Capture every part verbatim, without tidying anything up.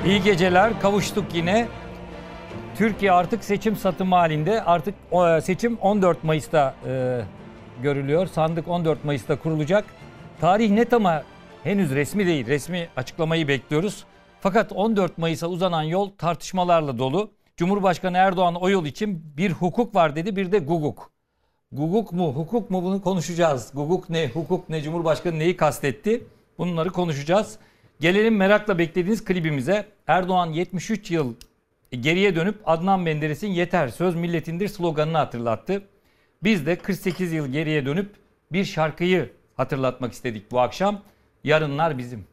İyi geceler, kavuştuk yine. Türkiye artık seçim satımı halinde. Artık seçim on dört Mayıs'ta e, görülüyor. Sandık on dört Mayıs'ta kurulacak. Tarih net ama henüz resmi değil. Resmi açıklamayı bekliyoruz. Fakat on dört Mayıs'a uzanan yol tartışmalarla dolu. Cumhurbaşkanı Erdoğan o yol için bir hukuk var dedi, bir de guguk. Guguk mu, hukuk mu, bunu konuşacağız. Guguk ne, hukuk ne, Cumhurbaşkanı neyi kastetti? Bunları konuşacağız. Gelelim merakla beklediğiniz klibimize. Erdoğan yetmiş üç yıl geriye dönüp Adnan Menderes'in "Yeter söz milletindir" sloganını hatırlattı. Biz de kırk sekiz yıl geriye dönüp bir şarkıyı hatırlatmak istedik bu akşam. Yarınlar bizim.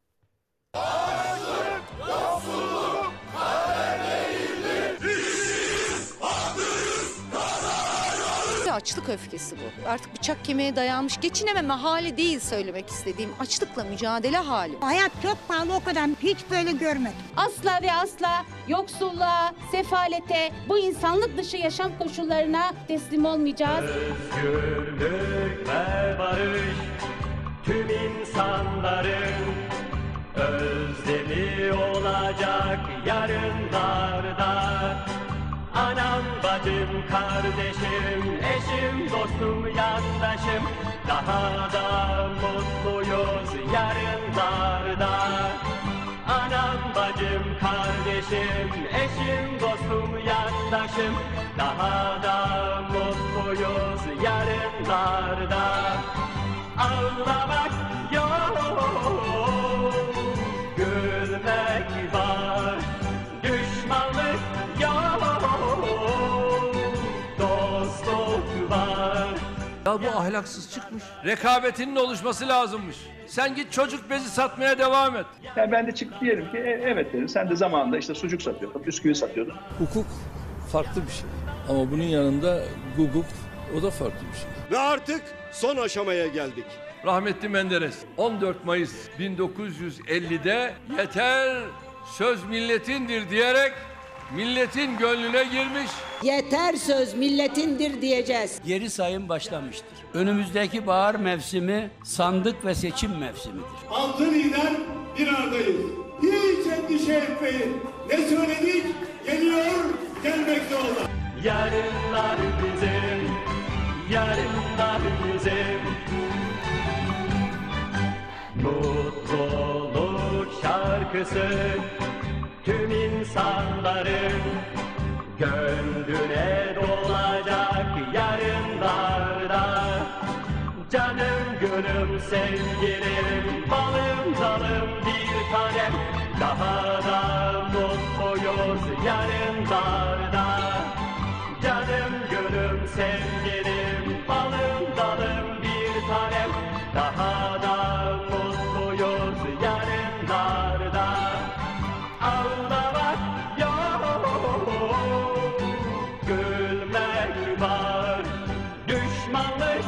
Açlık öfkesi bu. Artık bıçak kemiğe dayanmış, geçinememe hali değil söylemek istediğim. Açlıkla mücadele hali. Hayat çok pahalı, o kadar hiç böyle görmedim. Asla ve asla yoksulluğa, sefalete, bu insanlık dışı yaşam koşullarına teslim olmayacağız. Özgürlük ve barış tüm insanların özlemi olacak yarınlarda. Anam, bacım, kardeşim, eşim, dostum, yandaşım, daha da mutluyuz yarınlarda. Anam, bacım, kardeşim, eşim, dostum, yandaşım, daha da mutluyuz yarınlarda. Ağlamak yok, gülmek var, düşmanlık yok. Ya bu ahlaksız çıkmış. Rekabetinin oluşması lazımmış. Sen git çocuk bezi satmaya devam et. Yani ben de çıkıp diyelim ki e, evet dedim. Sen de zamanında işte sucuk satıyordun, bisküvi satıyordun. Hukuk farklı bir şey. Ama bunun yanında guguk, o da farklı bir şey. Ve artık son aşamaya geldik. Rahmetli Menderes on dört Mayıs bin dokuz yüz elli'de "Yeter söz milletindir" diyerek milletin gönlüne girmiş. Yeter söz milletindir diyeceğiz. Geri sayım başlamıştır. Önümüzdeki bahar mevsimi sandık ve seçim mevsimidir. Altı lider bir aradayız. Hiç endişe etmeyin. Ne söyledik geliyor, gelmekte olan. Yarınlar bizim, yarınlar bizim. Mutluluk şarkısı tüm insanların gönlüne dolacak yarınlarda. Canım, gülüm, sevgilim, balım, dalım, bir tanem, daha da mutluyuz yarınlarda. Canım, gülüm, sevgilim, balım, dalım, bir tanem, daha da mutluyuz yarınlarda. Ağlamak yok, gülmek var, düşmanlık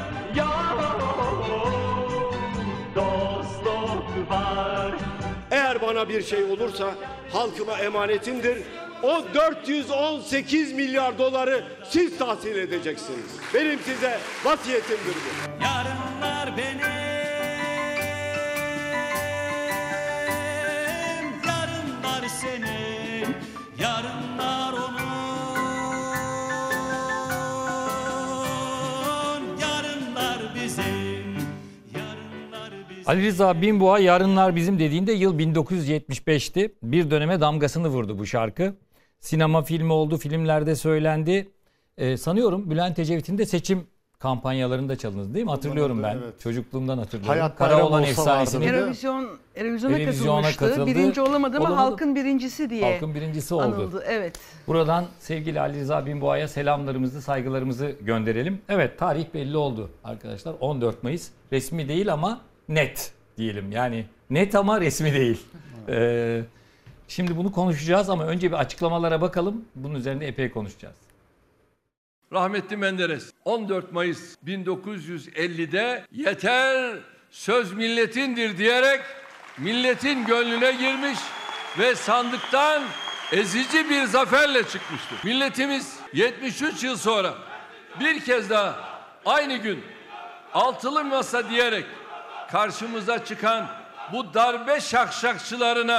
yok, dostluk var. Eğer bana bir şey olursa halkıma emanetimdir. O dört yüz on sekiz milyar doları siz tahsil edeceksiniz. Benim size vasiyetimdir bu. Yarınlar benim. Senin, yarınlar onun, yarınlar bizim, yarınlar bizim. Ali Rıza Binboğa "Yarınlar bizim" dediğinde yıl bin dokuz yüz yetmiş beş'ti. Bir döneme damgasını vurdu bu şarkı. Sinema filmi oldu, filmlerde söylendi. Ee, sanıyorum Bülent Ecevit'in de seçim kampanyalarında çalındı değil mi? Hatırlıyorum ben. Evet. Çocukluğumdan hatırlıyorum. Hayat Karaoğlan efsanesini. Eurovizyon, Eurovizyona katılmıştı. Katıldı. Birinci olamadı ama Olamadı. halkın birincisi diye Halkın birincisi oldu. Anıldı. Evet. Buradan sevgili Ali Rıza Binboğa'ya selamlarımızı, saygılarımızı gönderelim. Evet, tarih belli oldu arkadaşlar. on dört Mayıs resmi değil ama net diyelim. Yani net ama resmi değil. Ee, şimdi bunu konuşacağız ama önce bir açıklamalara bakalım. Bunun üzerinde epey konuşacağız. Rahmetli Menderes on dört Mayıs bin dokuz yüz elli'de "Yeter söz milletindir" diyerek milletin gönlüne girmiş ve sandıktan ezici bir zaferle çıkmıştır. Milletimiz yetmiş üç yıl sonra bir kez daha aynı gün altılı masa diyerek karşımıza çıkan bu darbe şakşakçılarına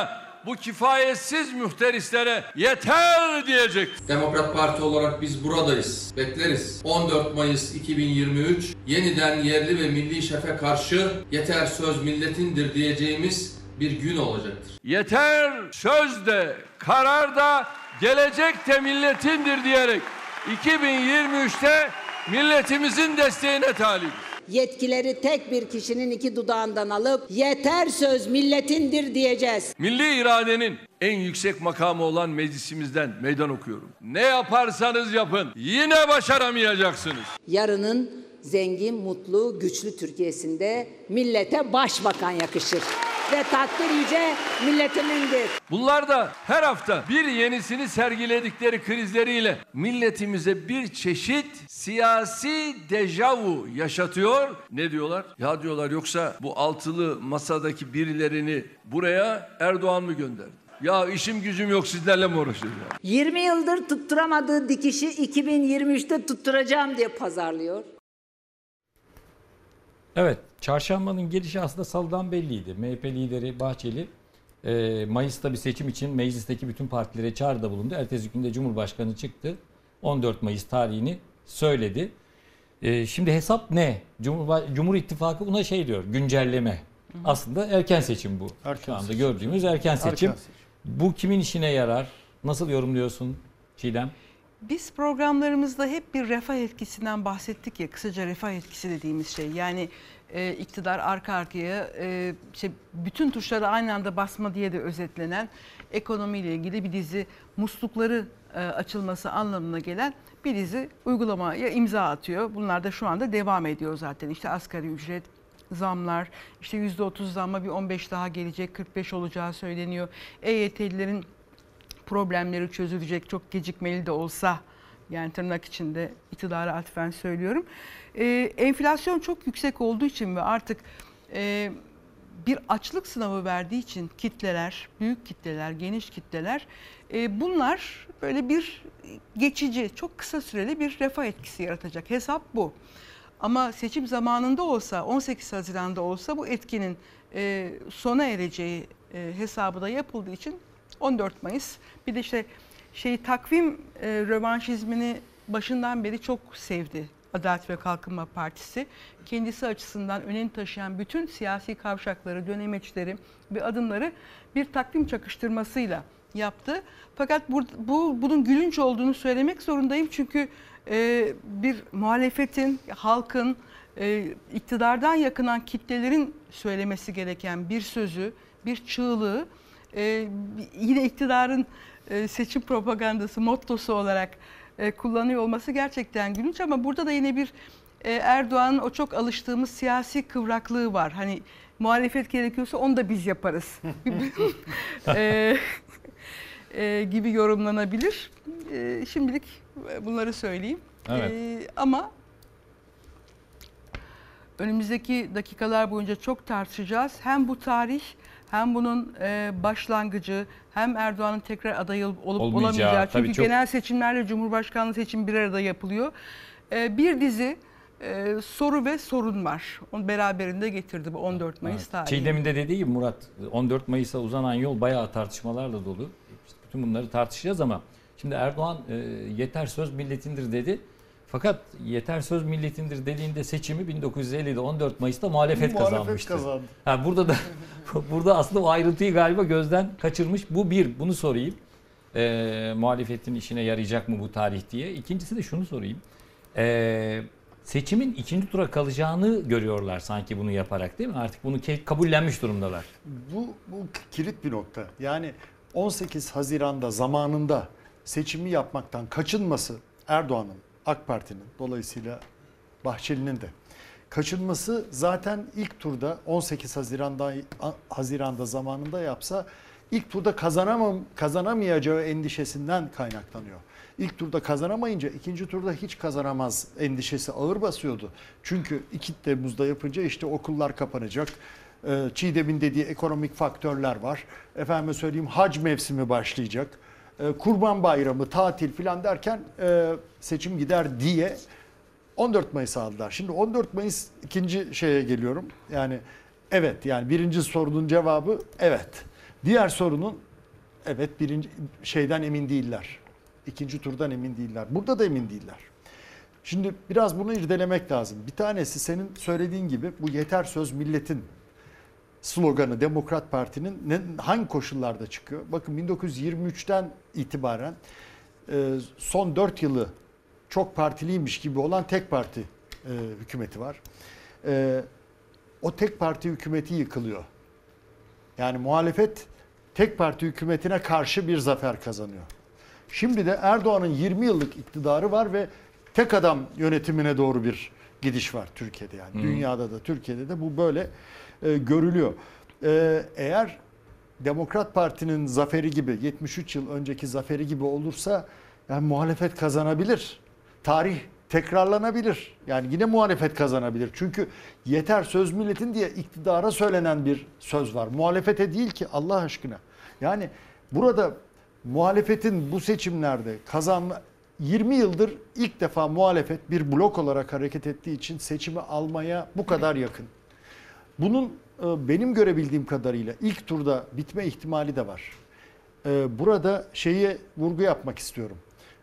bu kifayetsiz muhterislere yeter diyecek. Demokrat Parti olarak biz buradayız. Bekleriz. on dört Mayıs iki bin yirmi üç yeniden yerli ve milli şefe karşı yeter söz milletindir diyeceğimiz bir gün olacaktır. Yeter söz de karar da gelecek de milletindir diyerek iki bin yirmi üçte milletimizin desteğine talibiz. Yetkileri tek bir kişinin iki dudağından alıp yeter söz milletindir diyeceğiz. Milli iradenin en yüksek makamı olan meclisimizden meydan okuyorum. Ne yaparsanız yapın yine başaramayacaksınız. Yarının zengin, mutlu, güçlü Türkiye'sinde millete başbakan yakışır. Ve takdir yüce milletimindir. Bunlar da her hafta bir yenisini sergiledikleri krizleriyle milletimize bir çeşit siyasi dejavu yaşatıyor. Ne diyorlar? Ya diyorlar yoksa bu altılı masadaki birilerini buraya Erdoğan mı gönderdi? Ya işim gücüm yok sizlerle mi uğraşıyorum? yirmi yıldır tutturamadığı dikişi iki bin yirmi üçte tutturacağım diye pazarlıyor. Evet, çarşambanın gelişi aslında salıdan belliydi. M H P lideri Bahçeli e, Mayıs'ta bir seçim için meclisteki bütün partilere çağrıda bulundu. Ertesi günde Cumhurbaşkanı çıktı. on dört Mayıs tarihini söyledi. E, şimdi hesap ne? Cumhur, Cumhur İttifakı buna şey diyor, güncelleme. Hı hı. Aslında erken seçim bu. Erken Şu anda seçim. gördüğümüz erken seçim. erken seçim. Bu kimin işine yarar? Nasıl yorumluyorsun Çiğdem? Biz programlarımızda hep bir refah etkisinden bahsettik ya, kısaca refah etkisi dediğimiz şey. Yani e, iktidar arka arkaya e, işte bütün tuşları aynı anda basma diye de özetlenen ekonomiyle ilgili bir dizi muslukları e, açılması anlamına gelen bir dizi uygulamaya imza atıyor. Bunlar da şu anda devam ediyor zaten. İşte asgari ücret, zamlar, işte yüzde otuz zamma bir on beş daha gelecek, kırk beş olacağı söyleniyor. E Y T'lilerin problemleri çözülecek, çok gecikmeli de olsa, yani tırnak içinde iktidara atfen söylüyorum. Ee, enflasyon çok yüksek olduğu için ve artık e, bir açlık sınavı verdiği için kitleler, büyük kitleler, geniş kitleler e, bunlar böyle bir geçici, çok kısa süreli bir refah etkisi yaratacak. Hesap bu. Ama seçim zamanında olsa, on sekiz Haziran'da olsa bu etkinin e, sona ereceği e, hesabı da yapıldığı için on dört Mayıs. Bir de işte şey takvim e, rövanşizmini başından beri çok sevdi Adalet ve Kalkınma Partisi. Kendisi açısından önem taşıyan bütün siyasi kavşakları, dönemeçleri ve adımları bir takvim çakıştırmasıyla yaptı. Fakat bu, bu bunun gülünç olduğunu söylemek zorundayım çünkü e, bir muhalefetin, halkın, e, iktidardan yakınan kitlelerin söylemesi gereken bir sözü, bir çığlığı Ee, yine iktidarın e, seçim propagandası mottosu olarak e, kullanıyor olması gerçekten gülünç ama burada da yine bir e, Erdoğan'ın o çok alıştığımız siyasi kıvraklığı var. Hani muhalefet gerekiyorsa onu da biz yaparız e, e, gibi yorumlanabilir. E, şimdilik bunları söyleyeyim. Evet. E, ama önümüzdeki dakikalar boyunca çok tartışacağız. Hem bu tarih, hem bunun e, başlangıcı, hem Erdoğan'ın tekrar aday olup olamayacağı. olamayacağı. Çünkü çok... genel seçimlerle Cumhurbaşkanlığı seçimi bir arada yapılıyor. E, bir dizi e, soru ve sorun var. Onu beraberinde getirdi bu on dört Mayıs evet. tarihi. Çiğdem'in de dediği gibi Murat, on dört Mayıs'a uzanan yol bayağı tartışmalarla dolu. İşte bütün bunları tartışacağız ama şimdi Erdoğan e, yeter söz milletindir dedi. Fakat yeter söz milletindir dediğinde seçimi bin dokuz yüz ellide on dört Mayıs'ta muhalefet, muhalefet kazanmıştı. Kazandı. Ha, burada da burada aslında o ayrıntıyı galiba gözden kaçırmış. Bu bir, bunu sorayım. Ee, muhalefetin işine yarayacak mı bu tarih diye. İkincisi de şunu sorayım. Ee, seçimin ikinci tura kalacağını görüyorlar sanki bunu yaparak, değil mi? Artık bunu kabullenmiş durumdalar. Bu, bu kilit bir nokta. Yani on sekiz Haziran'da zamanında seçimi yapmaktan kaçınması Erdoğan'ın, AK Parti'nin, dolayısıyla Bahçeli'nin de kaçınması zaten ilk turda on sekiz Haziran'da Haziran'da zamanında yapsa ilk turda kazanamam kazanamayacağı endişesinden kaynaklanıyor. İlk turda kazanamayınca ikinci turda hiç kazanamaz endişesi ağır basıyordu. Çünkü iki Temmuz'da yapınca işte okullar kapanacak. Çiğdem'in dediği ekonomik faktörler var. Efendime söyleyeyim hac mevsimi başlayacak. Kurban Bayramı, tatil filan derken seçim gider diye on dört Mayıs'ı aldılar. Şimdi on dört Mayıs ikinci şeye geliyorum. Yani evet, yani birinci sorunun cevabı evet. Diğer sorunun Evet, birinci şeyden emin değiller. İkinci turdan emin değiller. Burada da emin değiller. Şimdi biraz bunu irdelemek lazım. Bir tanesi senin söylediğin gibi bu yeter söz milletin sloganı Demokrat Parti'nin ne, hangi koşullarda çıkıyor? Bakın bin dokuz yüz yirmi üçten itibaren e, son dört yılı çok partiliymiş gibi olan tek parti e, hükümeti var. E, o tek parti hükümeti yıkılıyor. Yani muhalefet tek parti hükümetine karşı bir zafer kazanıyor. Şimdi de Erdoğan'ın yirmi yıllık iktidarı var ve tek adam yönetimine doğru bir gidiş var Türkiye'de yani. Hmm. Dünyada da Türkiye'de de bu böyle e, görülüyor. E, eğer Demokrat Parti'nin zaferi gibi yetmiş üç yıl önceki zaferi gibi olursa yani muhalefet kazanabilir. Tarih tekrarlanabilir. Yani yine muhalefet kazanabilir. Çünkü yeter söz milletin diye iktidara söylenen bir söz var. Muhalefete değil ki Allah aşkına. Yani burada muhalefetin bu seçimlerde kazanma yirmi yıldır ilk defa muhalefet bir blok olarak hareket ettiği için seçimi almaya bu kadar yakın. Bunun benim görebildiğim kadarıyla ilk turda bitme ihtimali de var. Burada şeye vurgu yapmak istiyorum.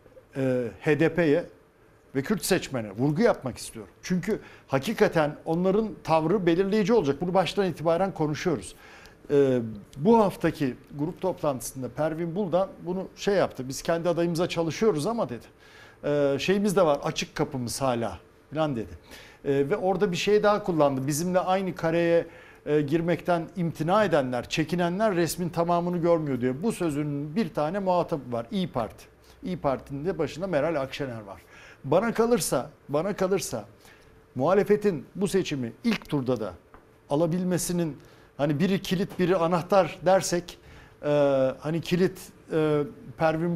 H D P'ye ve Kürt seçmene vurgu yapmak istiyorum. Çünkü hakikaten onların tavrı belirleyici olacak. Bunu baştan itibaren konuşuyoruz. Ee, bu haftaki grup toplantısında Pervin Buldan bunu şey yaptı. Biz kendi adayımıza çalışıyoruz ama dedi. Ee, şeyimiz de var, açık kapımız hala falan dedi. Ee, ve orada bir şey daha kullandı. Bizimle aynı kareye e, girmekten imtina edenler, çekinenler resmin tamamını görmüyor diyor. Bu sözünün bir tane muhatabı var. İYİ Parti. İYİ Parti'nin de başında Meral Akşener var. Bana kalırsa, bana kalırsa muhalefetin bu seçimi ilk turda da alabilmesinin hani biri kilit biri anahtar dersek e, hani kilit e, Pervin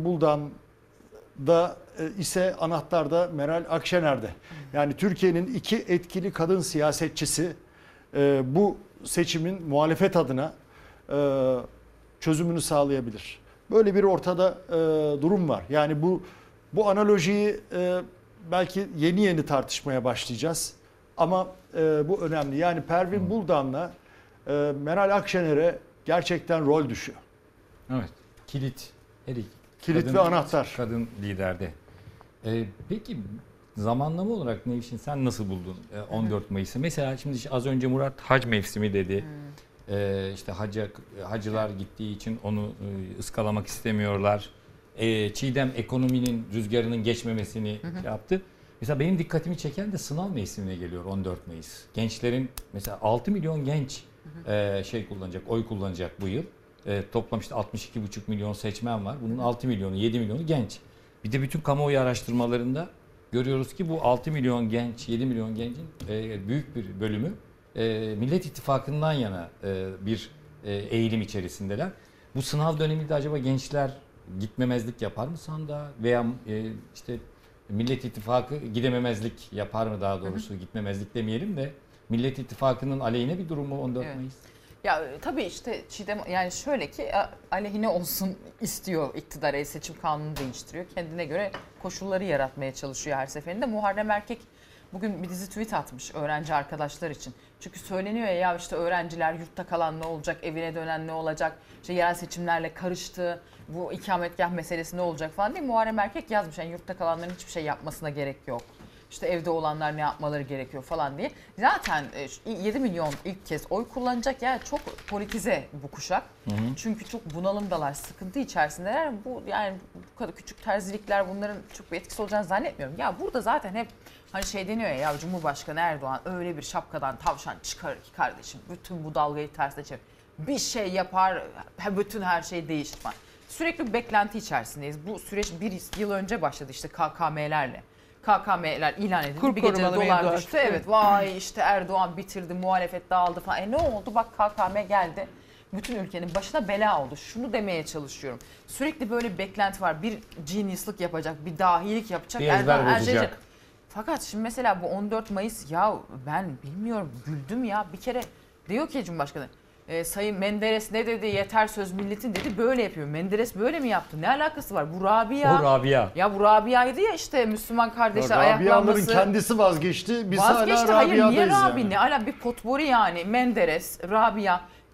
Buldan'da e, ise anahtar da Meral Akşener'de. Yani Türkiye'nin iki etkili kadın siyasetçisi e, bu seçimin muhalefet adına e, çözümünü sağlayabilir. Böyle bir ortada e, durum var. Yani bu bu analojiyi e, belki yeni yeni tartışmaya başlayacağız. Ama e, bu önemli. Yani Pervin Buldan'la e, Meral Akşener'e gerçekten rol düşüyor. Evet. Kilit. Her iki. Kilit kadın, ve anahtar. Kadın liderde. Ee, peki zamanlama olarak Nevşin sen nasıl buldun e, on dört Mayıs'ı? Mesela şimdi az önce Murat hac mevsimi dedi. Hmm. Ee, işte hacca, hacılar gittiği için onu e, ıskalamak istemiyorlar. E, Çiğdem ekonominin rüzgarının geçmemesini hı hı. yaptı. Mesela benim dikkatimi çeken de sınav mevsimine geliyor on dört Mayıs. Gençlerin mesela altı milyon genç hı hı. E, şey kullanacak, oy kullanacak bu yıl. E, toplam işte altmış iki buçuk milyon seçmen var. Bunun altı milyonu, yedi milyonu genç. Bir de bütün kamuoyu araştırmalarında görüyoruz ki bu altı milyon genç, yedi milyon gencin e, büyük bir bölümü e, Millet İttifakı'ndan yana e, bir e, eğilim içerisindeler. Bu sınav döneminde acaba gençler gitmemezlik yapar mı sandığa veya e, işte Millet İttifakı gidememezlik yapar mı daha doğrusu, hı hı. gitmemezlik demeyelim de Millet İttifakı'nın aleyhine bir durum mu on dört evet. Mayıs? Ya tabii işte Çiğdem yani şöyle ki aleyhine olsun istiyor iktidar, el seçim kanunu değiştiriyor. Kendine göre koşulları yaratmaya çalışıyor her seferinde. Muharrem Erkek bugün bir dizi tweet atmış öğrenci arkadaşlar için. Çünkü söyleniyor ya, ya işte öğrenciler yurtta kalan ne olacak, evine dönen ne olacak, işte yerel seçimlerle karıştı, bu ikametgah meselesi ne olacak falan diye Muharrem Erkek yazmış. Yani yurtta kalanların hiçbir şey yapmasına gerek yok. İşte evde olanlar ne yapmaları gerekiyor falan diye. Zaten yedi milyon ilk kez oy kullanacak, yani çok politize bu kuşak. Hı hı. Çünkü çok bunalımdalar, sıkıntı içerisindeler. Bu yani bu kadar küçük terzilikler bunların çok bir etkisi olacağını zannetmiyorum. Ya burada zaten hep hani şey deniyor ya, ya Cumhurbaşkanı Erdoğan öyle bir şapkadan tavşan çıkarır ki kardeşim bütün bu dalgayı tersine çevir. Bir şey yapar, bütün her şey değişir falan. Sürekli bir beklenti içerisindeyiz. Bu süreç bir yıl önce başladı işte K K M'lerle. K K M'ler ilan edildi. Kur bir gecede dolar düştü. Evet, vay işte Erdoğan bitirdi, muhalefet dağıldı falan. E ne oldu? Bak K K M geldi. Bütün ülkenin başına bela oldu. Şunu demeye çalışıyorum. Sürekli böyle bir beklenti var. Bir genius'lık yapacak, bir dahilik yapacak. Bir ezber Erdoğan, bozacak. Erdoğan. Fakat şimdi mesela bu on dört Mayıs ya ben bilmiyorum güldüm ya. Bir kere diyor ki Cumhurbaşkanı, e, Sayın Menderes ne dedi, yeter söz milletin dedi, böyle yapıyor. Menderes böyle mi yaptı? Ne alakası var? Bu Rabia. O Rabia. Ya bu Rabia'ydı ya işte Müslüman kardeşler ya, ayaklanması. Rabia'ların kendisi vazgeçti. Biz vazgeçti. hala Hayır niye Rabia'dayız Rabi? yani. Ne ala bir potpori yani. Menderes, Rabia.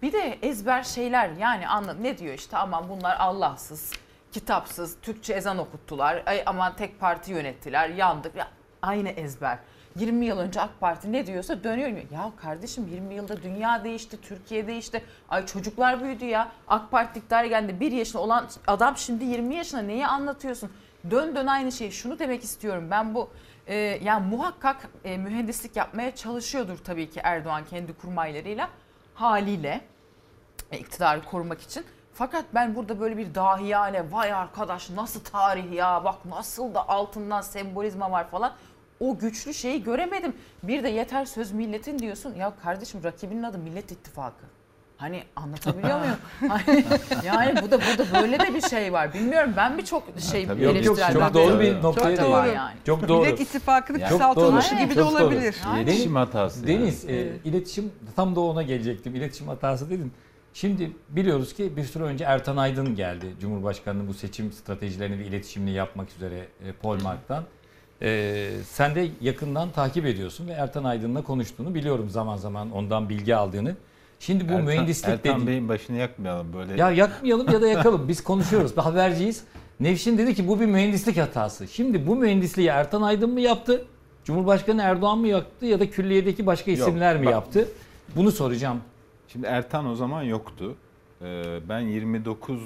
Bir de ezber şeyler yani anla ne diyor işte aman bunlar Allahsız, kitapsız, Türkçe ezan okuttular. Ay aman tek parti yönettiler, yandık. Ya, aynı ezber. yirmi yıl önce AK Parti ne diyorsa dönüyor. Ya kardeşim yirmi yılda dünya değişti, Türkiye değişti. Ay çocuklar büyüdü ya. AK Parti iktidara geldi. bir yaşında olan adam şimdi yirmi yaşında neyi anlatıyorsun? Dön dön aynı şey. Şunu demek istiyorum ben bu e, yani muhakkak e, mühendislik yapmaya çalışıyordur tabii ki Erdoğan kendi kurmaylarıyla haliyle e, iktidarı korumak için. Fakat ben burada böyle bir dahiyane vay arkadaş nasıl tarih ya bak nasıl da altından sembolizma var falan. O güçlü şeyi göremedim. Bir de yeter söz milletin diyorsun. Ya kardeşim rakibinin adı Millet İttifakı. Hani anlatabiliyor muyum? Hani, yani bu da burada böyle de bir şey var. Bilmiyorum ben birçok şey Tabii yok, yok, çok doğru bir noktaya çok değindi. yani. Çok doğru. Millet İttifakı'nın Yani kısaltılmışı gibi de çok olabilir. Doğru. Yani. İletişim hatası. Deniz, yani. e, iletişim tam da ona gelecektim. İletişim hatası dedin. Şimdi biliyoruz ki bir süre önce Ertan Aydın geldi. Cumhurbaşkanı'nın bu seçim stratejilerini ve iletişimini yapmak üzere e, Polmark'tan. Ee, sen de yakından takip ediyorsun ve Ertan Aydın'la konuştuğunu biliyorum zaman zaman ondan bilgi aldığını. Şimdi bu Ertan, mühendislik Ertan dedi. Bey'in başını yakmayalım böyle. Ya yakmayalım ya da yakalım. Biz konuşuyoruz. Bir haberciyiz. Nevşin dedi ki bu bir mühendislik hatası. Şimdi bu mühendisliği Ertan Aydın mı yaptı? Cumhurbaşkanı Erdoğan mı yaptı ya da külliyedeki başka isimler Yok, mi bak, yaptı? Bunu soracağım. Şimdi Ertan o zaman yoktu. Ee, ben yirmi dokuz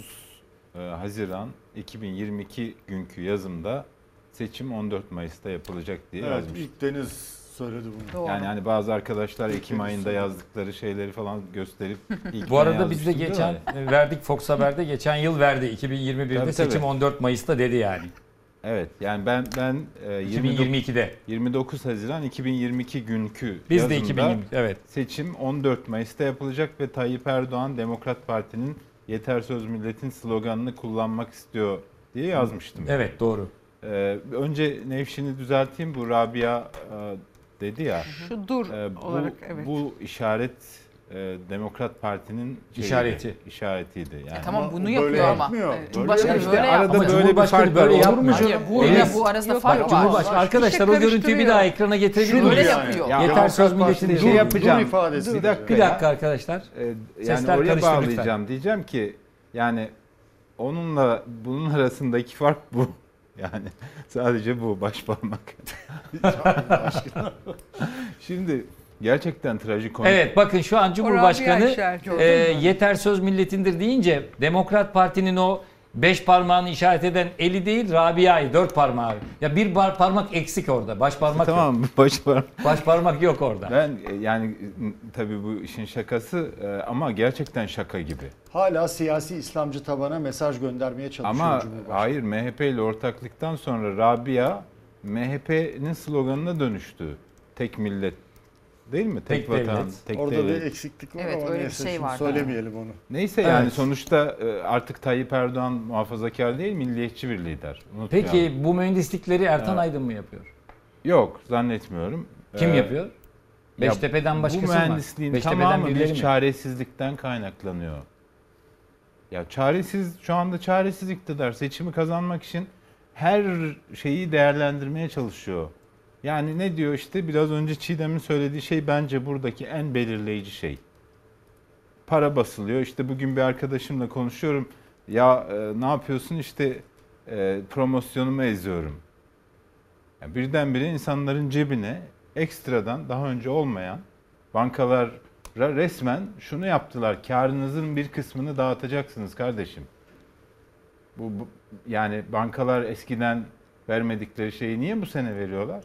Haziran iki bin yirmi iki günkü yazımda seçim on dört Mayıs'ta yapılacak diye evet, yazmıştım. ilk Deniz söyledi bunu. Yani hani bazı arkadaşlar Ekim ayında yazdıkları şeyleri falan gösterip ilk Bu arada biz de geçen verdik Fox Haber'de geçen yıl verdi. iki bin yirmi birde tabii, seçim tabii. on dört Mayıs'ta dedi yani. Evet yani ben ben e, iki bin yirmi ikide yirmi dokuz Haziran iki bin yirmi iki günkü biz yazımda de iki bin yirmi evet. seçim on dört Mayıs'ta yapılacak ve Tayyip Erdoğan Demokrat Parti'nin yeter söz milletin sloganını kullanmak istiyor diye yazmıştım. Evet doğru. Ee, önce Nevşin'i düzelteyim. Bu Rabia e, dedi ya. Şu dur e, bu, olarak evet. Bu işaret e, Demokrat Parti'nin şeyiydi, işareti. işaretiydi. Yani. E tamam ama bunu yapıyor ama. Yapmıyor. Evet. Cumhurbaşkanı işte böyle arada yapmıyor. böyle bir fark böyle var. yapmıyor. Hayır, bu ile bu arasında fark var. Cumhurbaşkanı arkadaşlar o görüntüyü bir daha ekrana getirebilir Böyle miyiz? yapıyor. Ya, Yeter söz milletin bir şey yapacağım. ifadesi. Bir dakika, Bir dakika ya. arkadaşlar. Ee, yani Sesler oraya karıştı bağlayacağım. lütfen. Diyeceğim ki yani onunla bunun arasındaki fark bu. Yani sadece bu baş parmak. Şimdi gerçekten trajikomik. Evet bakın şu an Cumhurbaşkanı işareti, e, yeter söz milletindir deyince Demokrat Parti'nin o beş parmağını işaret eden eli değil Rabia'yı dört parmağı. Ya bir bar, parmak eksik orada. Baş parmak Tamam yok. baş parmak. Baş parmak yok orada. Ben e, yani e, tabii bu işin şakası e, ama gerçekten şaka gibi. Hala siyasi İslamcı tabana mesaj göndermeye çalışıyor Ama Cumhurbaşkanı. hayır M H P ile ortaklıktan sonra Rabia M H P'nin sloganına dönüştü. Tek millet. Değil mi? Tek, Tek vatan, devlet. tek Orada devlet. bir eksiklik var Evet, ama öyle bir neyse şey şimdi var. söylemeyelim onu. Neyse Evet. yani sonuçta e, artık Tayyip Erdoğan muhafazakar değil, milliyetçi bir lider. Unutmayalım. Peki bu mühendislikleri Ertan Evet. Aydın mı yapıyor? Yok zannetmiyorum. Kim Ee, yapıyor? ya Beştepe'den başkası bu mı var? mühendisliğin Beştepe'den tamamı birileri bir mi? çaresizlikten kaynaklanıyor. Ya çaresiz, şu anda çaresiz iktidar seçimi kazanmak için her şeyi değerlendirmeye çalışıyor. Yani ne diyor işte biraz önce Çiğdem'in söylediği şey bence buradaki en belirleyici şey. Para basılıyor. İşte bugün bir arkadaşımla konuşuyorum. Ya e, ne yapıyorsun işte e, promosyonumu eziyorum. Yani birdenbire insanların cebine ekstradan daha önce olmayan bankalara resmen şunu yaptılar. Karınızın bir kısmını dağıtacaksınız kardeşim. Bu, bu yani bankalar eskiden vermedikleri şeyi niye bu sene veriyorlar?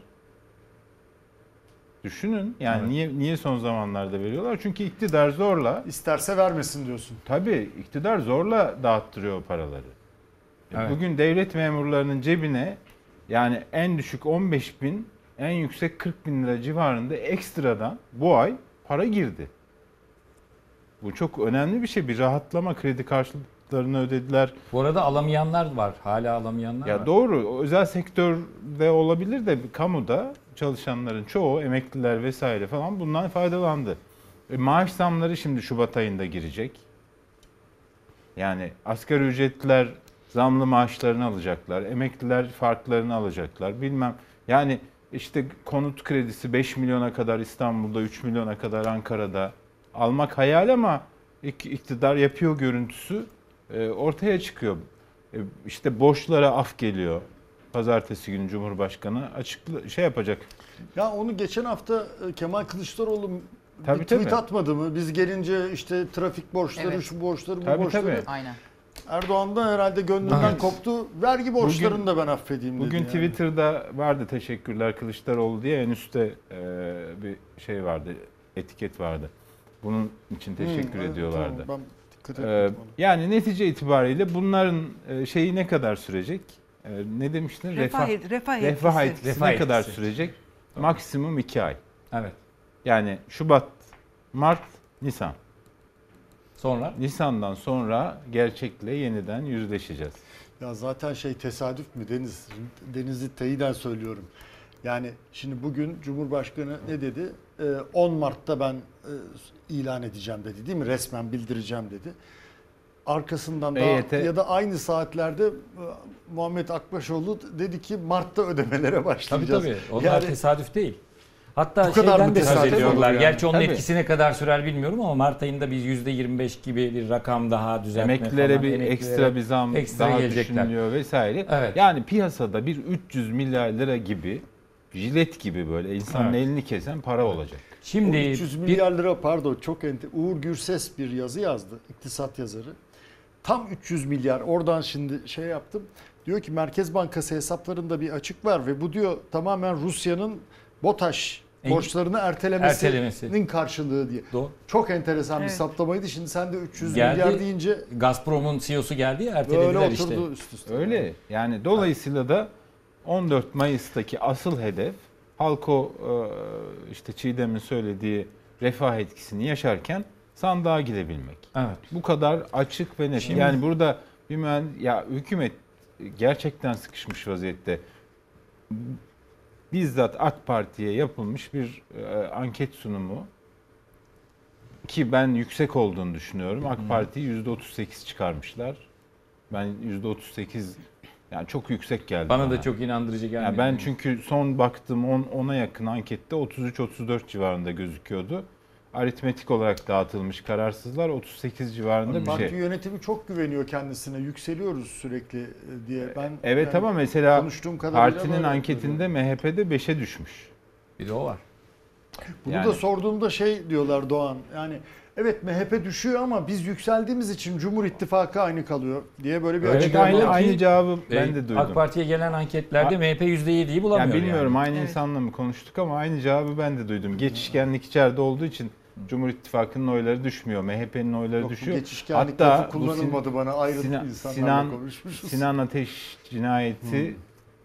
Düşünün. Yani Evet. niye niye son zamanlarda veriyorlar? Çünkü iktidar zorla İsterse vermesin diyorsun. tabii iktidar zorla dağıttırıyor o paraları. Evet. Bugün devlet memurlarının cebine yani en düşük on beş bin, en yüksek kırk bin lira civarında ekstradan bu ay para girdi. Bu çok önemli bir şey. Bir rahatlama, kredi karşılıklarını ödediler. Bu arada alamayanlar var. Hala alamayanlar Ya var. doğru. O özel sektörde olabilir de kamuda çalışanların çoğu, emekliler vesaire falan bundan faydalandı. E, maaş zamları şimdi Şubat ayında girecek. Yani asgari ücretliler zamlı maaşlarını alacaklar. Emekliler farklarını alacaklar. Bilmem. Yani işte konut kredisi beş milyona kadar İstanbul'da, üç milyona kadar Ankara'da almak hayal ama iktidar yapıyor görüntüsü e, ortaya çıkıyor. E, işte borçlara af geliyor. Pazartesi günü Cumhurbaşkanı açıklı şey yapacak. Ya onu geçen hafta Kemal Kılıçdaroğlu Tabii, bir tweet tabii. atmadı mı? Biz gelince işte trafik borçları, Evet. şu borçları, bu Tabii, borçları. tabii. Aynen. Erdoğan da herhalde gönlünden Evet. koptu. Vergi borçlarını Bugün- da ben affedeyim dedi. Bugün yani. Twitter'da vardı teşekkürler Kılıçdaroğlu diye en üstte e, bir şey vardı, etiket vardı. Bunun için teşekkür evet, ediyorlardı. tamam, ben dikkat Ee, etmedim ona. yani netice itibariyle bunların e, şeyi ne kadar sürecek? E, ne demiştin? Refah- refah refah etkisi. etkisi Refah ne kadar etkisi. sürecek? Maksimum iki ay. Evet. Yani Şubat, Mart, Nisan. Sonra? Nisan'dan sonra gerçekle yeniden yüzleşeceğiz. Ya zaten şey tesadüf mü Deniz? Deniz'i teyiden söylüyorum. Yani şimdi bugün Cumhurbaşkanı ne dedi? Ee, on Mart'ta ben e, ilan edeceğim dedi değil mi? Resmen bildireceğim dedi. Arkasından daha E Y T ya da aynı saatlerde e, Muhammed Akbaşoğlu dedi ki Mart'ta ödemelere Tabii başlayacağız. tabii. Onlar Yani tesadüf değil. Hatta Bu kadar şeyden mı de söz tesadüf ediyorlar. olur yani? Gerçi onun Tabii. etkisi ne kadar sürer bilmiyorum ama Mart ayında biz yüzde yirmi beş gibi bir rakam daha düzeltme emeklilere falan, bir emeklilere ekstra bir zam ekstra daha gelecekler. düşünülüyor vesaire. Evet. Yani piyasada bir üç yüz milyar lira gibi jilet gibi böyle insanın Evet. elini kesen para olacak. Şimdi O üç yüz milyar lira pardon çok ente Uğur Gürses bir yazı yazdı. İktisat yazarı. Tam üç yüz milyar oradan şimdi şey yaptım. Diyor ki Merkez Bankası hesaplarında bir açık var ve bu diyor tamamen Rusya'nın BOTAŞ En- borçlarını ertelemesinin ertelemesi. karşılığı diye. Doğru. Çok enteresan bir Evet. saptamaydı. Şimdi sen de üç yüz Geldi. milyar deyince Gazprom'un C E O'su geldi ya böyle ertelediler oturdu işte. üst üste. Öyle. Yani dolayısıyla da on dört Mayıs'taki asıl hedef halk o e, işte Çiğdem'in söylediği refah etkisini yaşarken sandığa gidebilmek. Evet. Bu kadar açık ve net. Şimdi- Yani burada bir mühen- ya hükümet gerçekten sıkışmış vaziyette. Bizzat AK Parti'ye yapılmış bir e, anket sunumu ki ben yüksek olduğunu düşünüyorum. AK Parti yüzde otuz sekiz çıkarmışlar. Ben yüzde otuz sekiz yani çok yüksek geldi. Bana da çok inandırıcı gelmedi. Yani ben çünkü son baktığım ona yakın ankette otuz üç otuz dört civarında gözüküyordu. Aritmetik olarak dağıtılmış kararsızlar otuz sekiz civarında bir Parti şey. yönetimi çok güveniyor kendisine. Yükseliyoruz sürekli e, diye. Ben Evet yani ama mesela konuştuğum kadarıyla partinin böyle anketinde M H P'de beşe düşmüş. Bir de o var. Bunu Yani- da sorduğumda şey diyorlar Doğan. Yani evet M H P düşüyor ama biz yükseldiğimiz için Cumhur İttifakı aynı kalıyor diye böyle bir Evet, açıklama aynı, var. aynı cevabı Ee, ben de duydum. AK Parti'ye gelen anketlerde A- M H P yüzde yediyi bulamıyor Yani bilmiyorum yani. aynı Evet. insanla mı konuştuk ama aynı cevabı ben de duydum. Geçişkenlik içeride olduğu için Cumhur İttifakı'nın oyları düşmüyor. M H P'nin oyları Yok, bu düşüyor. geçişkenlik Hatta lafı bu Sin- kullanılmadı bana. Ayrı Sinan, insanlarla Sinan, konuşmuşuz. Sinan Ateş cinayeti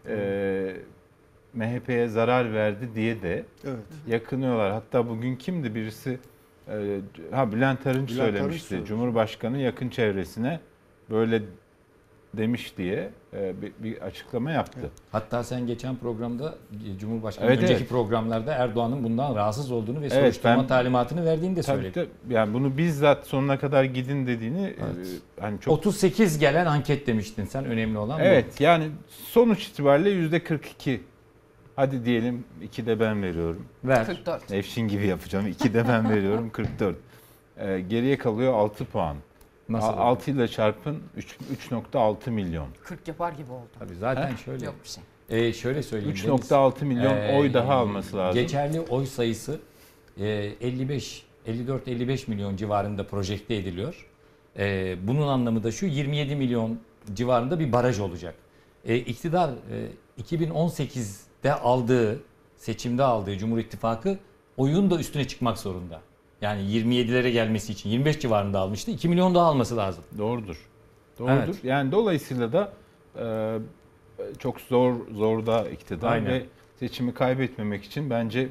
e, M H P'ye zarar verdi diye de Evet. yakınıyorlar. Hatta bugün kimdi birisi e, ha Bülent Arınç Bülent Arınç söylemişti. söylemiş. Cumhurbaşkanı yakın çevresine böyle demiş diye e, bir, bir açıklama yaptı. Hatta sen geçen programda Cumhurbaşkanı Evet, önceki evet. programlarda Erdoğan'ın bundan rahatsız olduğunu ve Evet, soruşturma ben- talimatını verdiğini de Tabii söyledi. de, yani bunu bizzat sonuna kadar gidin dediğini Evet. e, hani çok otuz sekiz gelen anket demiştin sen, önemli olan bu. evet yani sonuç itibariyle yüzde kırk iki. Hadi diyelim iki de ben veriyorum. Ver. kırk dört. Nevşin gibi yapacağım. iki de ben veriyorum kırk dört. Ee, geriye kalıyor altı puan. Nasıl? A- altı ile çarpın üç nokta altı milyon. kırk yapar gibi oldu. Tabii zaten He? şöyle. Yok bir şey. Ee, şöyle söyleyeyim. üç Deniz. nokta altı milyon Ee, oy daha alması lazım. Geçerli oy sayısı e, elli beş elli dört elli beş milyon civarında projekte ediliyor. E, bunun anlamı da şu: yirmi yedi milyon civarında bir baraj olacak. E, iktidar e, iki bin on sekizde aldığı, seçimde aldığı Cumhur İttifakı oyun da üstüne çıkmak zorunda. Yani yirmi yedilere gelmesi için yirmi beş civarında almıştı. iki milyon daha alması lazım. Doğrudur. Doğrudur. Evet. Yani dolayısıyla da e, çok zor zorda iktidar Aynen. ve seçimi kaybetmemek için bence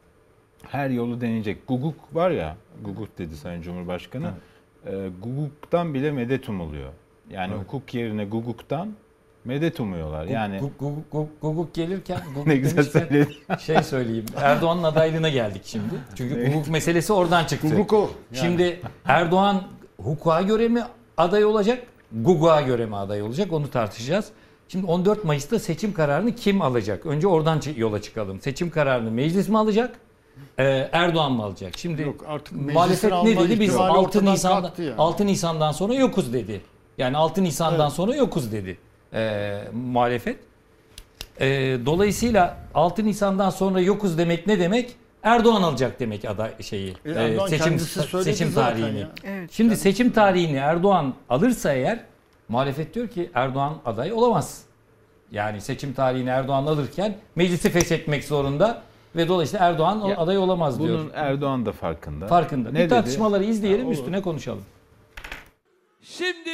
her yolu deneyecek. Guguk var ya, Guguk dedi Sayın Cumhurbaşkanı. E, Guguk'tan bile medet umuluyor. Yani Evet. hukuk yerine Guguk'tan medet umuyorlar. Yani Guguk, guguk, guguk, guguk gelirken guguk ne güzel demişken söyledin. şey söyleyeyim. Erdoğan'ın adaylığına geldik şimdi. Çünkü hukuk meselesi oradan çıktı. Guguk o. Yani. Şimdi Erdoğan hukuka göre mi aday olacak, Guguk'a göre mi aday olacak, onu tartışacağız. Şimdi on dört Mayıs'ta seçim kararını kim alacak? Önce oradan yola çıkalım. Seçim kararını meclis mi alacak, Ee, Erdoğan mı alacak? Şimdi Yok, artık muhalefet ne dedi? Biz altı Nisan'dan yani. altı Nisan'dan sonra yokuz dedi. Yani altı Nisan'dan evet. sonra yokuz dedi ee, muhalefet. Ee, dolayısıyla altı Nisan'dan sonra yokuz demek ne demek? Erdoğan alacak demek aday şeyi. E, Erdoğan seçim seçim tarihini. Evet, Şimdi kendisi. seçim tarihini Erdoğan alırsa eğer muhalefet diyor ki Erdoğan aday olamaz. Yani seçim tarihini Erdoğan alırken meclisi feshetmek zorunda ve dolayısıyla Erdoğan ya, aday olamaz diyor. Bunun Erdoğan da farkında. Farkında. Ne Bir tartışmaları dedi? izleyelim, ya, üstüne konuşalım. Şimdi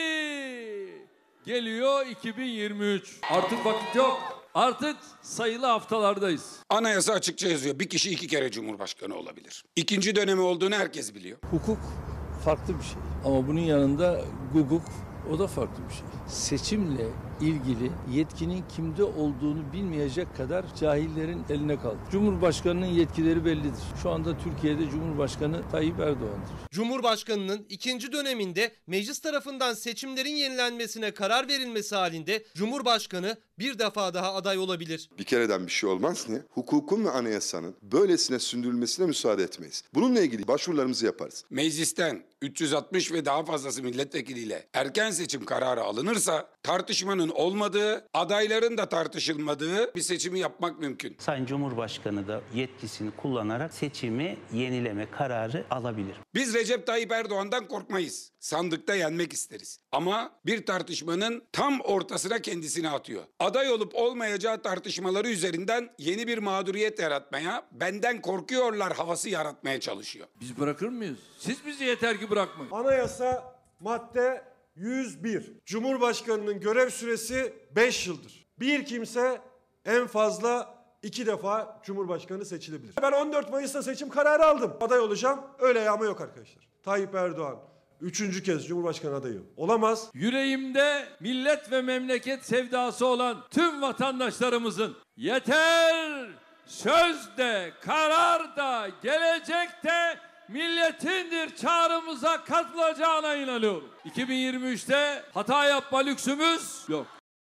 geliyor iki bin yirmi üç. Artık vakit yok. Artık sayılı haftalardayız. Anayasa açıkça yazıyor. Bir kişi iki kere Cumhurbaşkanı olabilir. İkinci dönemi olduğunu herkes biliyor. Hukuk farklı bir şey. Ama bunun yanında hukuk o da farklı bir şey. Seçimle ilgili yetkinin kimde olduğunu bilmeyecek kadar cahillerin eline kaldı. Cumhurbaşkanının yetkileri bellidir. Şu anda Türkiye'de Cumhurbaşkanı Tayyip Erdoğan'dır. Cumhurbaşkanının ikinci döneminde meclis tarafından seçimlerin yenilenmesine karar verilmesi halinde Cumhurbaşkanı bir defa daha aday olabilir. Bir kereden bir şey olmaz niye? Hukukun ve anayasanın böylesine sündürülmesine müsaade etmeyiz. Bununla ilgili başvurularımızı yaparız. Meclisten üç yüz altmış ve daha fazlası milletvekiliyle erken seçim kararı alınırsa tartışmanın olmadığı, adayların da tartışılmadığı bir seçimi yapmak mümkün. Sayın Cumhurbaşkanı da yetkisini kullanarak seçimi yenileme kararı alabilir. Biz Recep Tayyip Erdoğan'dan korkmayız. Sandıkta yenmek isteriz. Ama bir tartışmanın tam ortasına kendisini atıyor. Aday olup olmayacağı tartışmaları üzerinden yeni bir mağduriyet yaratmaya, benden korkuyorlar havası yaratmaya çalışıyor. Biz bırakır mıyız? Siz bizi yeter ki bırakmayın. Anayasa madde yüz bir. Cumhurbaşkanının görev süresi beş yıldır. Bir kimse en fazla iki defa Cumhurbaşkanı seçilebilir. Ben on dört Mayıs'ta seçim kararı aldım. Aday olacağım. Öyle yağma yok arkadaşlar. Tayyip Erdoğan üçüncü kez Cumhurbaşkanı adayı olamaz. Yüreğimde millet ve memleket sevdası olan tüm vatandaşlarımızın yeter sözde, kararda, gelecekte milletindir çağrımıza katılacağına inanıyorum. iki bin yirmi üçte hata yapma lüksümüz yok.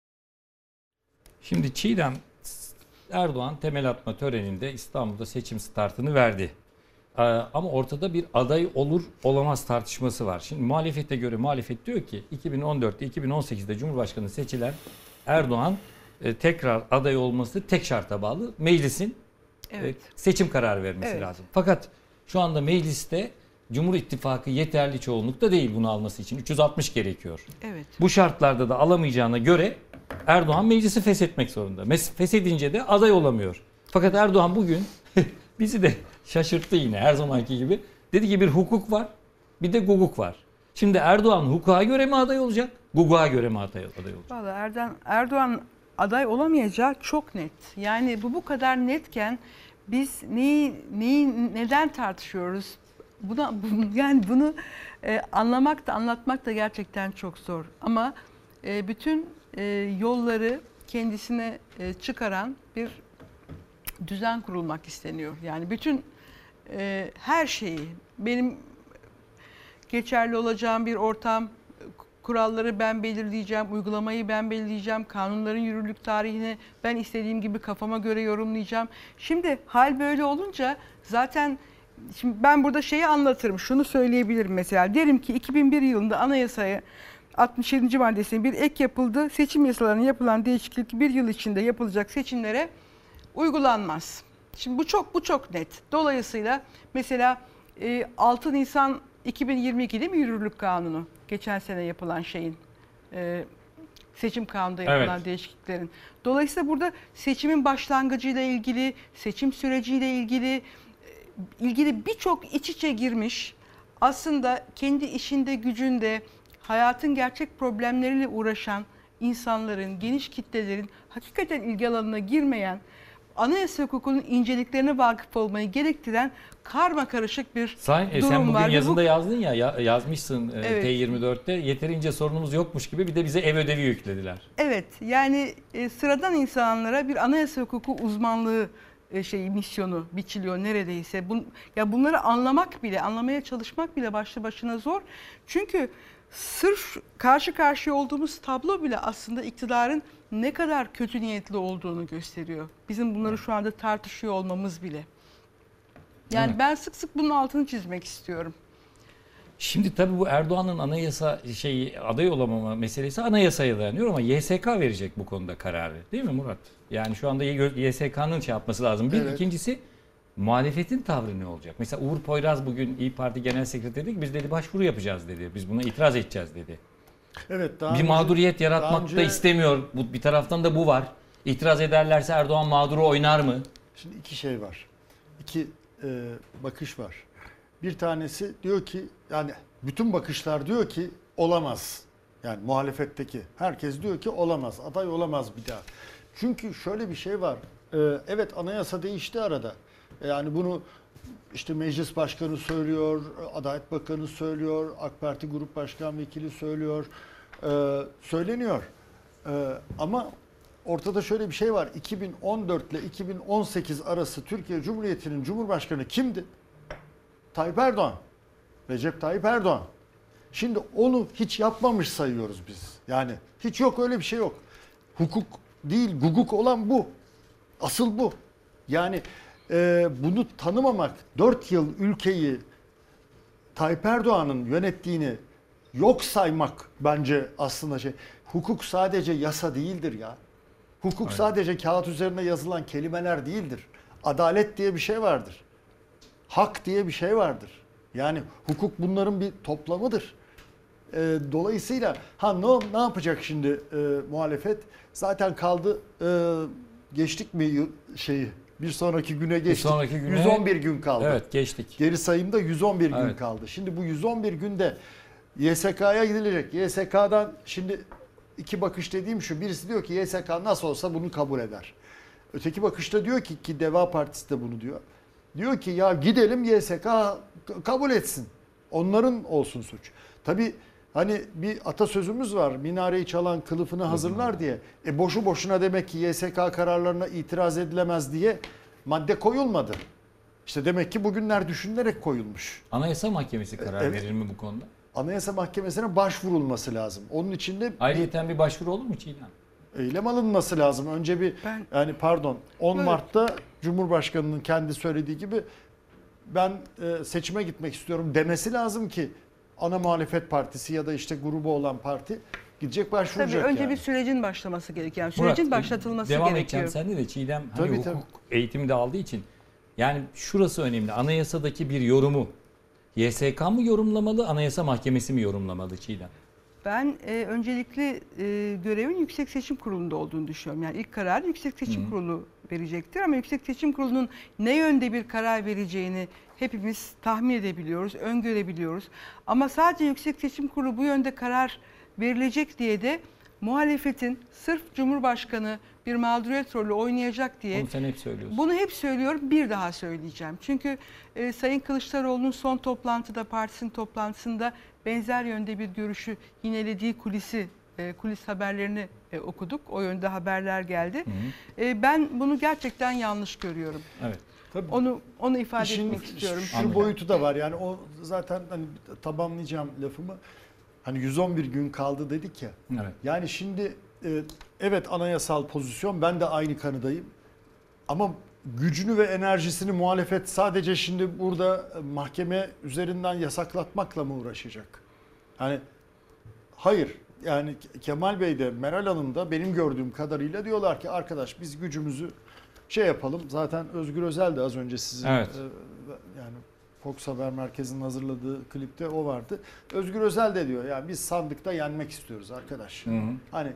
Şimdi Çiğdem, Erdoğan temel atma töreninde İstanbul'da seçim startını verdi. Ee, ama ortada bir aday olur olamaz tartışması var. Şimdi muhalefete göre muhalefet diyor ki iki bin on dörtte iki bin on sekizde Cumhurbaşkanı seçilen Erdoğan e, tekrar aday olması tek şarta bağlı. Meclisin evet. e, seçim kararı vermesi evet. lazım. Fakat şu anda mecliste Cumhur İttifakı yeterli çoğunlukta değil bunu alması için. üç yüz altmış gerekiyor. Evet. Bu şartlarda da alamayacağına göre Erdoğan meclisi feshetmek zorunda. Feshedince de aday olamıyor. Fakat Erdoğan bugün bizi de şaşırttı yine her zamanki gibi. Dedi ki bir hukuk var, bir de guguk var. Şimdi Erdoğan hukuka göre mi aday olacak, guguğa göre mi aday olacak? Vallahi Erdoğan, Erdoğan aday olamayacağı çok net. Yani bu bu kadar netken biz neyi, neyi neden tartışıyoruz? Buna, yani bunu e, anlamak da anlatmak da gerçekten çok zor. Ama e, bütün e, yolları kendisine e, çıkaran bir düzen kurulmak isteniyor. Yani bütün e, her şeyi benim geçerli olacağım bir ortam, kuralları ben belirleyeceğim, uygulamayı ben belirleyeceğim, kanunların yürürlük tarihini ben istediğim gibi kafama göre yorumlayacağım. Şimdi hal böyle olunca zaten şimdi ben burada şeyi anlatırım, şunu söyleyebilirim mesela. Derim ki iki bin bir yılında anayasaya altmış yedinci maddesine bir ek yapıldı. Seçim yasalarına yapılan değişiklik bir yıl içinde yapılacak seçimlere uygulanmaz. Şimdi bu çok bu çok net. Dolayısıyla mesela altı Nisan iki bin yirmi iki değil mi yürürlük kanunu? Geçen sene yapılan şeyin seçim kanununda yapılan evet. değişikliklerin. Dolayısıyla burada seçimin başlangıcıyla ilgili, seçim süreciyle ilgili ilgili birçok iç içe girmiş, aslında kendi işinde, gücünde, hayatın gerçek problemleriyle uğraşan insanların, geniş kitlelerin hakikaten ilgi alanına girmeyen, anayasa hukukunun inceliklerine vakıf olmayı gerektiren karma karışık bir Sayın, durum var. Sen bugün var. yazında bu... yazdın ya, yazmışsın evet. T yirmi dörtte yeterince sorunumuz yokmuş gibi bir de bize ev ödevi yüklediler. Evet, yani e, sıradan insanlara bir anayasa hukuku uzmanlığı e, şey misyonu biçiliyor neredeyse. Bun, ya bunları anlamak bile, anlamaya çalışmak bile başlı başına zor. Çünkü sırf karşı karşıya olduğumuz tablo bile aslında iktidarın ne kadar kötü niyetli olduğunu gösteriyor. Bizim bunları şu anda tartışıyor olmamız bile. Yani Evet. ben sık sık bunun altını çizmek istiyorum. Şimdi tabii bu Erdoğan'ın anayasa şeyi aday olamama meselesi anayasaya dayanıyor ama Y S K verecek bu konuda kararı. Değil mi Murat? Yani şu anda Y S K'nın şey yapması lazım. Bir Evet. ikincisi muhalefetin tavrı ne olacak? Mesela Uğur Poyraz bugün İYİ Parti Genel Sekreteri dedi ki biz dedi başvuru yapacağız dedi. Biz buna itiraz edeceğiz dedi. Evet, daha bir önce- mağduriyet daha yaratmak önce- da istemiyor. Bu bir taraftan da bu var. İtiraz ederlerse Erdoğan mağduru oynar mı? Şimdi iki şey var. İki e, bakış var. Bir tanesi diyor ki yani bütün bakışlar diyor ki olamaz. Yani muhalefetteki herkes diyor ki olamaz. Aday olamaz bir daha. Çünkü şöyle bir şey var. E, evet anayasa değişti arada. Yani bunu işte meclis başkanı söylüyor, Adalet Bakanı söylüyor, AK Parti Grup Başkan Vekili söylüyor, e, söyleniyor. E, ama ortada şöyle bir şey var. iki bin on dört ile iki bin on sekiz arası Türkiye Cumhuriyeti'nin Cumhurbaşkanı kimdi? Tayyip Erdoğan. Recep Tayyip Erdoğan. Şimdi onu hiç yapmamış sayıyoruz biz. Yani hiç yok, öyle bir şey yok. Hukuk değil, guguk olan bu. Asıl bu. Yani e, bunu tanımamak, dört yıl ülkeyi Tayyip Erdoğan'ın yönettiğini yok saymak bence aslında şey. Hukuk sadece yasa değildir ya. Hukuk Aynen. sadece kağıt üzerine yazılan kelimeler değildir. Adalet diye bir şey vardır. Hak diye bir şey vardır. Yani hukuk bunların bir toplamıdır. E, dolayısıyla ha ne, ne yapacak şimdi e, muhalefet? Zaten kaldı e, geçtik mi şeyi? Bir sonraki güne geçtik. Bir sonraki güne, yüz on bir gün kaldı. Evet, geçtik. Geri sayımda yüz on bir gün Evet. kaldı. Şimdi bu yüz on bir günde Y S K'ya gidilecek. Y S K'dan şimdi iki bakış dediğim şu. Birisi diyor ki Y S K nasıl olsa bunu kabul eder. Öteki bakışta diyor ki ki Deva Partisi de bunu diyor. Diyor ki ya gidelim Y S K kabul etsin. Onların olsun suç. Tabii hani bir atasözümüz var. Minareyi çalan kılıfını hazırlar diye. E boşu boşuna demek ki Y S K kararlarına itiraz edilemez diye madde koyulmadı. İşte demek ki bugünler düşünülerek koyulmuş. Anayasa Mahkemesi karar Evet. verir mi bu konuda? Anayasa Mahkemesi'ne başvurulması lazım. Onun için de Ayrıyeten bir başvuru olur mu Çiğdem? eylem alınması lazım. Önce bir yani pardon on Evet. Mart'ta Cumhurbaşkanı'nın kendi söylediği gibi ben e, seçime gitmek istiyorum demesi lazım ki ana muhalefet partisi ya da işte grubu olan parti gidecek başvuracak Tabii önce yani. bir sürecin başlaması gerekiyor. Yani Murat, sürecin başlatılması devam gerekiyor. edeceğim sende de Çiğdem hani Tabii, hukuk tabii. eğitimi de aldığı için yani şurası önemli. Anayasadaki bir yorumu Y S K mı yorumlamalı, Anayasa Mahkemesi mi yorumlamalı Çiğdem? Ben e, öncelikli e, görevin Yüksek Seçim Kurulu'nda olduğunu düşünüyorum. Yani ilk kararı Yüksek Seçim Hı. Kurulu verecektir ama Yüksek Seçim Kurulu'nun ne yönde bir karar vereceğini hepimiz tahmin edebiliyoruz, öngörebiliyoruz. Ama sadece Yüksek Seçim Kurulu bu yönde karar verilecek diye de muhalefetin sırf Cumhurbaşkanı bir mağduriyet rolü oynayacak diye. Bunu sen hep söylüyorsun. Bunu hep söylüyorum, bir daha söyleyeceğim. Çünkü e, Sayın Kılıçdaroğlu'nun son toplantıda, partisinin toplantısında benzer yönde bir görüşü yinelediği kulisi, e, kulis haberlerini e, okuduk. O yönde haberler geldi. Hı hı. E, ben bunu gerçekten yanlış görüyorum. Evet. Tabii. Onu onu ifade İşin etmek istiyorum. Şu Anladım. boyutu da var yani o zaten hani tamamlayacağım lafımı. Hani yüz on bir gün kaldı dedik ya. Evet. Yani şimdi e, evet anayasal pozisyon ben de aynı kanıdayım. Ama gücünü ve enerjisini muhalefet sadece şimdi burada mahkeme üzerinden yasaklatmakla mı uğraşacak? Hani hayır. Yani Kemal Bey de Meral Hanım da benim gördüğüm kadarıyla diyorlar ki arkadaş biz gücümüzü şey yapalım. Zaten Özgür Özel de az önce sizin Evet. e, yani Fox Haber Merkezi'nin hazırladığı klipte o vardı. Özgür Özel de diyor yani biz sandıkta yenmek istiyoruz arkadaş. Hı hı. Hani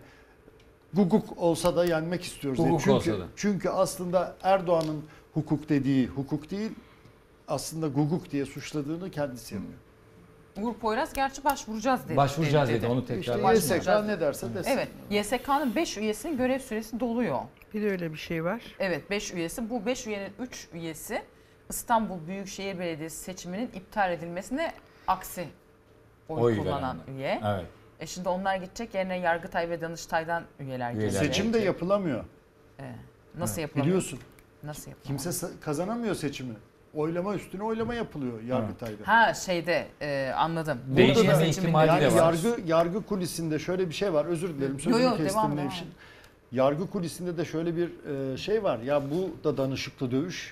hukuk olsa da yenmek istiyoruz. diye. Hukuk Çünkü, olsa da. çünkü aslında Erdoğan'ın hukuk dediği hukuk değil aslında guguk diye suçladığını kendisi yapıyor. Uğur Poyraz gerçi başvuracağız dedi. Başvuracağız dedi, onu tekrar İşte başvuracağız. Y S K ne derse desin. Evet, Y S K'nın beş üyesinin görev süresi doluyor. Bir de öyle bir şey var. Evet, beş üyesi. Bu beş üyenin üç üyesi İstanbul Büyükşehir Belediyesi seçiminin iptal edilmesine aksi oy, Oy kullanan verenler. üye. Evet. E şimdi onlar gidecek, yerine Yargıtay ve Danıştay'dan üyeler Üyeler. gelecek. Seçim de yapılamıyor. E, nasıl Evet. yapılamıyor? Biliyorsun. Nasıl yapılamıyor? Kimse sa- kazanamıyor seçimi. Oylama üstüne oylama yapılıyor Yargıtay'da. Ha şeyde e, anladım. Değişme Burada da ihtimali Yani de var. yargı yargı kulisinde şöyle bir şey var. Özür dilerim. Sözünü Yo, yo, kestim devam, Nevşin. devam. Yargı kulisinde de şöyle bir e, şey var. Ya bu da danışıklı dövüş.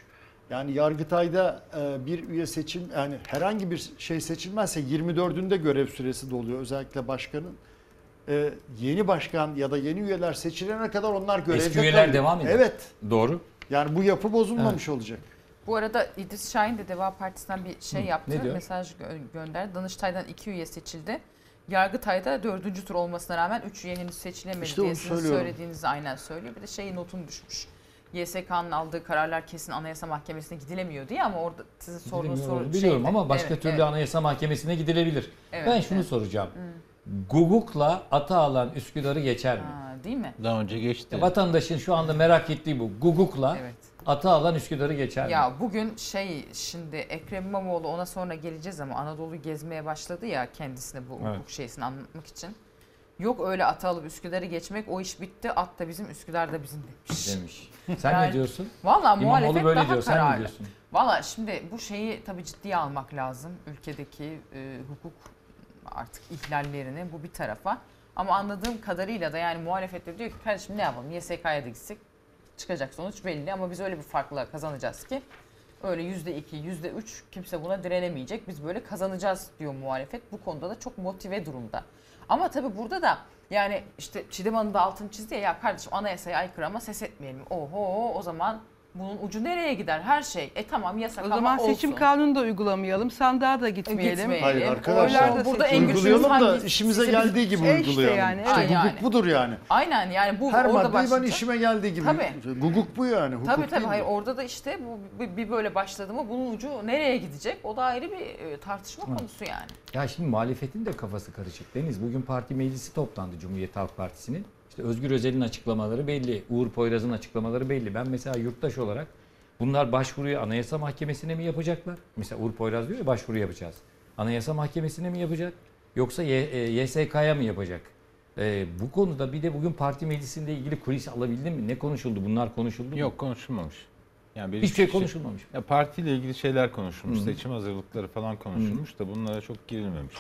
Yani Yargıtay'da e, bir üye seçim, yani herhangi bir şey seçilmezse yirmi dördünde görev süresi doluyor özellikle başkanın. E, yeni başkan ya da yeni üyeler seçilene kadar onlar görevde Eski üyeler kalıyor. devam ediyor. Evet. Doğru. Yani bu yapı bozulmamış evet. olacak. Bu arada İdris Şahin de Deva Partisi'nden bir şey Hı, yaptı. ne diyor? Mesaj gö- gönderdi. Danıştay'dan iki üye seçildi. Yargıtay'da dördüncü tur olmasına rağmen üç üye henüz seçilemedi İşte diye onu sizin söylüyorum. söylediğinizi aynen söylüyor. Bir de şeyin notunu düşmüş. Y S K'nın aldığı kararlar kesin Anayasa Mahkemesi'ne gidilemiyor diye ama orada sizin sorduğunuz soru Biliyorum şeydi. ama başka Evet, türlü evet. Anayasa Mahkemesi'ne gidilebilir. Evet, ben şunu evet. soracağım. Hı. Guguk'la Ataağlan Üsküdar'ı geçer mi? Ha, değil mi? Daha önce geçti. Ya vatandaşın şu anda merak ettiği bu. Guguk'la Evet. Ataağlan Üsküdar'ı geçer mi? Ya bugün şey şimdi Ekrem İmamoğlu ona sonra geleceğiz ama Anadolu'yu gezmeye başladı ya kendisine bu Evet. hukuk şeysini anlatmak için. Yok öyle atı alıp Üsküdar'ı geçmek, o iş bitti, at da bizim, Üsküdar da bizim demiş. Demiş. Sen Yani, ne diyorsun? Valla İmamoğlu muhalefet böyle daha diyor. Sen ne kararlı. diyorsun? Valla şimdi bu şeyi tabii ciddiye almak lazım. Ülkedeki e, hukuk artık ihlallerini, bu bir tarafa. Ama anladığım kadarıyla da yani muhalefet de diyor ki kardeşim ne yapalım, Y S K'ya da gitsek çıkacak sonuç belli ama biz öyle bir farkla kazanacağız ki öyle yüzde iki, yüzde üç kimse buna direnemeyecek. Biz böyle kazanacağız diyor muhalefet. Bu konuda da çok motive durumda. Ama tabii burada da yani işte Çiğdem Hanım da altını çizdi ya, ya kardeşim anayasaya aykırı ama ses etmeyelim. Oho, o zaman bunun ucu nereye gider? Her şey. E tamam yasak O ama zaman olsun. seçim kanunu da uygulamayalım, sandığa da gitmeyelim. Gitmeyelim. Hayır Oylar arkadaşlar da burada en güçlüsü uygulayalım da hangisi? işimize Size geldiği gibi E işte uygulayalım. yani, İşte evet. hukuk Yani. budur yani. Aynen yani bu Her orada maddeyi ben başlayacak. işime geldiği gibi. Tabii. Hukuk bu yani. Hukuk Tabii tabii değil hayır mi? orada da işte bu bir- bir böyle başladı mı bunun ucu nereye gidecek? O da ayrı bir e, tartışma Evet. konusu yani. Ya şimdi muhalefetin de kafası karışık. Deniz, bugün parti meclisi toplandı Cumhuriyet Halk Partisi'nin. İşte Özgür Özel'in açıklamaları belli. Uğur Poyraz'ın açıklamaları belli. Ben mesela yurttaş olarak bunlar başvuruyu Anayasa Mahkemesi'ne mi yapacaklar? Mesela Uğur Poyraz diyor ya başvuru yapacağız. Anayasa Mahkemesi'ne mi yapacak? Yoksa Y- e, Y S K'ya mı yapacak? Ee, bu konuda bir de bugün parti meclisinde ilgili kulis alabildin mi? Ne konuşuldu? Bunlar konuşuldu mu? Yok, konuşulmamış. Yani bir Hiçbir şey konuşulmamış. Ya partiyle ilgili şeyler konuşulmuş, Hı. seçim hazırlıkları falan konuşulmuş da bunlara çok girilmemiş.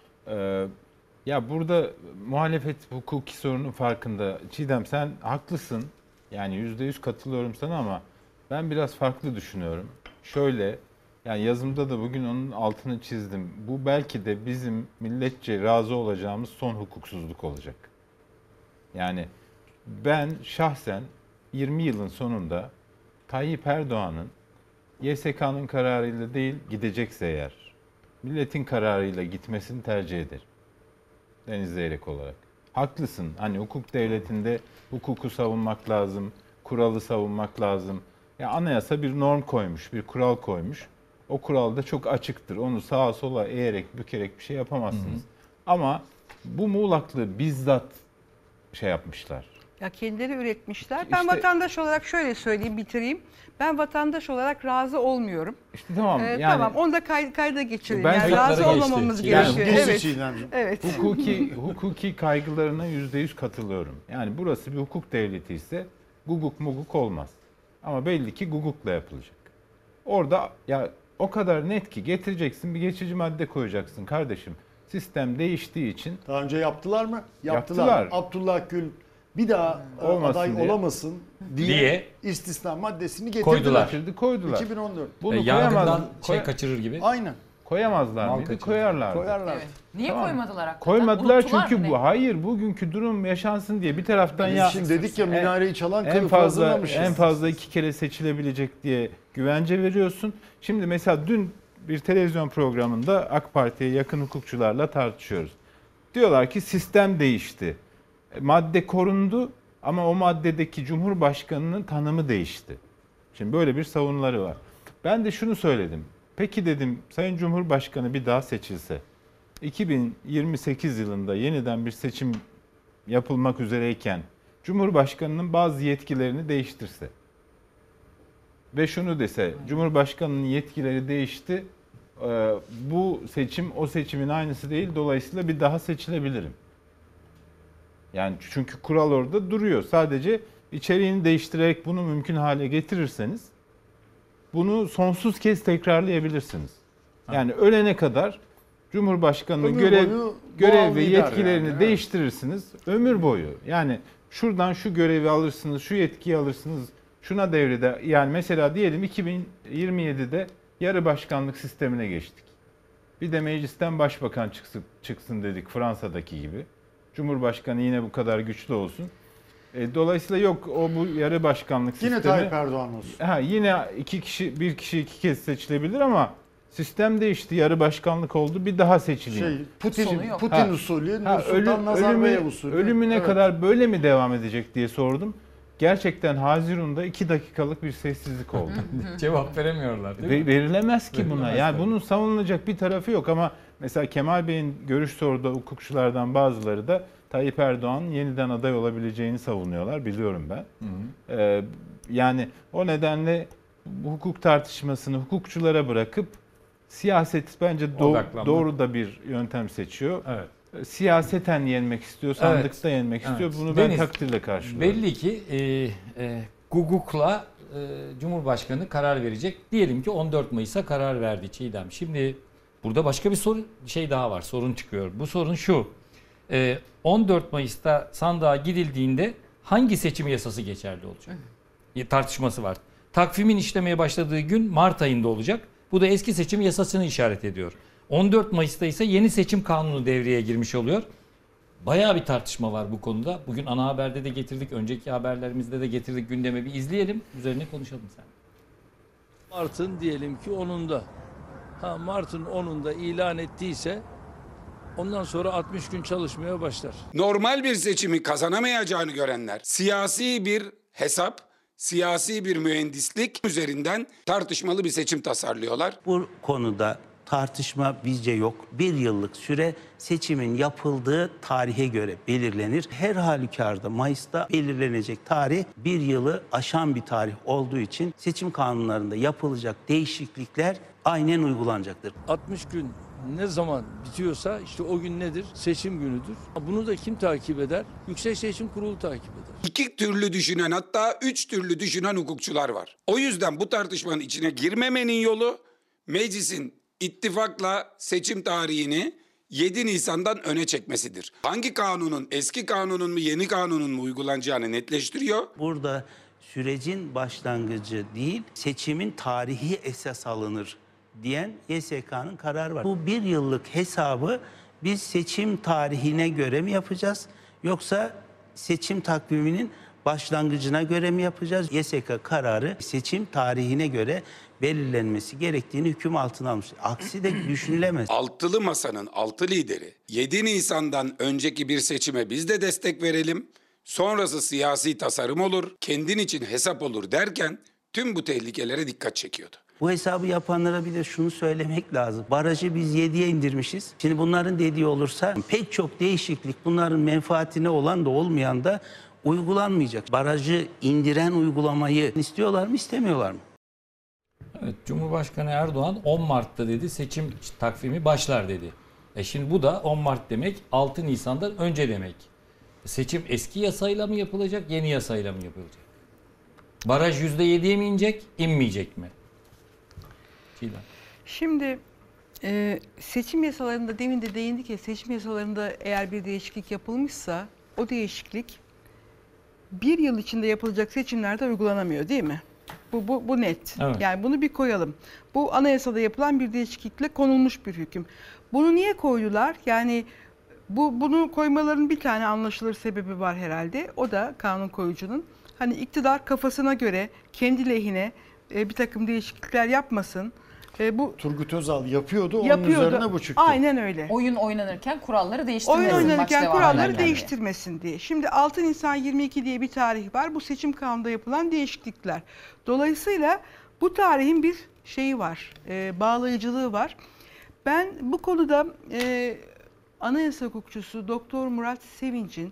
Ee, ya burada muhalefet hukuki sorunun farkında. Çiğdem sen haklısın. Yani yüzde yüz katılıyorum sana ama ben biraz farklı düşünüyorum. Şöyle, yani yazımda da bugün onun altını çizdim. Bu belki de bizim milletçe razı olacağımız son hukuksuzluk olacak. Yani ben şahsen yirmi yılın sonunda Tayyip Erdoğan'ın Y S K'nın kararıyla değil, gidecekse eğer milletin kararıyla gitmesini tercih ederim. Deniz Zeyrek olarak. Haklısın. Hani hukuk devletinde hukuku savunmak lazım, kuralı savunmak lazım. Ya anayasa bir norm koymuş, bir kural koymuş. O kural da çok açıktır. Onu sağa sola eğerek, bükerek bir şey yapamazsınız. Hı hı. Ama bu muğlaklığı bizzat şey yapmışlar. Ya kendileri üretmişler. Ben İşte- vatandaş olarak şöyle söyleyeyim, bitireyim. Ben vatandaş olarak razı olmuyorum. İşte tamam. Ee, yani, tamam, onu da kay, kayda geçirelim. Ben Yani kayıtlara razı geçti. olmamamız Yani gerekiyor. geçti Evet. Çiğdemciğim. Evet. hukuki hukuki kaygılarına yüzde yüz katılıyorum. Yani burası bir hukuk devleti ise guguk muguk olmaz. Ama belli ki gugukla yapılacak. Orada ya o kadar net ki getireceksin, bir geçici madde koyacaksın kardeşim. Sistem değiştiği için. Daha önce yaptılar mı? Yaptılar. Yaptılar. Abdullah Gül bir daha e, Olmasın aday diye. olamasın diye, Diye. istisna maddesini getirdiler. Koydular. Getirdi, koydular. iki bin on dört. Bunu E, koyamaz, yangından şey koy- kaçırır gibi. Aynen. koyamazlar Mal mıydı? kaçırdı. Koyarlardı. Koyarlar. Evet. Niye Tamam. koymadılar hakikaten? Koymadılar Unuttular çünkü mı bu ne? hayır bugünkü durum yaşansın diye bir taraftan Biz ya şimdi dedik ya minareyi çalan en kılıfı fazla hazırlamışız. en fazla iki kere seçilebilecek diye güvence veriyorsun. Şimdi mesela dün bir televizyon programında AK Parti'ye yakın hukukçularla tartışıyoruz. Diyorlar ki sistem değişti. E, Madde korundu ama o maddedeki Cumhurbaşkanı'nın tanımı değişti. Şimdi böyle bir savunuları var. Ben de şunu söyledim. Peki dedim Sayın Cumhurbaşkanı bir daha seçilse iki bin yirmi sekiz yılında yeniden bir seçim yapılmak üzereyken Cumhurbaşkanı'nın bazı yetkilerini değiştirse ve şunu dese Cumhurbaşkanı'nın yetkileri değişti, e, bu seçim o seçimin aynısı değil, dolayısıyla bir daha seçilebilirim. Yani çünkü kural orada duruyor. Sadece içeriğini değiştirerek bunu mümkün hale getirirseniz bunu sonsuz kez tekrarlayabilirsiniz. Yani ölene kadar Cumhurbaşkanı'nın Ömür görev boyu görev doğal ve lider yetkilerini yani, evet. değiştirirsiniz ömür boyu. Yani şuradan şu görevi alırsınız, şu yetkiyi alırsınız, şuna devrede, yani mesela diyelim iki bin yirmi yedide yarı başkanlık sistemine geçtik. Bir de meclisten başbakan çıksın, çıksın dedik Fransa'daki gibi. Cumhurbaşkanı yine bu kadar güçlü olsun. E, dolayısıyla yok o bu yarı başkanlık Yine sistemi. Tayyip Erdoğan olsun. Ha, yine iki kişi bir kişi iki kez seçilebilir ama sistem değişti. Yarı başkanlık oldu. Bir daha seçiliyor. Şey, Putin, Putin Ha, usulü, ha, Nursultan ölü- Nazarbayev ölümü- usulü. Ölümüne Evet. kadar böyle mi devam edecek diye sordum. Gerçekten Haziran'da iki dakikalık bir sessizlik oldu. Cevap veremiyorlar değil mi? Ve verilemez ki buna. Verilemez Yani tabii. bunun savunulacak bir tarafı yok ama mesela Kemal Bey'in görüş sorduğu hukukçulardan bazıları da Tayyip Erdoğan'ın yeniden aday olabileceğini savunuyorlar. Biliyorum ben. Hı hı. Ee, yani o nedenle bu hukuk tartışmasını hukukçulara bırakıp siyaset bence do- Odaklanmak. doğru da bir yöntem seçiyor. Evet. Siyaseten yenmek istiyor, sandıkta Evet. yenmek istiyor. Evet. Bunu ben Deniz, takdirle karşılıyorum. Belli ki e, e, Guguk'la e, Cumhurbaşkanı karar verecek. Diyelim ki on dört Mayıs'a karar verdi Çiğdem. Şimdi burada başka bir sorun şey daha var. Sorun çıkıyor. Bu sorun şu. E, on dört Mayıs'ta sandığa gidildiğinde hangi seçim yasası geçerli olacak? E, tartışması var. Takvimin işlemeye başladığı gün Mart ayında olacak. Bu da eski seçim yasasını işaret ediyor. on dört Mayıs'ta ise yeni seçim kanunu devreye girmiş oluyor. Bayağı bir tartışma var bu konuda. Bugün ana haberde de getirdik, önceki haberlerimizde de getirdik, gündeme bir izleyelim. Üzerine konuşalım sen. Mart'ın diyelim ki onunda. Ha, Mart'ın onunda ilan ettiyse ondan sonra altmış gün çalışmaya başlar. Normal bir seçimi kazanamayacağını görenler siyasi bir hesap, siyasi bir mühendislik üzerinden tartışmalı bir seçim tasarlıyorlar. Bu konuda tartışma bizce yok. Bir yıllık süre seçimin yapıldığı tarihe göre belirlenir. Her halükarda Mayıs'ta belirlenecek tarih bir yılı aşan bir tarih olduğu için seçim kanunlarında yapılacak değişiklikler aynen uygulanacaktır. altmış gün ne zaman bitiyorsa işte o gün nedir? Seçim günüdür. Bunu da kim takip eder? Yüksek Seçim Kurulu takip eder. İki türlü düşünen, hatta üç türlü düşünen hukukçular var. O yüzden bu tartışmanın içine girmemenin yolu meclisin ittifakla seçim tarihini yedi Nisan'dan öne çekmesidir. Hangi kanunun, eski kanunun mu yeni kanunun mu uygulanacağını netleştiriyor. Burada sürecin başlangıcı değil, seçimin tarihi esas alınır diyen Y S K'nın kararı var. Bu bir yıllık hesabı biz seçim tarihine göre mi yapacağız yoksa seçim takviminin başlangıcına göre mi yapacağız? Y S K kararı seçim tarihine göre belirlenmesi gerektiğini hüküm altına almış. Aksi de düşünülemez. Altılı masanın altı lideri yedi Nisan'dan önceki bir seçime biz de destek verelim. Sonrası siyasi tasarım olur, kendin için hesap olur derken tüm bu tehlikelere dikkat çekiyordu. Bu hesabı yapanlara bir de şunu söylemek lazım. Barajı biz yediye indirmişiz. Şimdi bunların dediği olursa pek çok değişiklik bunların menfaatine olan da olmayan da uygulanmayacak. Barajı indiren uygulamayı istiyorlar mı istemiyorlar mı? Evet, Cumhurbaşkanı Erdoğan on Mart'ta dedi seçim takvimi başlar dedi. E şimdi bu da on Mart demek altı Nisan'dan önce demek. Seçim eski yasayla mı yapılacak, yeni yasayla mı yapılacak? Baraj yüzde yediye mi inecek, inmeyecek mi? Çiğdem. Şimdi e, seçim yasalarında demin de değindik ya, seçim yasalarında eğer bir değişiklik yapılmışsa o değişiklik bir yıl içinde yapılacak seçimlerde uygulanamıyor değil mi? Bu, bu, bu net. Evet. Yani bunu bir koyalım. Bu anayasada yapılan bir değişiklikle konulmuş bir hüküm. Bunu niye koydular? Yani bu bunu koymaların bir tane anlaşılır sebebi var herhalde. O da kanun koyucunun hani iktidar kafasına göre kendi lehine e, bir takım değişiklikler yapmasın. E, bu Turgut Özal yapıyordu, yapıyordu. Onun üzerine bu çıktı. Aynen öyle. Oyun oynanırken kuralları değiştirmesin. Oyun maç oynanırken devam kuralları ederken. değiştirmesin diye. Şimdi altı Nisan yirmi iki diye bir tarih var. Bu seçim kanununda yapılan değişiklikler. Dolayısıyla bu tarihin bir şeyi var, e, bağlayıcılığı var. Ben bu konuda e, anayasa hukukçusu Doktor Murat Sevinç'in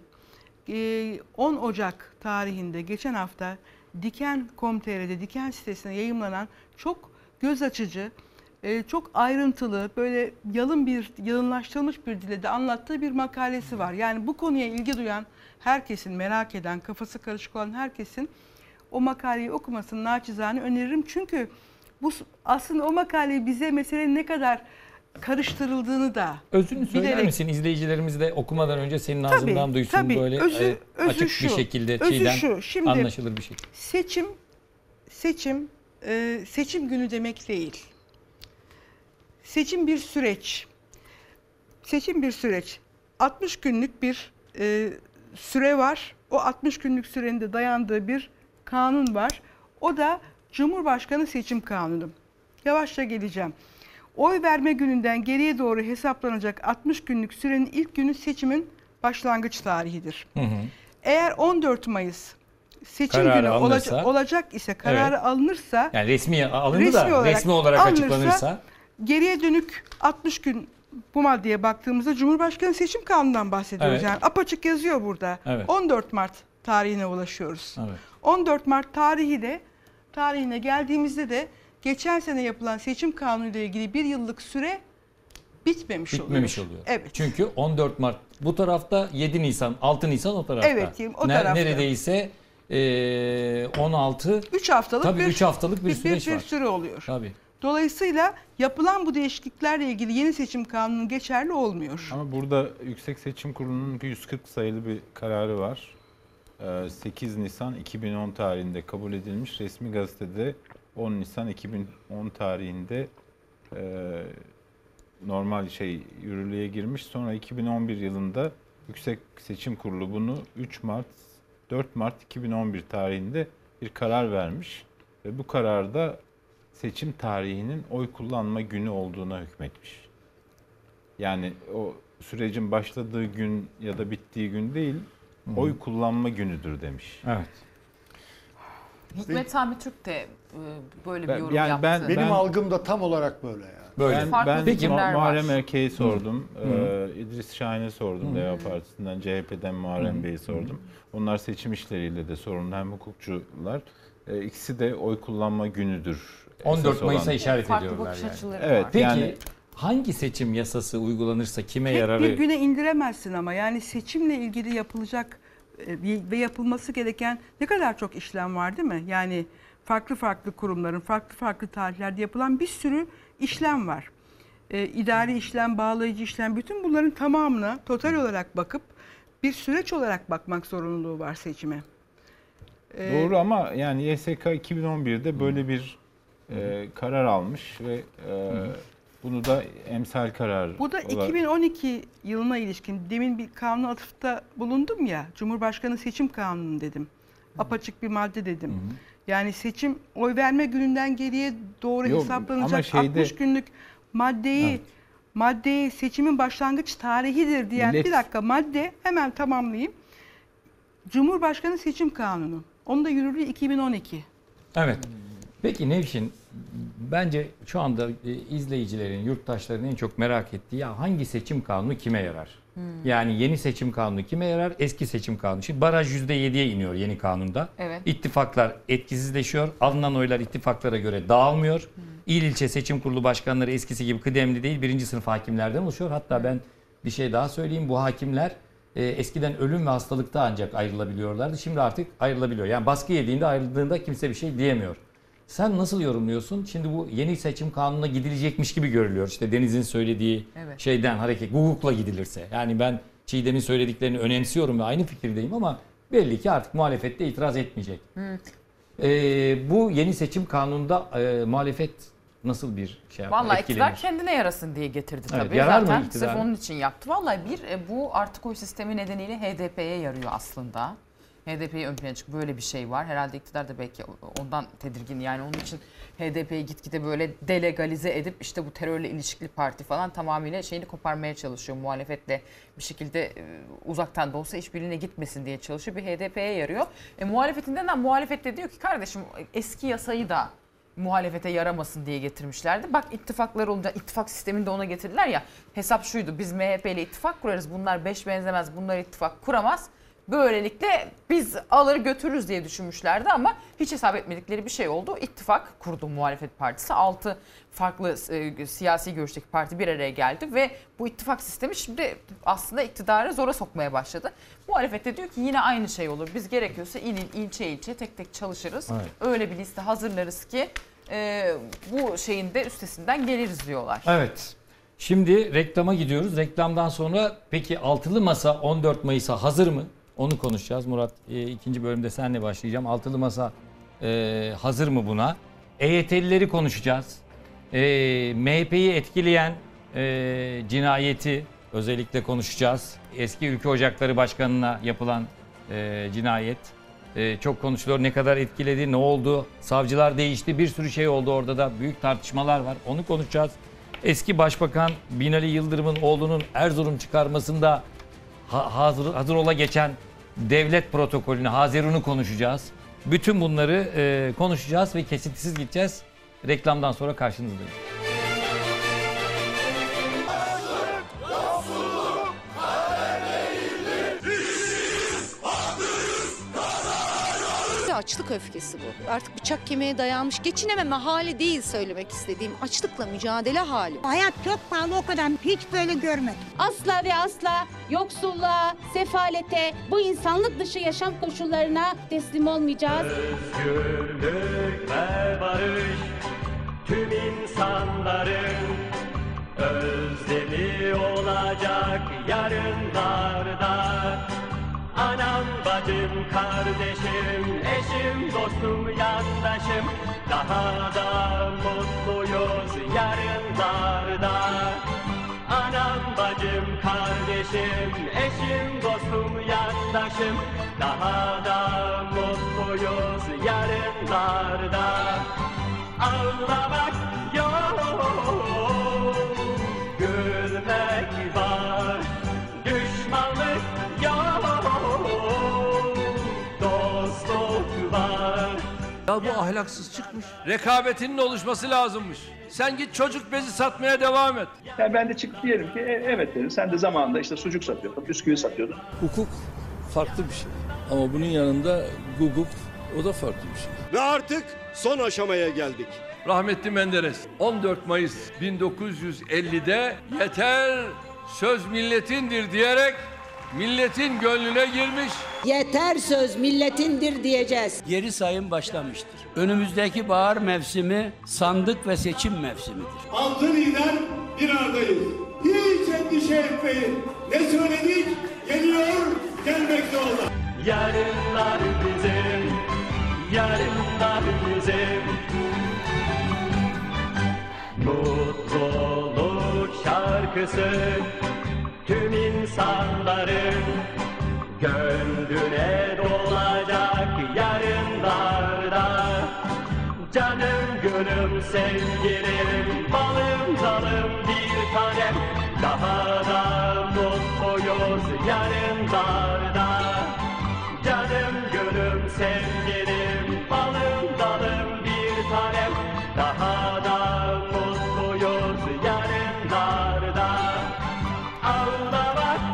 e, on Ocak tarihinde geçen hafta Diken nokta com nokta tr'de Diken sitesine yayımlanan çok göz açıcı, e, çok ayrıntılı, böyle yalın bir, yalınlaştırılmış bir dille de anlattığı bir makalesi var. Yani bu konuya ilgi duyan herkesin, merak eden, kafası karışık olan herkesin o makaleyi okumasını naçizane öneririm. Çünkü bu aslında o makaleyi bize meselenin ne kadar karıştırıldığını da Özünü söyler bilerek... misin? İzleyicilerimiz de okumadan önce senin Tabii, ağzından duysun tabii. böyle Özü- e, özü açık şu, bir şekilde, özü Çiğdem, şu. Şimdi anlaşılır bir şekilde. Seçim seçim e, seçim günü demek değil. Seçim bir süreç. Seçim bir süreç. altmış günlük bir e, süre var. O altmış günlük sürenin de dayandığı bir kanun var. O da Cumhurbaşkanı Seçim Kanunu. Yavaşça geleceğim. Oy verme gününden geriye doğru hesaplanacak altmış günlük sürenin ilk günü seçimin başlangıç tarihidir. Hı hı. Eğer on dört Mayıs seçim kararı günü alınırsa, olacak, olacak ise, kararı evet. alınırsa, yani resmi alındı resmi da olarak resmi olarak alınırsa, açıklanırsa, geriye dönük altmış gün bu maddeye baktığımızda Cumhurbaşkanı Seçim Kanunu'ndan bahsediyoruz. Evet. Yani apaçık yazıyor burada. Evet. on dört Mart tarihine ulaşıyoruz. Evet. on dört Mart tarihi de tarihine geldiğimizde de geçen sene yapılan seçim kanunu ile ilgili bir yıllık süre bitmemiş, bitmemiş oluyor. oluyor. Evet. Çünkü on dört Mart bu tarafta, yedi Nisan, altı Nisan o tarafta. Evet, o tarafta. Neredeyse e, on altı üç haftalık tabii bir, üç haftalık bir, bir süreç bir, var. Bir süre oluyor. Tabii. Dolayısıyla yapılan bu değişikliklerle ilgili yeni seçim kanunu geçerli olmuyor. Ama burada Yüksek Seçim Kurulu'nun yüz kırk sayılı bir kararı var. sekiz Nisan iki bin on tarihinde kabul edilmiş. Resmi gazetede on Nisan iki bin on tarihinde e, normal şey yürürlüğe girmiş. Sonra iki bin on bir yılında Yüksek Seçim Kurulu bunu üç Mart dört Mart iki bin on bir tarihinde bir karar vermiş ve bu kararda seçim tarihinin oy kullanma günü olduğuna hükmetmiş. Yani o sürecin başladığı gün ya da bittiği gün değil, Hı-hı. oy kullanma günüdür demiş. Evet. Hikmet Sami Türk de böyle bir yorum yani yaptı. Ben, benim ben, algım da tam olarak böyle yani. Böyle. Ben, ben Peki, Muharrem Erke'yi sordum, ee, İdris Şahin'e sordum, Hı. Deva Partisi'nden, C H P'den Muharrem Hı. Bey'i sordum. Onlar seçim işleriyle de sorumlu, hem hukukçular. Ee, ikisi de oy kullanma günüdür. on dört Mayıs'a işaret farklı ediyorlar bakış yani. açıları Evet. var. Peki yani, hangi seçim yasası uygulanırsa kime Tek yararı? bir güne indiremezsin ama yani seçimle ilgili yapılacak ve yapılması gereken ne kadar çok işlem var değil mi? Yani farklı farklı kurumların farklı farklı tarihlerde yapılan bir sürü işlem var. Ee, idari işlem, bağlayıcı işlem, bütün bunların tamamına total olarak bakıp bir süreç olarak bakmak zorunluluğu var seçime. Ee, Doğru ama yani Y S K iki bin on birde böyle bir e, karar almış ve e, bunu da emsal karar Bu da olarak... iki bin on iki yılına ilişkin, demin bir kanun atıfta bulundum ya, Cumhurbaşkanı Seçim Kanunu dedim. Apaçık bir madde dedim. Hı hı. Yani seçim oy verme gününden geriye doğru Yok, hesaplanacak şeyde... altmış günlük maddeyi evet. maddeyi seçimin başlangıç tarihidir diyen Millet... bir dakika madde hemen tamamlayayım. Cumhurbaşkanı Seçim Kanunu. Onun da yürürlüğü iki bin on iki. Evet. Peki Nevşin, bence şu anda izleyicilerin, yurttaşların en çok merak ettiği ya hangi seçim kanunu kime yarar? Hmm. Yani yeni seçim kanunu kime yarar? Eski seçim kanunu. Şimdi baraj yüzde yediye iniyor yeni kanunda. Evet. İttifaklar etkisizleşiyor. Alınan oylar ittifaklara göre dağılmıyor. Hmm. İl ilçe seçim kurulu başkanları eskisi gibi kıdemli değil. Birinci sınıf hakimlerden oluşuyor. Hatta hmm. ben bir şey daha söyleyeyim. Bu hakimler e, eskiden ölüm ve hastalıkta ancak ayrılabiliyorlardı. Şimdi artık ayrılabiliyor. Yani baskı yediğinde, ayrıldığında kimse bir şey diyemiyor. Sen nasıl yorumluyorsun? Şimdi bu yeni seçim kanununa gidilecekmiş gibi görülüyor. İşte Deniz'in söylediği evet. şeyden hareket, hukukla gidilirse. Yani ben Çiğdem'in söylediklerini önemsiyorum ve aynı fikirdeyim ama belli ki artık muhalefette itiraz etmeyecek. Hmm. Ee, bu yeni seçim kanununda e, muhalefet nasıl bir şey yapar? Vallahi iktidar kendine yarasın diye getirdi tabii. Evet, yarar Zaten mı iktidar? Sırf onun için yaptı. Vallahi bir bu artık oy sistemi nedeniyle H D P'ye yarıyor aslında. H D P'yi ön plana çık böyle bir şey var. Herhalde iktidar da belki ondan tedirgin. Yani onun için H D P'yi gitgide böyle delegalize edip işte bu terörle ilişkili parti falan tamamıyla şeyini koparmaya çalışıyor. Muhalefetle bir şekilde uzaktan da olsa işbirliğine gitmesin diye çalışıyor. Bir H D P'ye yarıyor. E, muhalefetinden de muhalefet de diyor ki kardeşim eski yasayı da muhalefete yaramasın diye getirmişlerdi. Bak ittifaklar olunca ittifak sisteminde ona getirdiler ya. Hesap şuydu, biz M H P ile ittifak kurarız. Bunlar beş benzemez, bunlar ittifak kuramaz. Böylelikle biz alır götürürüz diye düşünmüşlerdi ama hiç hesap etmedikleri bir şey oldu. İttifak kurdu muhalefet partisi. altı farklı e, siyasi görüşteki parti bir araya geldi ve bu ittifak sistemi şimdi aslında iktidarı zora sokmaya başladı. Muhalefet de diyor ki yine aynı şey olur. Biz gerekiyorsa il il, ilçe ilçe tek tek çalışırız. Evet. Öyle bir liste hazırlarız ki e, bu şeyin de üstesinden geliriz diyorlar. Evet. Şimdi reklama gidiyoruz. Reklamdan sonra peki altılı masa on dört Mayıs'a hazır mı? Onu konuşacağız. Murat, e, ikinci bölümde seninle başlayacağım. Altılı Masa e, hazır mı buna? E Y T'lileri konuşacağız. E, M H P'yi etkileyen e, cinayeti özellikle konuşacağız. Eski Ülke Ocakları Başkanı'na yapılan e, cinayet e, çok konuşuluyor. Ne kadar etkiledi, ne oldu? Savcılar değişti, bir sürü şey oldu orada da. Büyük tartışmalar var. Onu konuşacağız. Eski Başbakan Binali Yıldırım'ın oğlunun Erzurum çıkarmasında ha- hazır, hazır ola geçen devlet protokolünü, Hazerun'u konuşacağız. Bütün bunları e, konuşacağız ve kesintisiz gideceğiz. Reklamdan sonra karşınızdayız. Açlık öfkesi bu. Artık bıçak kemiğe dayanmış, geçinememe hali değil söylemek istediğim. Açlıkla mücadele hali. Hayat çok pahalı, o kadar hiç böyle görmedim. Asla ve asla yoksulluğa, sefalete, bu insanlık dışı yaşam koşullarına teslim olmayacağız. Özgürlük ve barış tüm insanların özlemi olacak yarınlarda. Anam, bacım, kardeşim, eşim, dostum, yandaşım, daha da mutluyuz yarınlarda. Anam, bacım, kardeşim, eşim, dostum, yandaşım, daha da mutluyuz yarınlarda. Ağlamak yok, gülmek var, düşmanlık yok, dostluk var. Ya bu ahlaksız çıkmış. Rekabetinin oluşması lazımmış. Sen git çocuk bezi satmaya devam et. Yani ben de çıkıp diyelim ki e, evet dedim. Sen de zamanında işte sucuk satıyordun, bisküvi satıyordun. Hukuk farklı bir şey. Ama bunun yanında hukuk o da farklı bir şey. Ve artık son aşamaya geldik. Rahmetli Menderes on dört Mayıs bin dokuz yüz ellide yeter söz milletindir diyerek milletin gönlüne girmiş. Yeter söz milletindir diyeceğiz. Geri sayım başlamıştır. Önümüzdeki bahar mevsimi sandık ve seçim mevsimidir. Altı lider bir aradayız. Hiç endişe etmeyin. Ne söyledik geliyor, gelmekte olan. Yarınlar bizim, yarınlar bizim. Mutluluk şarkısı tüm insanların gönlüne dolacak yarınlarda. Canım, gülüm, sevgilim, balım, dalım bir tanem, daha da mutluyuz yarınlarda. Canım, gülüm, sevgilim, balım, dalım bir tanem, daha da mutluyuz yarınlarda. Ağlamak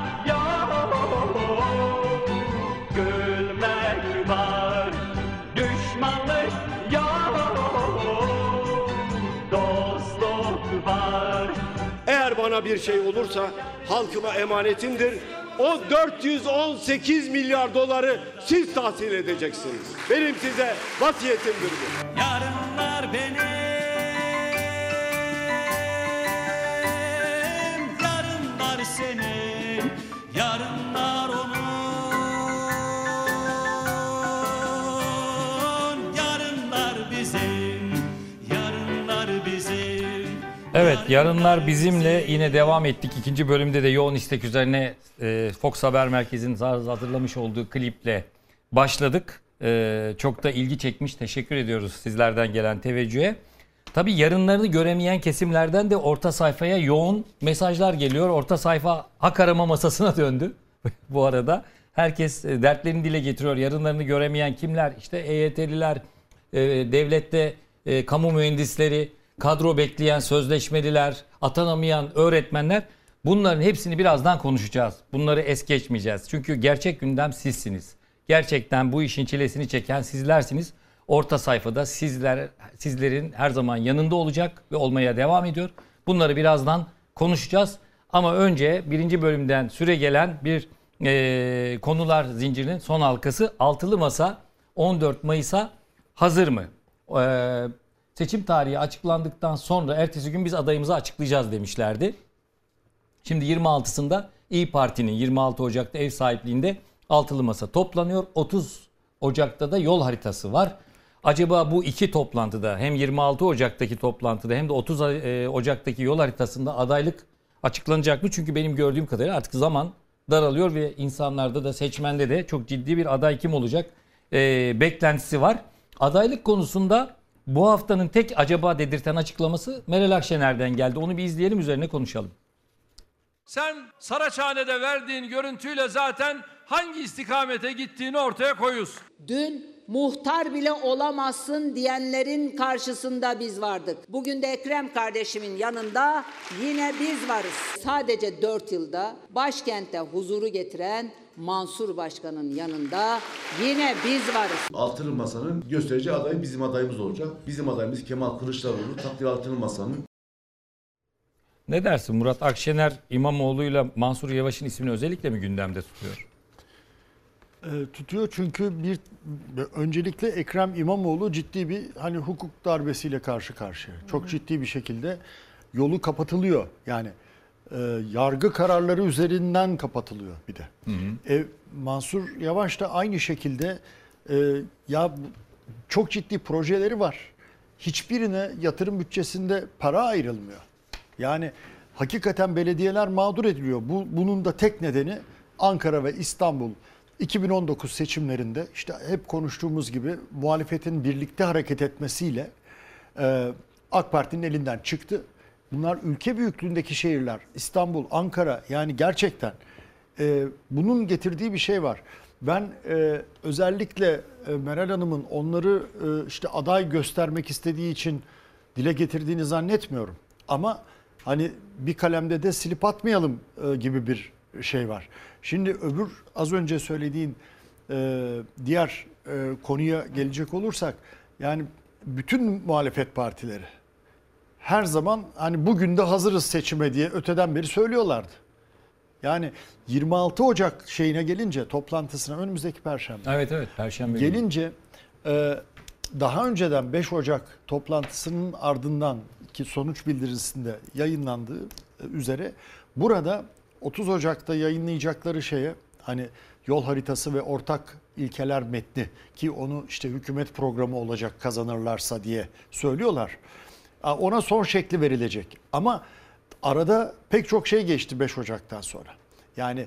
yok, gülmek var, düşmanlık yok, dostluk var. Eğer bana bir şey olursa halkıma emanetimdir. O dört yüz on sekiz milyar doları siz tahsil edeceksiniz. Benim size vasiyetimdir bu. Yarınlar benim, yarınlar senin, yarınlar onun, yarınlar bizim, yarınlar bizim. Evet, yarınlar bizimle yine devam ettik. İkinci bölümde de yoğun istek üzerine e, Fox Haber Merkezi'nin hazırlamış olduğu kliple başladık. E, çok da ilgi çekmiş. Teşekkür ediyoruz sizlerden gelen teveccühe. Tabii yarınlarını göremeyen kesimlerden de orta sayfaya yoğun mesajlar geliyor. Orta sayfa hak arama masasına döndü bu arada. Herkes dertlerini dile getiriyor. Yarınlarını göremeyen kimler? İşte E Y T'liler, e, devlette e, kamu mühendisleri, kadro bekleyen sözleşmeliler, atanamayan öğretmenler, bunların hepsini birazdan konuşacağız. Bunları es geçmeyeceğiz. Çünkü gerçek gündem sizsiniz. Gerçekten bu işin çilesini çeken sizlersiniz. Orta sayfada sizler sizlerin her zaman yanında olacak ve olmaya devam ediyor. Bunları birazdan konuşacağız. Ama önce birinci bölümden süre gelen bir e, konular zincirinin son halkası Altılı Masa on dört Mayıs'a hazır mı? Eee Seçim tarihi açıklandıktan sonra ertesi gün biz adayımızı açıklayacağız demişlerdi. Şimdi yirmi altısında İYİ Parti'nin yirmi altı Ocak'ta ev sahipliğinde Altılı Masa toplanıyor. otuz Ocak'ta da yol haritası var. Acaba bu iki toplantıda hem yirmi altı Ocak'taki toplantıda hem de otuz Ocak'taki yol haritasında adaylık açıklanacak mı? Çünkü benim gördüğüm kadarıyla artık zaman daralıyor ve insanlarda da seçmende de çok ciddi bir aday kim olacak e, beklentisi var. Adaylık konusunda bu haftanın tek acaba dedirten açıklaması Meral Akşener'den geldi. Onu bir izleyelim, üzerine konuşalım. Sen Saraçhane'de verdiğin görüntüyle zaten hangi istikamete gittiğini ortaya koyuyorsun. Dün muhtar bile olamazsın diyenlerin karşısında biz vardık. Bugün de Ekrem kardeşimin yanında yine biz varız. Sadece dört yılda başkente huzuru getiren Mansur Başkan'ın yanında yine biz varız. Altılı Masa'nın gösterici adayı bizim adayımız olacak. Bizim adayımız Kemal Kılıçdaroğlu. Takdir Altılı Masa'nın. Ne dersin Murat? Akşener İmamoğlu'yla Mansur Yavaş'ın ismini özellikle mi gündemde tutuyor? E, tutuyor çünkü bir öncelikle Ekrem İmamoğlu ciddi bir hani hukuk darbesiyle karşı karşıya. Çok ciddi bir şekilde yolu kapatılıyor. Yani e, yargı kararları üzerinden kapatılıyor bir de. Hı hı. E, Mansur Yavaş da aynı şekilde e, ya çok ciddi projeleri var. Hiçbirine yatırım bütçesinde para ayrılmıyor. Yani hakikaten belediyeler mağdur ediliyor. Bu, bunun da tek nedeni Ankara ve İstanbul iki bin on dokuz seçimlerinde işte hep konuştuğumuz gibi muhalefetin birlikte hareket etmesiyle e, AK Parti'nin elinden çıktı. Bunlar ülke büyüklüğündeki şehirler. İstanbul, Ankara, yani gerçekten e, bunun getirdiği bir şey var. Ben e, özellikle e, Meral Hanım'ın onları e, işte aday göstermek istediği için dile getirdiğini zannetmiyorum. Ama hani bir kalemde de silip atmayalım e, gibi bir şey var. Şimdi öbür az önce söylediğin e, diğer e, konuya gelecek olursak, yani bütün muhalefet partileri her zaman hani bugün de hazırız seçime diye öteden beri söylüyorlardı. Yani yirmi altı Ocak şeyine gelince, toplantısına, önümüzdeki Perşembe. Evet evet Perşembe. Gelince e, daha önceden beş Ocak toplantısının ardından ki sonuç bildirisinde yayınlandığı üzere burada otuz Ocak'ta yayınlayacakları şeye, hani yol haritası ve ortak ilkeler metni, ki onu işte hükümet programı olacak kazanırlarsa diye söylüyorlar. Ona son şekli verilecek. Ama arada pek çok şey geçti beş Ocak'tan sonra. Yani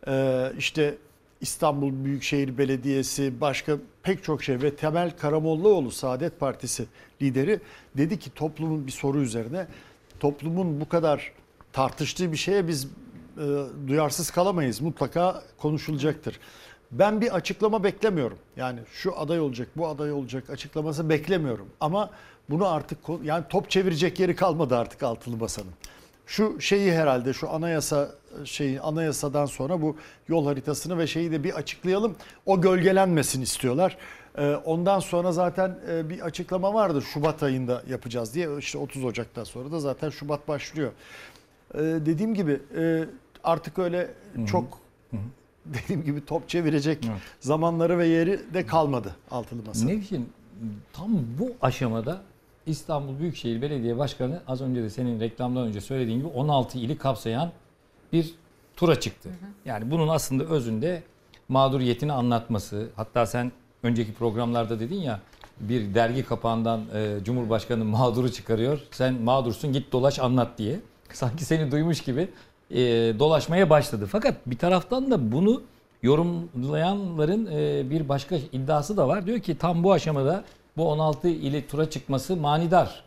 işte İstanbul Büyükşehir Belediyesi, başka pek çok şey ve Temel Karamollaoğlu, Saadet Partisi lideri, dedi ki toplumun bir soru üzerine, toplumun bu kadar tartıştığı bir şeye biz e, duyarsız kalamayız. Mutlaka konuşulacaktır. Ben bir açıklama beklemiyorum. Yani şu aday olacak, bu aday olacak açıklaması beklemiyorum. Ama bunu artık, yani top çevirecek yeri kalmadı artık Altılı Masa'nın. Şu şeyi herhalde, şu anayasa şeyi, anayasadan sonra bu yol haritasını ve şeyi de bir açıklayalım. O gölgelenmesin istiyorlar. Ondan sonra zaten bir açıklama vardı, Şubat ayında yapacağız diye. İşte otuz Ocak'tan sonra da zaten Şubat başlıyor. Dediğim gibi artık öyle çok hı hı. dediğim gibi top çevirecek evet. zamanları ve yeri de kalmadı Altılı Masa. Nevşin, tam bu aşamada İstanbul Büyükşehir Belediye Başkanı, az önce de senin reklamdan önce söylediğin gibi on altı ili kapsayan bir tura çıktı. Hı hı. Yani bunun aslında özünde mağduriyetini anlatması, hatta sen önceki programlarda dedin ya, bir dergi kapağından e, Cumhurbaşkanı mağduru çıkarıyor, sen mağdursun git dolaş anlat diye. Sanki seni duymuş gibi e, dolaşmaya başladı. Fakat bir taraftan da bunu yorumlayanların e, bir başka iddiası da var. Diyor ki tam bu aşamada bu on altı ili tura çıkması manidar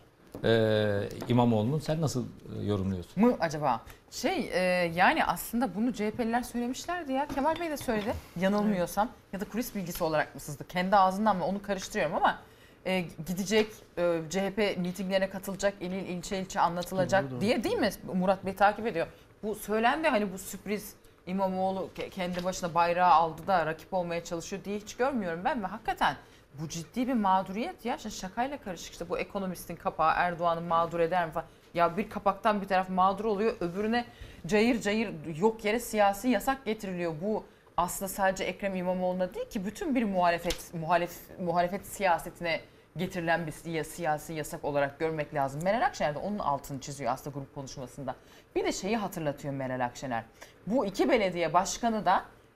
e, İmamoğlu'nun. Sen nasıl e, yorumluyorsun? Mı acaba? Şey e, yani aslında bunu C H P'liler söylemişlerdi ya. Kemal Bey de söyledi. Yanılmıyorsam ya da kulis bilgisi olarak mı sızdı? Kendi ağzından mı, onu karıştırıyorum ama e, gidecek, e, C H P mitinglerine katılacak, il il ilçe ilçe anlatılacak doğru, diye değil mi? Murat Bey takip ediyor. Bu söylendi, hani bu sürpriz İmamoğlu kendi başına bayrağı aldı da rakip olmaya çalışıyor diye hiç görmüyorum ben ve hakikaten bu ciddi bir mağduriyet ya. Şimdi şakayla karışık, işte bu Ekonomist'in kapağı Erdoğan'ı mağdur eder mi falan. Ya bir kapaktan bir taraf mağdur oluyor, öbürüne cayır cayır yok yere siyasi yasak getiriliyor. Bu aslında sadece Ekrem İmamoğlu'na değil ki bütün bir muhalefet muhalef muhalefet siyasetine getirilen bir siyasi yasak olarak görmek lazım. Meral Akşener de onun altını çiziyor aslında grup konuşmasında. Bir de şeyi hatırlatıyor Meral Akşener. Bu iki belediye başkanı da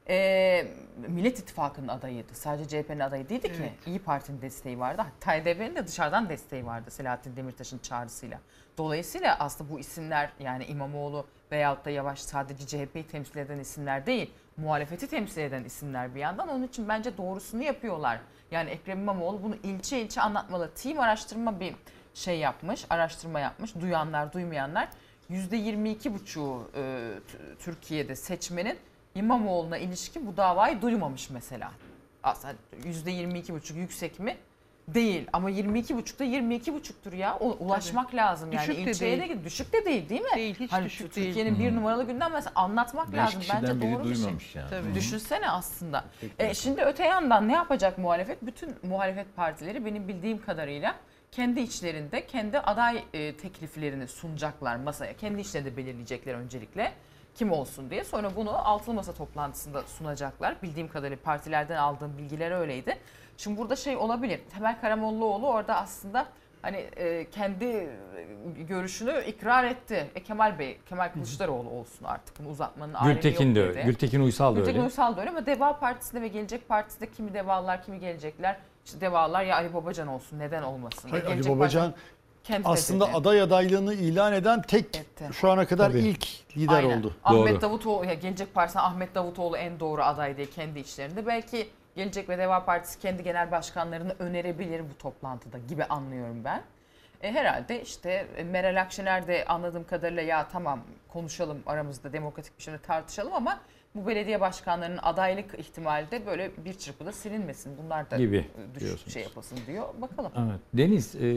e, Millet İttifakı'nın adayıydı. Sadece C H P'nin adayı değildi ki. Evet. İyi Parti'nin desteği vardı. Hatta H D P'nin de dışarıdan desteği vardı Selahattin Demirtaş'ın çağrısıyla. Dolayısıyla aslında bu isimler yani İmamoğlu veyahut da Yavaş sadece C H P'yi temsil eden isimler değil, muhalefeti temsil eden isimler bir yandan. Onun için bence doğrusunu yapıyorlar. Yani Ekrem İmamoğlu bunu ilçe ilçe anlatmalı. Team araştırma bir şey yapmış, araştırma yapmış. Duyanlar, duymayanlar. yüzde yirmi iki buçuğu e, Türkiye'de seçmenin İmamoğlu'na ilişkin bu davayı duymamış mesela. Aslında yüzde yirmi iki buçuk yüksek mi? Değil ama yirmi iki buçuk da yirmi iki buçuktur ya. O, ulaşmak Tabii. lazım yani düşük ilçeye de, de düşük de değil değil mi? Değil hiç hani düşük Türkiye'nin değil. bir numaralı gündem mesela anlatmak Beş lazım bence doğru bir şey. Yani. Tabii. Düşünsene aslında. E, şimdi öte yandan ne yapacak muhalefet? Bütün muhalefet partileri benim bildiğim kadarıyla kendi içlerinde kendi aday e, tekliflerini sunacaklar masaya. Kendi içlerinde belirleyecekler öncelikle kim olsun diye. Sonra bunu altılı masa toplantısında sunacaklar. Bildiğim kadarıyla partilerden aldığım bilgiler öyleydi. Şimdi burada şey olabilir. Temel Karamollaoğlu orada aslında hani e, kendi görüşünü ikrar etti. E, Kemal Bey, Kemal Kılıçdaroğlu olsun artık. Bunu uzatmanın alemi yok Gültekin de dedi. öyle. Gültekin Uysal da öyle. Gültekin Uysal da öyle ama Deva Partisi'nde ve Gelecek Partisi'nde kimi Devalılar, kimi Gelecekler. İşte Devalılar ya Ali Babacan olsun neden olmasın. Hayır, Gelecek Ali Babacan aslında dedi. aday adaylığını ilan eden tek Etti. şu ana kadar Tabii. ilk lider Aynen. oldu. Ahmet Doğru. Davutoğlu, ya Gelecek Partisi'ne Ahmet Davutoğlu en doğru aday diye kendi içlerinde. Belki Gelecek ve Deva Partisi kendi genel başkanlarını önerebilir bu toplantıda gibi anlıyorum ben. E, herhalde işte Meral Akşener de anladığım kadarıyla ya tamam konuşalım aramızda demokratik bir şekilde tartışalım ama bu belediye başkanlarının adaylık ihtimali de böyle bir çırpıda silinmesin. Bunlar da gibi düş, şey yapasın diyor. Bakalım. Evet. Deniz e,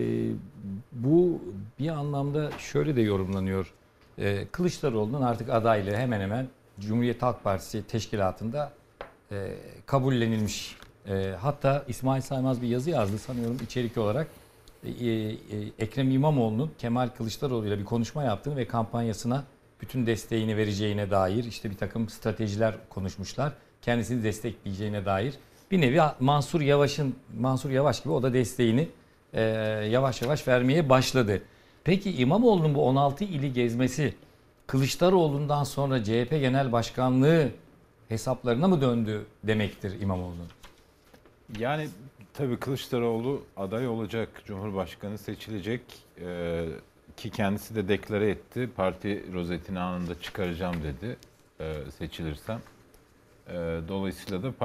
bu bir anlamda şöyle de yorumlanıyor. E, Kılıçdaroğlu'nun artık adaylığı hemen hemen Cumhuriyet Halk Partisi teşkilatında e, kabullenilmiş. E, hatta İsmail Saymaz bir yazı yazdı sanıyorum içerik olarak. E, e, Ekrem İmamoğlu'nun Kemal Kılıçdaroğlu ile bir konuşma yaptığını ve kampanyasına bütün desteğini vereceğine dair işte bir takım stratejiler konuşmuşlar. Kendisini destekleyeceğine dair. Bir nevi Mansur Yavaş'ın Mansur Yavaş gibi o da desteğini e, yavaş yavaş vermeye başladı. Peki İmamoğlu'nun bu on altı ili gezmesi Kılıçdaroğlu'ndan sonra C H P Genel Başkanlığı hesaplarına mı döndü demektir İmamoğlu'nun? Yani tabii Kılıçdaroğlu aday olacak, Cumhurbaşkanı seçilecek ee, ki kendisi de deklare etti. Parti rozetini anında çıkaracağım dedi e, seçilirsem. E, dolayısıyla da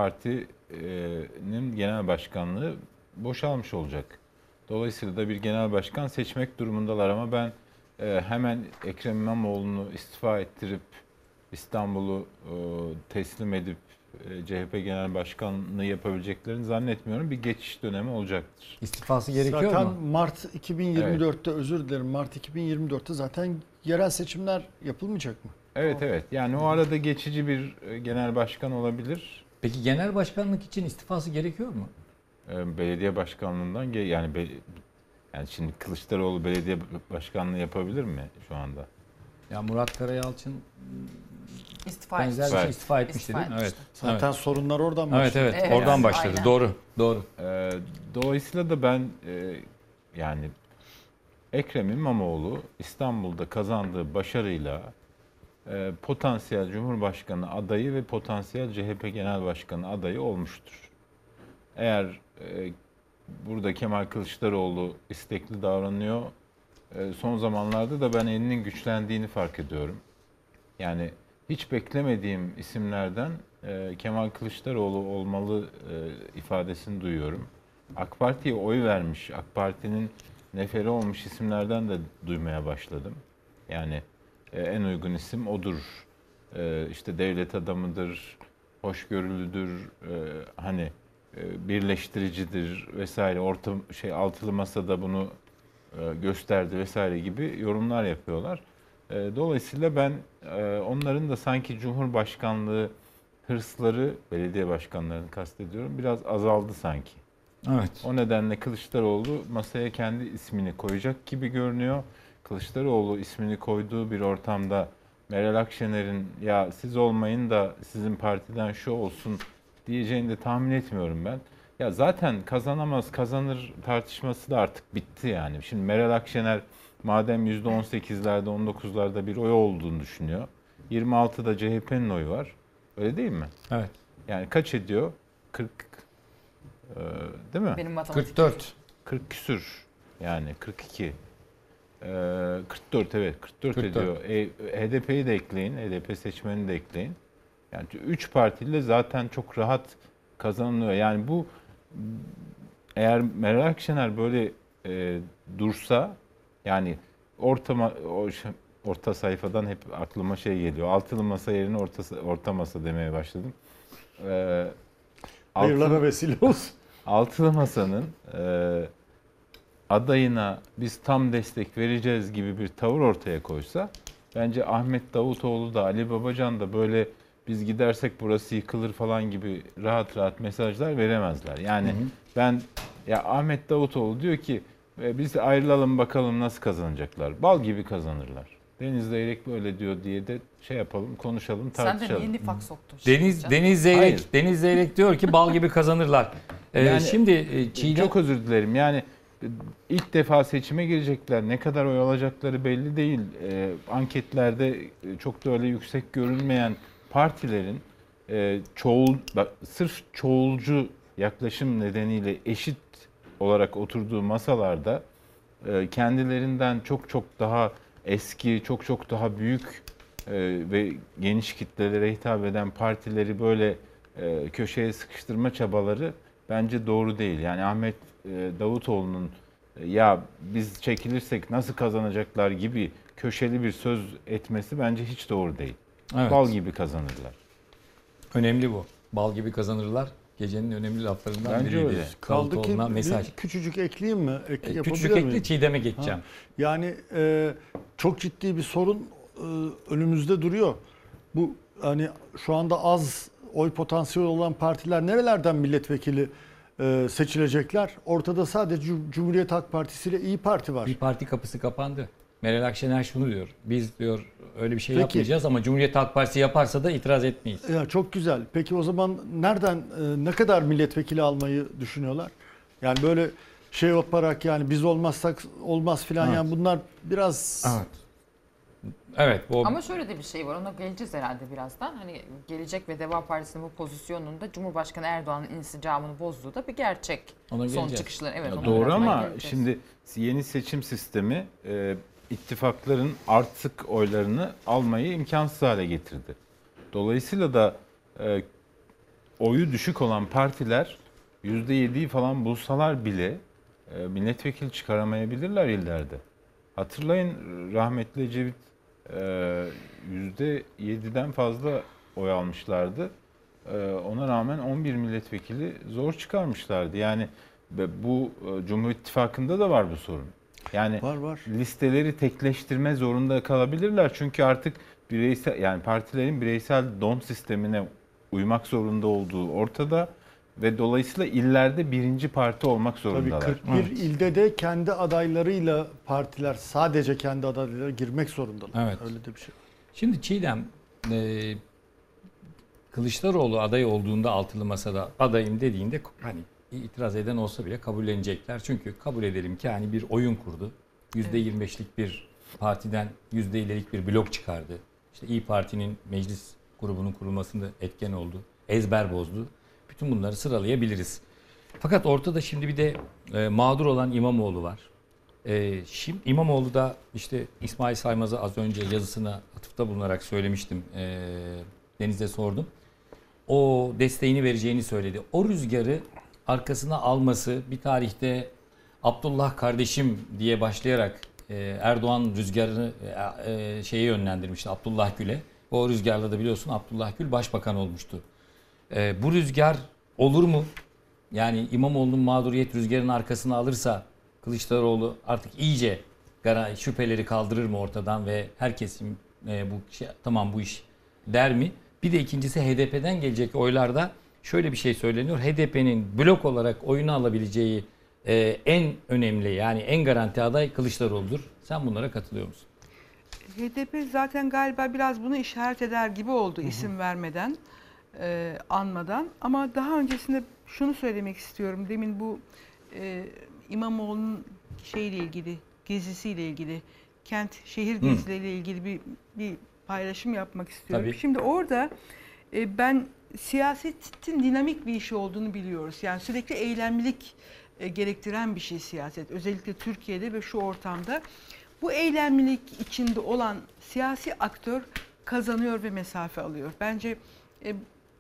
partinin genel başkanlığı boşalmış olacak. Dolayısıyla da bir genel başkan seçmek durumundalar ama ben e, hemen Ekrem İmamoğlu'nu istifa ettirip İstanbul'u e, teslim edip e, C H P Genel Başkanlığı yapabileceklerini zannetmiyorum. Bir geçiş dönemi olacaktır. İstifası gerekiyor zaten mu? Zaten Mart iki bin yirmi dörtte evet. özür dilerim Mart iki bin yirmi dörtte zaten yerel seçimler yapılmayacak mı? Evet oh. evet yani o arada geçici bir genel başkan olabilir. Peki genel başkanlık için istifası gerekiyor mu? Belediye başkanlığından yani be, yani şimdi Kılıçdaroğlu belediye başkanlığı yapabilir mi şu anda? Ya Murat Karayalçın istifa benzer bir şey istifa etmişti istifa değil mi? Evet. Zaten evet. sorunlar oradan başladı. Evet evet, evet oradan yani, başladı. aynen. Doğru. Doğru. Ee, dolayısıyla da ben e, yani Ekrem İmamoğlu İstanbul'da kazandığı başarıyla e, potansiyel Cumhurbaşkanı adayı ve potansiyel C H P Genel Başkanı adayı olmuştur. Eğer e, burada Kemal Kılıçdaroğlu istekli davranıyor, e, son zamanlarda da ben elinin güçlendiğini fark ediyorum. Yani hiç beklemediğim isimlerden e, Kemal Kılıçdaroğlu olmalı e, ifadesini duyuyorum. AK Parti'ye oy vermiş, AK Parti'nin neferi olmuş isimlerden de duymaya başladım. Yani e, en uygun isim odur. E, işte devlet adamıdır, hoşgörülüdür, e, hani e, birleştiricidir vesaire. Orta şey altılı masada bunu e, gösterdi vesaire gibi yorumlar yapıyorlar. E, dolayısıyla ben e, onların da sanki Cumhurbaşkanlığı hırsları, belediye başkanlarını kastediyorum, biraz azaldı sanki. Evet. O nedenle Kılıçdaroğlu masaya kendi ismini koyacak gibi görünüyor. Kılıçdaroğlu ismini koyduğu bir ortamda Meral Akşener'in ya siz olmayın da sizin partiden şu olsun diyeceğini de tahmin etmiyorum ben. Ya zaten kazanamaz kazanır tartışması da artık bitti yani. Şimdi Meral Akşener madem yüzde on sekizlerde on dokuzlarda bir oy olduğunu düşünüyor. yirmi altıda C H P'nin oyu var. Öyle değil mi? Evet. Yani kaç ediyor? kırk e, değil mi? Benim matematik. kırk dört. kırk küsür. Yani kırk iki. E, kırk dört evet. kırk dört, kırk dört. ediyor. E, H D P'yi de ekleyin. H D P seçmenini de ekleyin. Yani üç partiyle zaten çok rahat kazanılıyor. Yani bu eğer Meral Akşener böyle e, dursa yani orta o orta sayfadan hep aklıma şey geliyor. Altılı masa yerine orta orta masa demeye başladım. E, Hayırlara vesile olsun. Altılı masanın e, adayına biz tam destek vereceğiz gibi bir tavır ortaya koysa bence Ahmet Davutoğlu da Ali Babacan da böyle biz gidersek burası yıkılır falan gibi rahat rahat mesajlar veremezler. Yani hı hı. ben ya Ahmet Davutoğlu diyor ki biz ayrılalım bakalım nasıl kazanacaklar. Bal gibi kazanırlar. Deniz Zeyrek böyle diyor diye de şey yapalım, konuşalım, tartışalım. Sen de niye nifak soktun? Deniz Deniz Zeyrek Hayır. Deniz Zeyrek diyor ki bal gibi kazanırlar. Ee, yani, şimdi e, Çiğdem... çok özür dilerim. Yani ilk defa seçime girecekler. Ne kadar oy alacakları belli değil. Ee, anketlerde çok da öyle yüksek görünmeyen partilerin e, çoğul sırf çoğulcu yaklaşım nedeniyle eşit olarak oturduğu masalarda e, kendilerinden çok çok daha eski, çok çok daha büyük e, ve geniş kitlelere hitap eden partileri böyle e, köşeye sıkıştırma çabaları bence doğru değil. Yani Ahmet e, Davutoğlu'nun e, ya biz çekilirsek nasıl kazanacaklar gibi köşeli bir söz etmesi bence hiç doğru değil. Evet. Bal gibi kazanırlar. Önemli bu. Bal gibi kazanırlar. Gecenin önemli laflarından bence biriydi. Öyle. Kaldı ki mesaj. Bir küçücük ekleyeyim mi? Ek, e, küçücük ekle Çiğdem'e geçeceğim. Ha. Yani e, çok ciddi bir sorun e, önümüzde duruyor. Bu hani şu anda az oy potansiyeli olan partiler nerelerden milletvekili e, seçilecekler? Ortada sadece Cumhuriyet Halk Partisi ile İYİ Parti var. İYİ Parti kapısı kapandı. Meral Akşener şunu diyor. Biz diyor öyle bir şey Peki. yapmayacağız ama Cumhuriyet Halk Partisi yaparsa da itiraz etmeyiz. Ya çok güzel. Peki o zaman nereden e, ne kadar milletvekili almayı düşünüyorlar? Yani böyle şey yaparak yani biz olmazsak olmaz filan evet. Yani bunlar biraz Evet. Evet. Bu... Ama şöyle de bir şey var. Ona geleceğiz herhalde birazdan. Hani Gelecek ve Deva Partisi'nin bu pozisyonunda Cumhurbaşkanı Erdoğan'ın insicamını bozduğu da bir gerçek. Ona Son çıkışları. Evet. Ya doğru ama şimdi yeni seçim sistemi e, ittifakların artık oylarını almayı imkansız hale getirdi. Dolayısıyla da e, oyu düşük olan partiler yüzde yediyi falan bulsalar bile e, milletvekili çıkaramayabilirler illerde. Hatırlayın rahmetli Ecevit e, yüzde yediden fazla oy almışlardı. E, ona rağmen on bir milletvekili zor çıkarmışlardı. Yani bu e, Cumhur İttifakı'nda da var bu sorun. Yani var, var. listeleri tekleştirme zorunda kalabilirler. Çünkü artık bireysel yani partilerin bireysel don sistemine uymak zorunda olduğu ortada ve dolayısıyla illerde birinci parti olmak zorundalar. Tabii kırk bir evet. ilde de kendi adaylarıyla partiler sadece kendi adaylarıyla girmek zorundalar. Evet. Öyle de bir şey. Şimdi Çiğdem e, Kılıçdaroğlu aday olduğunda altılı masada adayım dediğinde hani itiraz eden olsa bile kabullenecekler. Çünkü kabul edelim ki hani bir oyun kurdu. yüzde yirmi beşlik bir partiden yüzde ellilik bir blok çıkardı. İşte İYİ Parti'nin meclis grubunun kurulmasında etken oldu. Ezber bozdu. Bütün bunları sıralayabiliriz. Fakat ortada şimdi bir de e, mağdur olan İmamoğlu var. E, şimdi İmamoğlu da işte İsmail Saymaz'a az önce yazısına atıfta bulunarak söylemiştim. E, Deniz'e sordum. O desteğini vereceğini söyledi. O rüzgarı arkasına alması bir tarihte Abdullah kardeşim diye başlayarak e, Erdoğan rüzgarını e, e, şeye yönlendirmişti Abdullah Gül'e. O rüzgarla da biliyorsun Abdullah Gül başbakan olmuştu. E, bu rüzgar olur mu? Yani İmamoğlu'nun mağduriyet rüzgarının arkasına alırsa Kılıçdaroğlu artık iyice şüpheleri kaldırır mı ortadan ve herkesin e, bu şey, tamam bu iş der mi? Bir de ikincisi H D P'den gelecek oylarda şöyle bir şey söyleniyor. H D P'nin blok olarak oyunu alabileceği e, en önemli yani en garanti aday Kılıçdaroğlu'dur. Sen bunlara katılıyor musun? H D P zaten galiba biraz bunu işaret eder gibi oldu, hı hı, isim vermeden, e, anmadan. Ama daha öncesinde şunu söylemek istiyorum. Demin bu e, İmamoğlu'nun şeyle ilgili, gezisiyle ilgili, kent şehir gezileriyle ilgili bir, bir paylaşım yapmak istiyorum. Tabii. Şimdi orada E, ben siyasetin dinamik bir işi olduğunu biliyoruz. Yani sürekli eylemlilik e, gerektiren bir şey siyaset. Özellikle Türkiye'de ve şu ortamda. Bu eylemlilik içinde olan siyasi aktör kazanıyor ve mesafe alıyor. Bence e,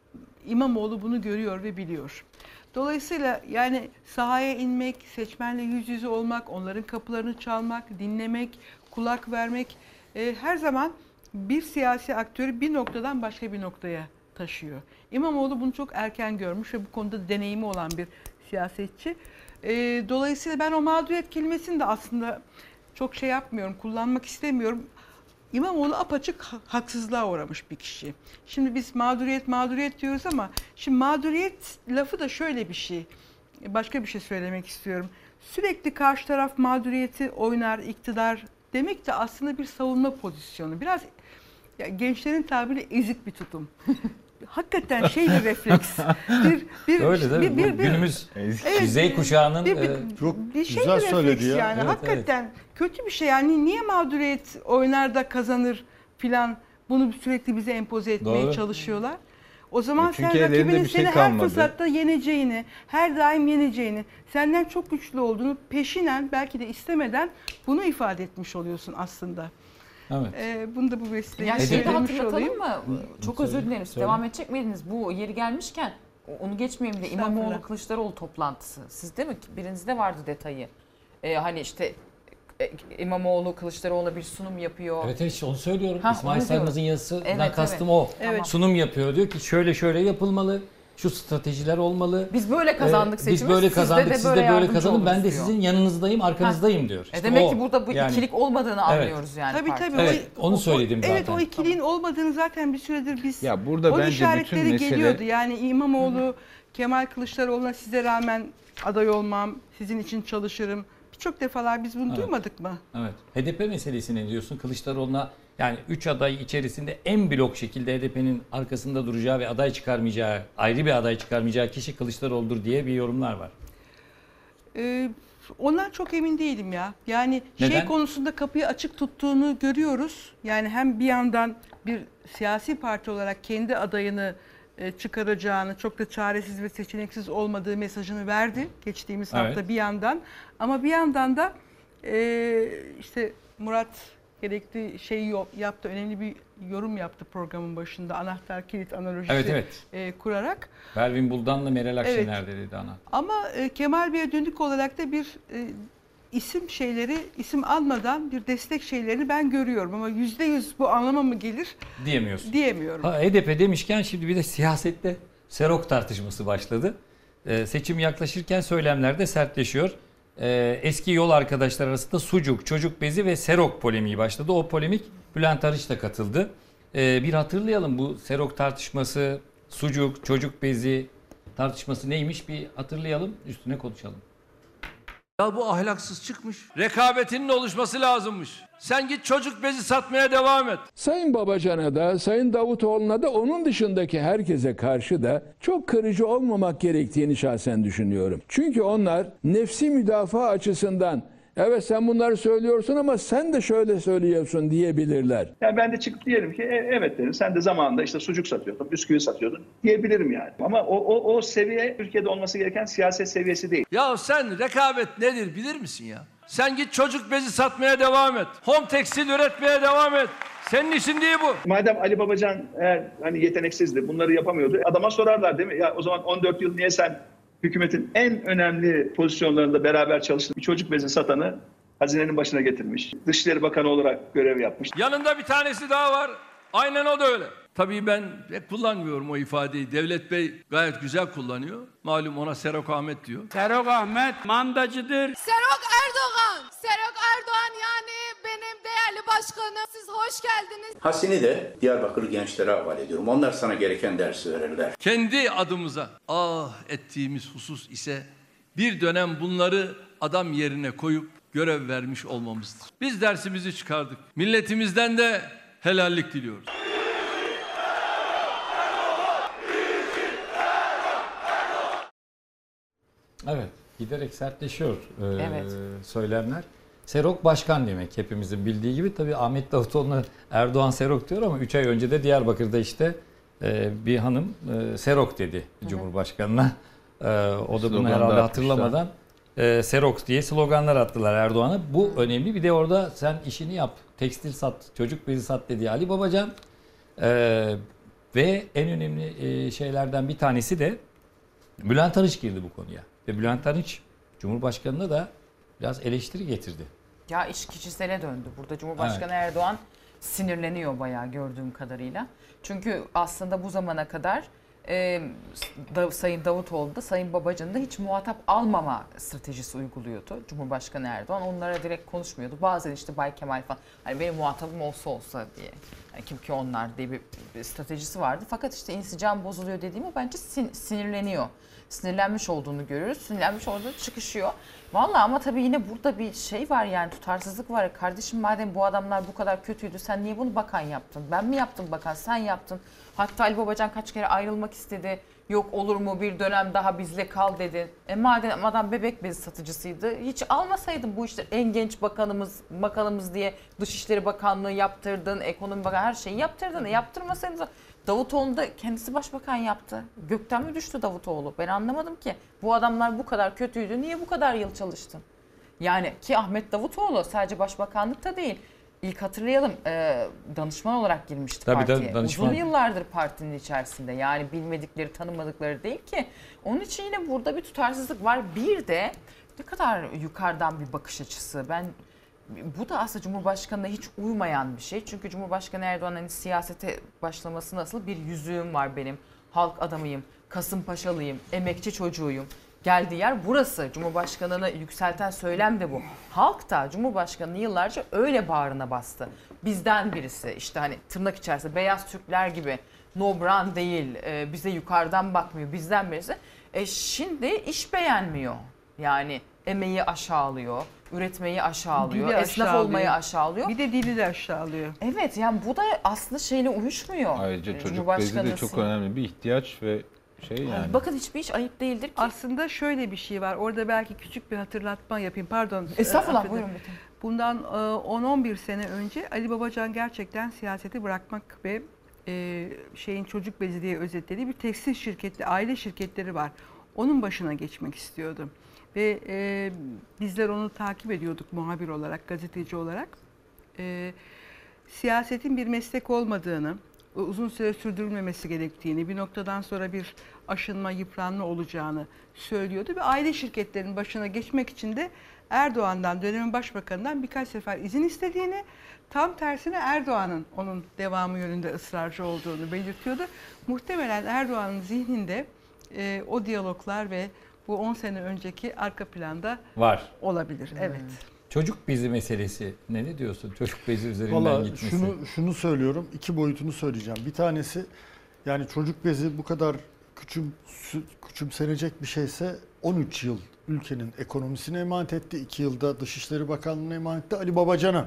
İmamoğlu bunu görüyor ve biliyor. Dolayısıyla yani sahaya inmek, seçmenle yüz yüze olmak, onların kapılarını çalmak, dinlemek, kulak vermek e, her zaman bir siyasi aktörü bir noktadan başka bir noktaya taşıyor. İmamoğlu bunu çok erken görmüş ve bu konuda deneyimi olan bir siyasetçi. E, dolayısıyla ben o mağduriyet kelimesini de aslında çok şey yapmıyorum, kullanmak istemiyorum. İmamoğlu apaçık haksızlığa uğramış bir kişi. Şimdi biz mağduriyet mağduriyet diyoruz ama şimdi mağduriyet lafı da şöyle bir şey. Başka bir şey söylemek istiyorum. Sürekli karşı taraf mağduriyeti oynar, iktidar demek de aslında bir savunma pozisyonu. Biraz ya, gençlerin tabiriyle ezik bir tutum. Hakikaten şey bir refleks. Bir, bir, Öyle değil mi? Bir, bir, bir, Günümüz evet, Z kuşağının bir, bir, e, çok bir şey güzel bir söyledi ya. yani. Evet, Hakikaten evet. Kötü bir şey yani. Niye mağduriyet oynar da kazanır filan, bunu sürekli bize empoze etmeye Doğru. çalışıyorlar. O zaman Çünkü sen rakibinin bir şey seni her kalmadı. fırsatta yeneceğini, her daim yeneceğini, senden çok güçlü olduğunu peşinen belki de istemeden bunu ifade etmiş oluyorsun aslında. Evet. Ee, bunu da bu vesileyle Ya şeyi de söylemiş hatırlatalım olayım. mı? Çok Söyle, özür dilerim. söyle. Devam edecek miydiniz? Bu yeri gelmişken onu geçmeyeyim de İmamoğlu Estağfurullah. Kılıçdaroğlu toplantısı. Sizde mi? Birinizde vardı detayı. Ee, hani işte e, İmamoğlu Kılıçdaroğlu'na bir sunum yapıyor. Evet evet işte onu söylüyorum. Ha, İsmail onu Saymaz'ın diyorum. yazısından Evet, kastım evet. o. Evet. Sunum yapıyor. Diyor ki şöyle şöyle yapılmalı. Şu stratejiler olmalı. Biz böyle kazandık Ee, seçimi. Biz böyle siz kazandık. de Siz de böyle böyle yardımcı kazanın. Ben de oldunuz diyor. sizin yanınızdayım, arkanızdayım diyor. E İşte demek o. ki burada bu Yani- ikilik olmadığını Evet. anlıyoruz yani. Tabii partide. tabii. Evet, o, onu o- söyledim Evet zaten. o ikiliğin olmadığını zaten bir süredir biz Ya burada onun bence işaretleri bütün mesele- geliyordu. Yani İmamoğlu, Kemal Kılıçdaroğlu'na size rağmen aday olmam, sizin için çalışırım. Birçok defalar biz bunu Evet. duymadık mı? Evet. H D P meselesi ne diyorsun? Kılıçdaroğlu'na yani üç aday içerisinde en blok şekilde H D P'nin arkasında duracağı ve aday çıkarmayacağı, ayrı bir aday çıkarmayacağı kişi Kılıçdaroğlu'dur diye bir yorumlar var. Ee, ondan çok emin değilim ya. Yani şey Neden? konusunda kapıyı açık tuttuğunu görüyoruz. Yani hem bir yandan bir siyasi parti olarak kendi adayını e, çıkaracağını, çok da çaresiz ve seçeneksiz olmadığı mesajını verdi geçtiğimiz Evet. hafta bir yandan. Ama bir yandan da e, işte Murat gerekli şeyi yo- yaptı, önemli bir yorum yaptı programın başında, anahtar kilit analojisi Evet, evet. e, kurarak. Belvin Buldan'la Meral Akşener Evet. dedi ana. Ama e, Kemal Bey'e dönük olarak da bir e, isim şeyleri, isim almadan bir destek şeylerini ben görüyorum. Ama yüzde yüz bu anlama mı gelir Diyemiyorsun. diyemiyorum. Ha, H D P demişken şimdi bir de siyasette Serok tartışması başladı. Ee, seçim yaklaşırken söylemler de sertleşiyor. Ee, eski yol arkadaşlar arasında sucuk, çocuk bezi ve Serok polemiği başladı. O polemik Bülent Arınç da katıldı. Ee, bir hatırlayalım bu Serok tartışması, sucuk, çocuk bezi tartışması neymiş bir hatırlayalım, üstüne konuşalım. Ya bu ahlaksız çıkmış. Rekabetinin oluşması lazımmış. Sen git çocuk bezi satmaya devam et. Sayın Babacan'a da Sayın Davutoğlu'na da onun dışındaki herkese karşı da çok kırıcı olmamak gerektiğini şahsen düşünüyorum. Çünkü onlar nefsi müdafaa açısından evet sen bunları söylüyorsun ama sen de şöyle söylüyorsun diyebilirler. Yani ben de çıkıp diyelim ki e, evet derim sen de zamanında işte sucuk satıyordun, bisküvi satıyordun diyebilirim yani. Ama o, o, o seviye Türkiye'de olması gereken siyaset seviyesi değil. Ya sen rekabet nedir bilir misin ya? Sen git çocuk bezi satmaya devam et. Home tekstil üretmeye devam et. Senin işin değil bu. Madem Ali Babacan eğer hani yeteneksizdi, bunları yapamıyordu. Adama sorarlar değil mi? Ya o zaman on dört yıl niye sen hükümetin en önemli pozisyonlarında beraber çalıştın? Bir çocuk bezi satanı hazinenin başına getirmiş. Dışişleri Bakanı olarak görev yapmış. Yanında bir tanesi daha var. Aynen o da öyle. Tabii ben pek kullanmıyorum o ifadeyi. Devlet Bey gayet güzel kullanıyor. Malum ona Serok Ahmet diyor. Serok Ahmet mandacıdır. Serok Erdoğan. Serok Erdoğan yani benim değerli başkanım. Siz hoş geldiniz. Hasini de Diyarbakır gençlere havale ediyorum. Onlar sana gereken dersi verirler. Kendi adımıza ah ettiğimiz husus ise bir dönem bunları adam yerine koyup görev vermiş olmamızdır. Biz dersimizi çıkardık. Milletimizden de helallik diliyoruz. Evet, giderek sertleşiyor e, Evet. söylemler. Serok başkan demek hepimizin bildiği gibi. Tabii Ahmet Davutoğlu'na Erdoğan Serok diyor ama üç ay önce de Diyarbakır'da işte e, bir hanım e, Serok dedi Cumhurbaşkanı'na. E, o da bunu Slogan herhalde da hatırlamadan e, Serok diye sloganlar attılar Erdoğan'a. Bu önemli. Bir de orada sen işini yap, tekstil sat, çocuk bezi sat dedi Ali Babacan. E, ve en önemli e, şeylerden bir tanesi de Bülent Arınç girdi bu konuya. Ve Bülent Arınç Cumhurbaşkanı'na da biraz eleştiri getirdi. Ya iş kişisele döndü. Burada Cumhurbaşkanı Evet. Erdoğan sinirleniyor bayağı gördüğüm kadarıyla. Çünkü aslında bu zamana kadar e, da, Sayın Davutoğlu da Sayın Babacan'ı da hiç muhatap almama stratejisi uyguluyordu. Cumhurbaşkanı Erdoğan onlara direkt konuşmuyordu. Bazen işte Bay Kemal falan hani benim muhatabım olsa olsa diye. Yani kim ki onlar diye bir, bir stratejisi vardı. Fakat işte insicam bozuluyor dediğimi bence sin, sinirleniyor. Sinirlenmiş olduğunu görüyoruz. Sinirlenmiş olduğunu çıkışıyor. Vallahi ama tabii yine burada bir şey var yani tutarsızlık var. Kardeşim madem bu adamlar bu kadar kötüydü sen niye bunu bakan yaptın? Ben mi yaptım bakan? Sen yaptın. Hatta Ali Babacan kaç kere ayrılmak istedi. Yok olur mu bir dönem daha bizle kal dedi. E madem adam bebek bezi satıcısıydı hiç almasaydın bu işte en genç bakanımız bakanımız diye Dışişleri Bakanlığı yaptırdın, Ekonomi Bakanı her şeyi yaptırdın. E yaptırmasaydın da Davutoğlu da kendisi başbakan yaptı. Gökten mi düştü Davutoğlu? Ben anlamadım ki. Bu adamlar bu kadar kötüydü. Niye bu kadar yıl çalıştın? Yani ki Ahmet Davutoğlu sadece başbakanlıkta değil. İlk hatırlayalım e, danışman olarak girmişti Tabii, partiye. tabii, danışman. Uzun yıllardır partinin içerisinde. Yani bilmedikleri, tanımadıkları değil ki. Onun için yine burada bir tutarsızlık var. Bir de ne kadar yukarıdan bir bakış açısı. Ben bu da aslında Cumhurbaşkanı'na hiç uymayan bir şey. Çünkü Cumhurbaşkanı Erdoğan hani siyasete başlaması nasıl bir yüzüğüm var benim. Halk adamıyım, Kasımpaşalıyım, emekçi çocuğuyum. Geldiği yer burası. Cumhurbaşkanını yükselten söylem de bu. Halk da Cumhurbaşkanı'nı yıllarca öyle bağrına bastı. Bizden birisi işte hani tırnak içerisinde beyaz Türkler gibi nobran değil, e, bize yukarıdan bakmıyor, bizden birisi. E şimdi iş beğenmiyor. Yani emeği aşağılıyor, üretmeyi aşağılıyor, Dili esnaf aşağılıyor. olmayı aşağılıyor. Bir de dili de aşağılıyor. Evet yani bu da aslında şeyle uyuşmuyor. Ayrıca çocuk bezi de Cumhurbaşkanı'nın çok sinir- önemli bir ihtiyaç ve şey yani. Bakın hiçbir iş ayıp değildir ki. Aslında şöyle bir şey var. Orada belki küçük bir hatırlatma yapayım. Pardon. Estağfurullah, affedin. buyurun lütfen. Bundan e, on on bir sene önce Ali Babacan gerçekten siyaseti bırakmak ve e, şeyin çocuk bezi diye özetlediği bir tekstil şirketi, aile şirketleri var. Onun başına geçmek istiyordu. Ve e, bizler onu takip ediyorduk muhabir olarak, gazeteci olarak. E, siyasetin bir meslek olmadığını, uzun süre sürdürülmemesi gerektiğini, bir noktadan sonra bir aşınma, yıpranma olacağını söylüyordu. Ve aile şirketlerinin başına geçmek için de Erdoğan'dan, dönemin başbakanından birkaç sefer izin istediğini, tam tersine Erdoğan'ın onun devamı yönünde ısrarcı olduğunu belirtiyordu. Muhtemelen Erdoğan'ın zihninde e, o diyaloglar ve bu on sene önceki arka planda Var. olabilir. Evet. Çocuk bezi meselesi ne ne diyorsun? Çocuk bezi üzerinden Valla gitmesi. şunu şunu söylüyorum. İki boyutunu söyleyeceğim. Bir tanesi yani çocuk bezi bu kadar küçüm küçümsenecek bir şeyse on üç yıl ülkenin ekonomisine emanet etti. iki yılda Dışişleri Bakanlığı'na emanet etti. Ali Babacan'a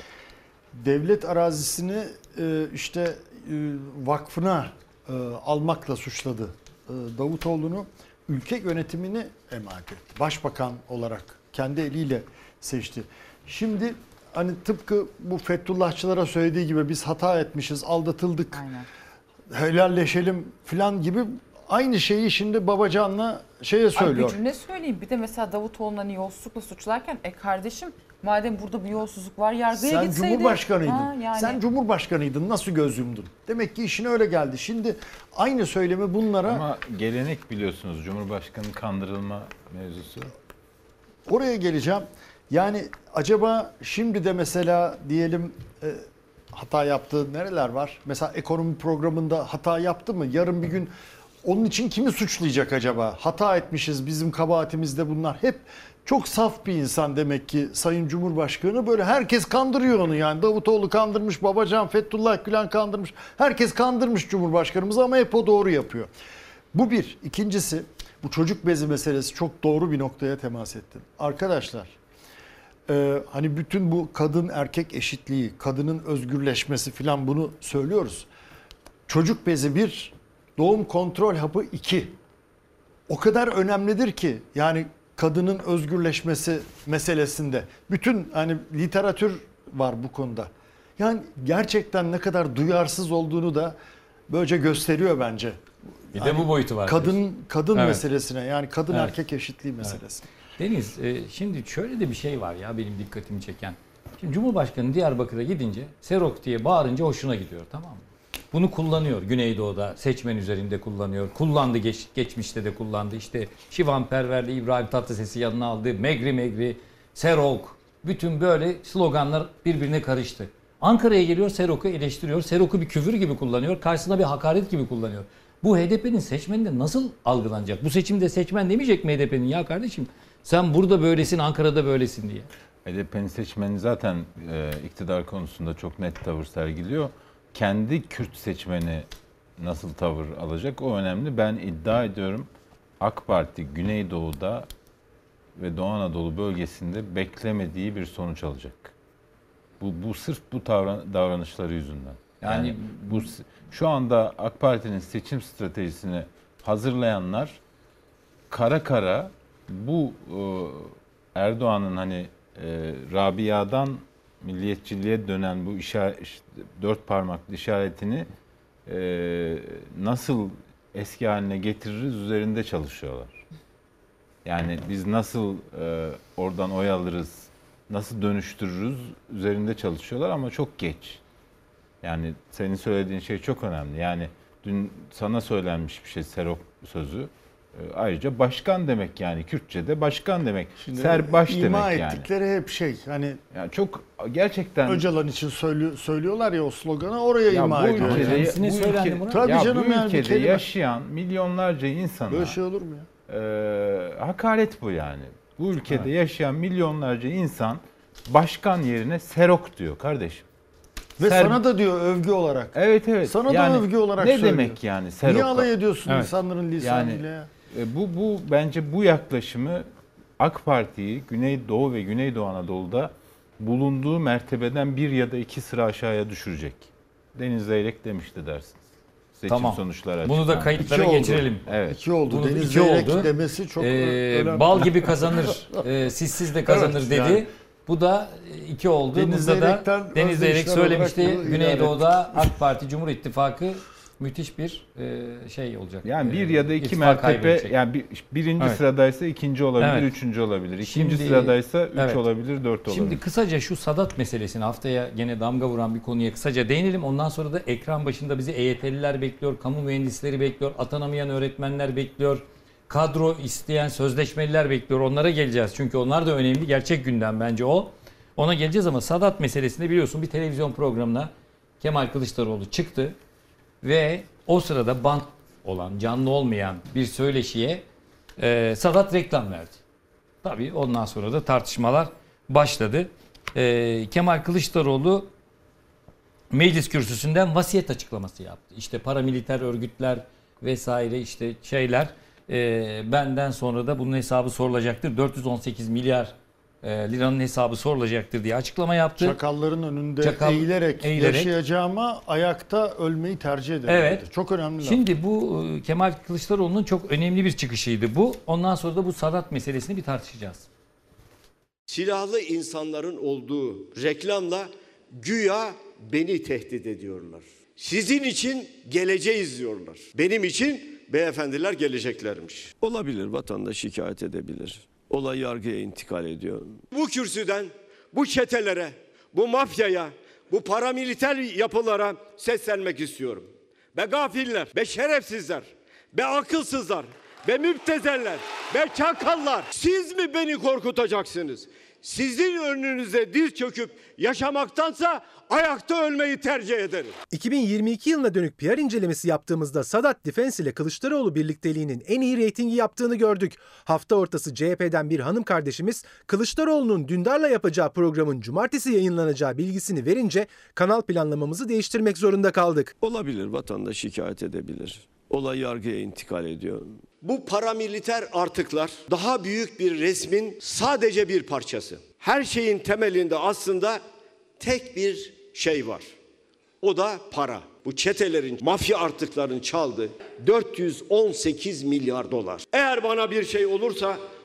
devlet arazisini e, işte e, vakfına e, almakla suçladı e, Davutoğlu'nu. Ülke yönetimini emanet etti. Başbakan olarak kendi eliyle seçti. Şimdi hani tıpkı bu Fethullahçılara söylediği gibi biz hata etmişiz, aldatıldık, Aynen. helalleşelim falan gibi aynı şeyi şimdi Babacan'la şeye söylüyor. Ay bir cümle söyleyeyim. Bir de mesela Davutoğlu'nu hani yolsuzlukla suçlarken e kardeşim madem burada bir yolsuzluk var yargıya Sen gitseydi. Cumhurbaşkanıydın. Ha, yani. Sen Cumhurbaşkanıydın. Nasıl göz yumdun? Demek ki işine öyle geldi. Şimdi aynı söylemi bunlara... Ama gelenek biliyorsunuz Cumhurbaşkanı kandırılma mevzusu. Oraya geleceğim. Yani acaba şimdi de mesela diyelim e, hata yaptığı nereler var? Mesela ekonomi programında hata yaptı mı? Yarın bir gün onun için kimi suçlayacak acaba? Hata etmişiz, bizim kabahatimizde bunlar. Hep çok saf bir insan demek ki Sayın Cumhurbaşkanı. Böyle herkes kandırıyor onu yani. Davutoğlu kandırmış, Babacan, Fethullah Gülen kandırmış. Herkes kandırmış Cumhurbaşkanımızı ama hep o doğru yapıyor. Bu bir. İkincisi bu çocuk bezi meselesi çok doğru bir noktaya temas ettin. Arkadaşlar e, hani bütün bu kadın erkek eşitliği, kadının özgürleşmesi falan bunu söylüyoruz. Çocuk bezi bir, doğum kontrol hapı iki. O kadar önemlidir ki yani kadının özgürleşmesi meselesinde. Bütün hani literatür var bu konuda. Yani gerçekten ne kadar duyarsız olduğunu da böylece gösteriyor bence. Bir de bu boyutu var. Kadın diyorsun. kadın Evet. meselesine, yani kadın Evet. erkek eşitliği meselesine. Evet. Deniz, e, şimdi şöyle de bir şey var ya benim dikkatimi çeken. Şimdi Cumhurbaşkanı Diyarbakır'a gidince Serok diye bağırınca hoşuna gidiyor, tamam mı? Bunu kullanıyor Güneydoğu'da, seçmen üzerinde kullanıyor. Kullandı geç, geçmişte de kullandı. İşte Şivan Perver'le İbrahim Tatlıses'i yanına aldı. Megri Megri, Serok. Bütün böyle sloganlar birbirine karıştı. Ankara'ya geliyor, Serok'u eleştiriyor. Serok'u bir küfür gibi kullanıyor. Karşısına bir hakaret gibi kullanıyor. Bu H D P'nin seçmeninde nasıl algılanacak? Bu seçimde seçmen demeyecek mi H D P'nin? Ya kardeşim sen burada böylesin, Ankara'da böylesin diye. H D P'nin seçmeni zaten e, iktidar konusunda çok net tavır sergiliyor. Kendi Kürt seçmeni nasıl tavır alacak o önemli. Ben iddia ediyorum AK Parti Güneydoğu'da ve Doğu Anadolu bölgesinde beklemediği bir sonuç alacak. Bu, bu sırf bu davran, davranışları yüzünden. Yani, yani bu şu anda AK Parti'nin seçim stratejisini hazırlayanlar kara kara bu e, Erdoğan'ın hani e, Rabia'dan milliyetçiliğe dönen bu işaret, dört parmaklı işaretini e, nasıl eski haline getiririz üzerinde çalışıyorlar. Yani biz nasıl e, oradan oy alırız, nasıl dönüştürürüz üzerinde çalışıyorlar ama çok geç. Yani senin söylediğin şey çok önemli. Yani dün sana söylenmiş bir şey Serok sözü. E, ayrıca başkan demek yani Kürtçe'de başkan demek. Şimdi Serbaş ima demek yani. ettikleri hep şey hani yani çok gerçekten Öcalan için söylüyor, söylüyorlar ya o sloganı oraya ya ima bu ediyor. ülkede, Yani. bu ülke, Tabii ya canım bu yani bir ülkede kelime. yaşayan milyonlarca insana Böyle şey olur mu ya? E, hakaret bu yani. Bu ülkede evet. yaşayan milyonlarca insan başkan yerine Serok diyor kardeşim. Ve Ser... sana da diyor övgü olarak. Evet evet. Sana yani, da övgü olarak ne söylüyor. demek yani Serok'a? Niye alay ediyorsun evet. insanların lisanıyla yani, ya? E, bu, bu bence bu yaklaşımı AK Parti'yi Güneydoğu ve Güneydoğu Anadolu'da bulunduğu mertebeden bir ya da iki sıra aşağıya düşürecek. Deniz Zeyrek demişti dersiniz. Seçim tamam. sonuçları Bunu da kayıtlara geçirelim. Evet. İki oldu. Bunu Deniz iki Zeyrek oldu. demesi çok ee, önemli. Bal gibi kazanır, e, sizsiz de kazanır evet, dedi. Yani. Bu da iki oldu. Deniz Burada da Deniz Zeyrek söylemişti. Güneydoğu'da AK Parti Cumhur İttifakı müthiş bir e, şey olacak. Yani bir e, ya da iki mertebe, yani bir, birinci evet. sıradaysa ikinci olabilir, evet. üçüncü olabilir. İkinci Şimdi, sıradaysa üç evet. olabilir, dört olabilir. Şimdi kısaca şu Sadat meselesini haftaya gene damga vuran bir konuya kısaca değinelim. Ondan sonra da ekran başında bizi E Y T'liler bekliyor, kamu mühendisleri bekliyor, atanamayan öğretmenler bekliyor, kadro isteyen sözleşmeliler bekliyor. Onlara geleceğiz. Çünkü onlar da önemli. Gerçek gündem bence o. Ona geleceğiz ama Sadat meselesinde biliyorsun bir televizyon programına Kemal Kılıçdaroğlu çıktı. Ve o sırada bant olan, canlı olmayan bir söyleşiye e, Sadat reklam verdi. Tabii ondan sonra da tartışmalar başladı. E, Kemal Kılıçdaroğlu meclis kürsüsünden vasiyet açıklaması yaptı. İşte paramiliter örgütler vesaire işte şeyler e, benden sonra da bunun hesabı sorulacaktır. dört yüz on sekiz milyar liranın hesabı sorulacaktır diye açıklama yaptı. Çakalların önünde Çakal, eğilerek, eğilerek yaşayacağıma ayakta ölmeyi tercih ederim. Evet. Dedi. Çok önemli. Şimdi bu Kemal Kılıçdaroğlu'nun çok önemli bir çıkışıydı bu. Ondan sonra da bu Sadat meselesini bir tartışacağız. Silahlı insanların olduğu reklamla güya beni tehdit ediyorlar. Sizin için geleceğiz diyorlar. Benim için beyefendiler geleceklermiş. Olabilir, vatandaş şikayet edebilir. Olay yargıya intikal ediyor. Bu kürsüden bu çetelere, bu mafyaya, bu paramiliter yapılara seslenmek istiyorum. Be gafiller, be şerefsizler, be akılsızlar, be müptezeller, be çakallar. Siz mi beni korkutacaksınız? Sizin önünüze diz çöküp yaşamaktansa ayakta ölmeyi tercih ederim. iki bin yirmi iki yılına dönük P R incelemesi yaptığımızda Sadat Defense ile Kılıçdaroğlu birlikteliğinin en iyi reytingi yaptığını gördük. Hafta ortası C H P'den bir hanım kardeşimiz Kılıçdaroğlu'nun Dündar'la yapacağı programın cumartesi yayınlanacağı bilgisini verince kanal planlamamızı değiştirmek zorunda kaldık. Olabilir, vatandaş şikayet edebilir. Olay yargıya intikal ediyor. Bu paramiliter artıklar daha büyük bir resmin sadece bir parçası. Her şeyin temelinde aslında tek bir şey var. O da para. Bu çetelerin, mafya artıkların çaldığı dört yüz on sekiz milyar dolar. Eğer bana bir şey olursa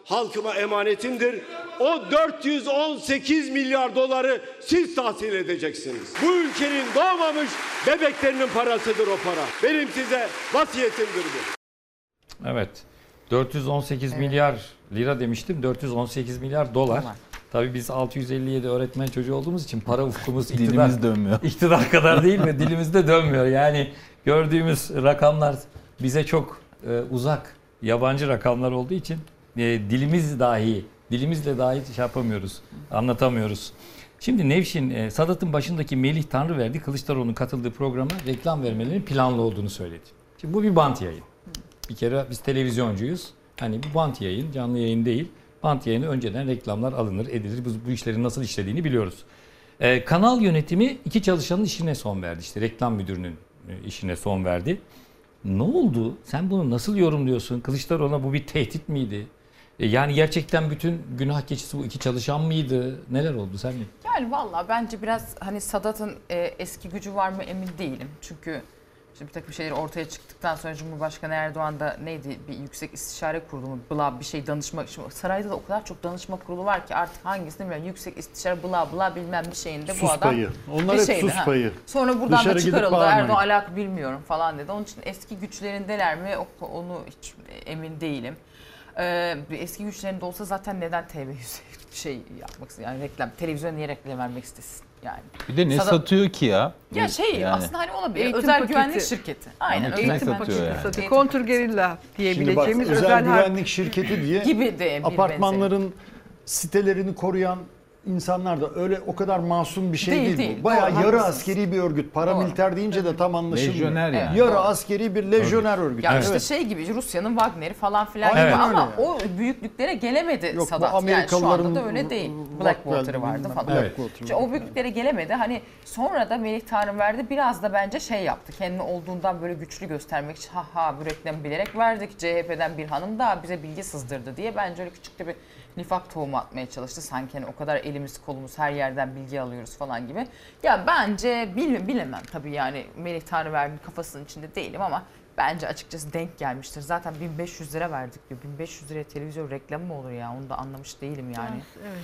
halkıma emanetimdir. O dört yüz on sekiz milyar doları siz tahsil edeceksiniz. Bu ülkenin doğmamış bebeklerinin parasıdır o para. Benim size vasiyetimdir bu. Evet. dört yüz on sekiz evet. milyar lira demiştim. dört yüz on sekiz milyar dolar. Tamam. Tabii biz altı yüz elli yedi öğretmen çocuğu olduğumuz için para ufkumuz iktidar, dilimiz dönmüyor. İktidar kadar değil mi? Dilimizde dönmüyor. Yani gördüğümüz rakamlar bize çok e, uzak, yabancı rakamlar olduğu için e, dilimiz dahi, dilimizle dahi şey yapamıyoruz, anlatamıyoruz. Şimdi Nevşin, e, Sadat'ın başındaki Melih Tanrıverdi, Kılıçdaroğlu'nun katıldığı programa reklam vermelerinin planlı olduğunu söyledi. Şimdi bu bir bant yayın. Bir kere biz televizyoncuyuz. Hani bu bant yayın, canlı yayın değil. Bant yayını önceden reklamlar alınır, edilir. Biz bu işlerin nasıl işlediğini biliyoruz. Ee, kanal yönetimi iki çalışanın işine son verdi. İşte reklam müdürünün işine son verdi. Ne oldu? Sen bunu nasıl yorumluyorsun? Kılıçdaroğlu'na bu bir tehdit miydi? Ee, yani gerçekten bütün günah keçisi bu iki çalışan mıydı? Neler oldu sen mi? Yani valla bence biraz hani Sadat'ın e, eski gücü var mı emin değilim. Çünkü İşte bir takım şeyler ortaya çıktıktan sonra Cumhurbaşkanı Erdoğan da neydi bir yüksek istişare kurulu mu bla bir şey danışma. Şimdi sarayda da o kadar çok danışma kurulu var ki artık hangisini bilmiyorum. Yüksek istişare bla bla bilmem bir şeyinde sus bu adam. Payı. Onlar hep şeydi, sus ha. payı. Sonra buradan Dışarı da çıkarıldı. bağırmayın. Erdoğan alak bilmiyorum falan dedi. Onun için eski güçlerindeler mi onu hiç emin değilim. Ee, eski güçlerinde olsa zaten neden T V yüz şey yapmak istesin? Yani reklam, televizyon niye reklam vermek istesin? Yani. Bir de ne Sada... satıyor ki ya? Ya şey yani. aslında hani olabilir. Eğitim özel paketi. güvenlik şirketi. Aynen öyle. Eğitim paketi yani. satıyor. Kontrgerilla diyebileceğimiz Şimdi bak, özel, özel güvenlik şirketi diye gibi de apartmanların benzeri. Sitelerini koruyan insanlar da öyle o kadar masum bir şey değil. değil, değil. bu. Bayağı Doğru, yarı haklısınız. askeri bir örgüt. Paramiliter deyince de tam anlaşılmıyor. Lejyoner yani. Yarı Doğru. askeri bir lejyoner örgüt. Ya evet. işte şey gibi Rusya'nın Wagner'i falan filan Aynen gibi ama yani. o büyüklüklere gelemedi Yok, Sadat. Yani şu anda da öyle değil. Blackwater'ı vardı falan. Evet. İşte o büyüklüklere gelemedi. Hani sonra da Melih Tanrıverdi biraz da bence şey yaptı. Kendini olduğundan böyle güçlü göstermek için ha ha bu reklamı bilerek verdik. C H P'den bir hanım da bize bilgi sızdırdı diye bence öyle küçük de bir nifak tohumu atmaya çalıştı. Sanki hani o kadar elimiz kolumuz her yerden bilgi alıyoruz falan gibi. Ya bence bil, bilemem tabii yani Melih Tanrıverdi'nin kafasının içinde değilim ama bence açıkçası denk gelmiştir. Zaten bin beş yüz lira verdik diyor. bin beş yüz liraya televizyon reklamı mı olur ya? Onu da anlamış değilim yani. Evet.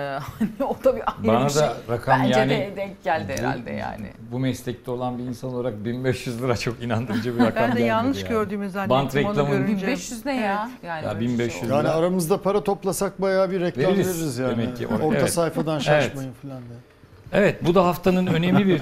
Ee, o da bir ayrı Bana bir şey. da rakam bence yani, de denk geldi bu, herhalde yani. Bu meslekte olan bir insan olarak bin beş yüz lira çok inandırıcı bir rakam Ben de gelmedi yanlış yani. gördüğümü zannettim Bant onu reklamı görünce. bin beş yüz ne ya? Yani ya bin beş yüz şey lira. Yani aramızda para toplasak bayağı bir reklam Veririz veririz yani. demek ki. Orta Evet. sayfadan şaşmayın evet. falan diye. Evet, bu da haftanın önemli bir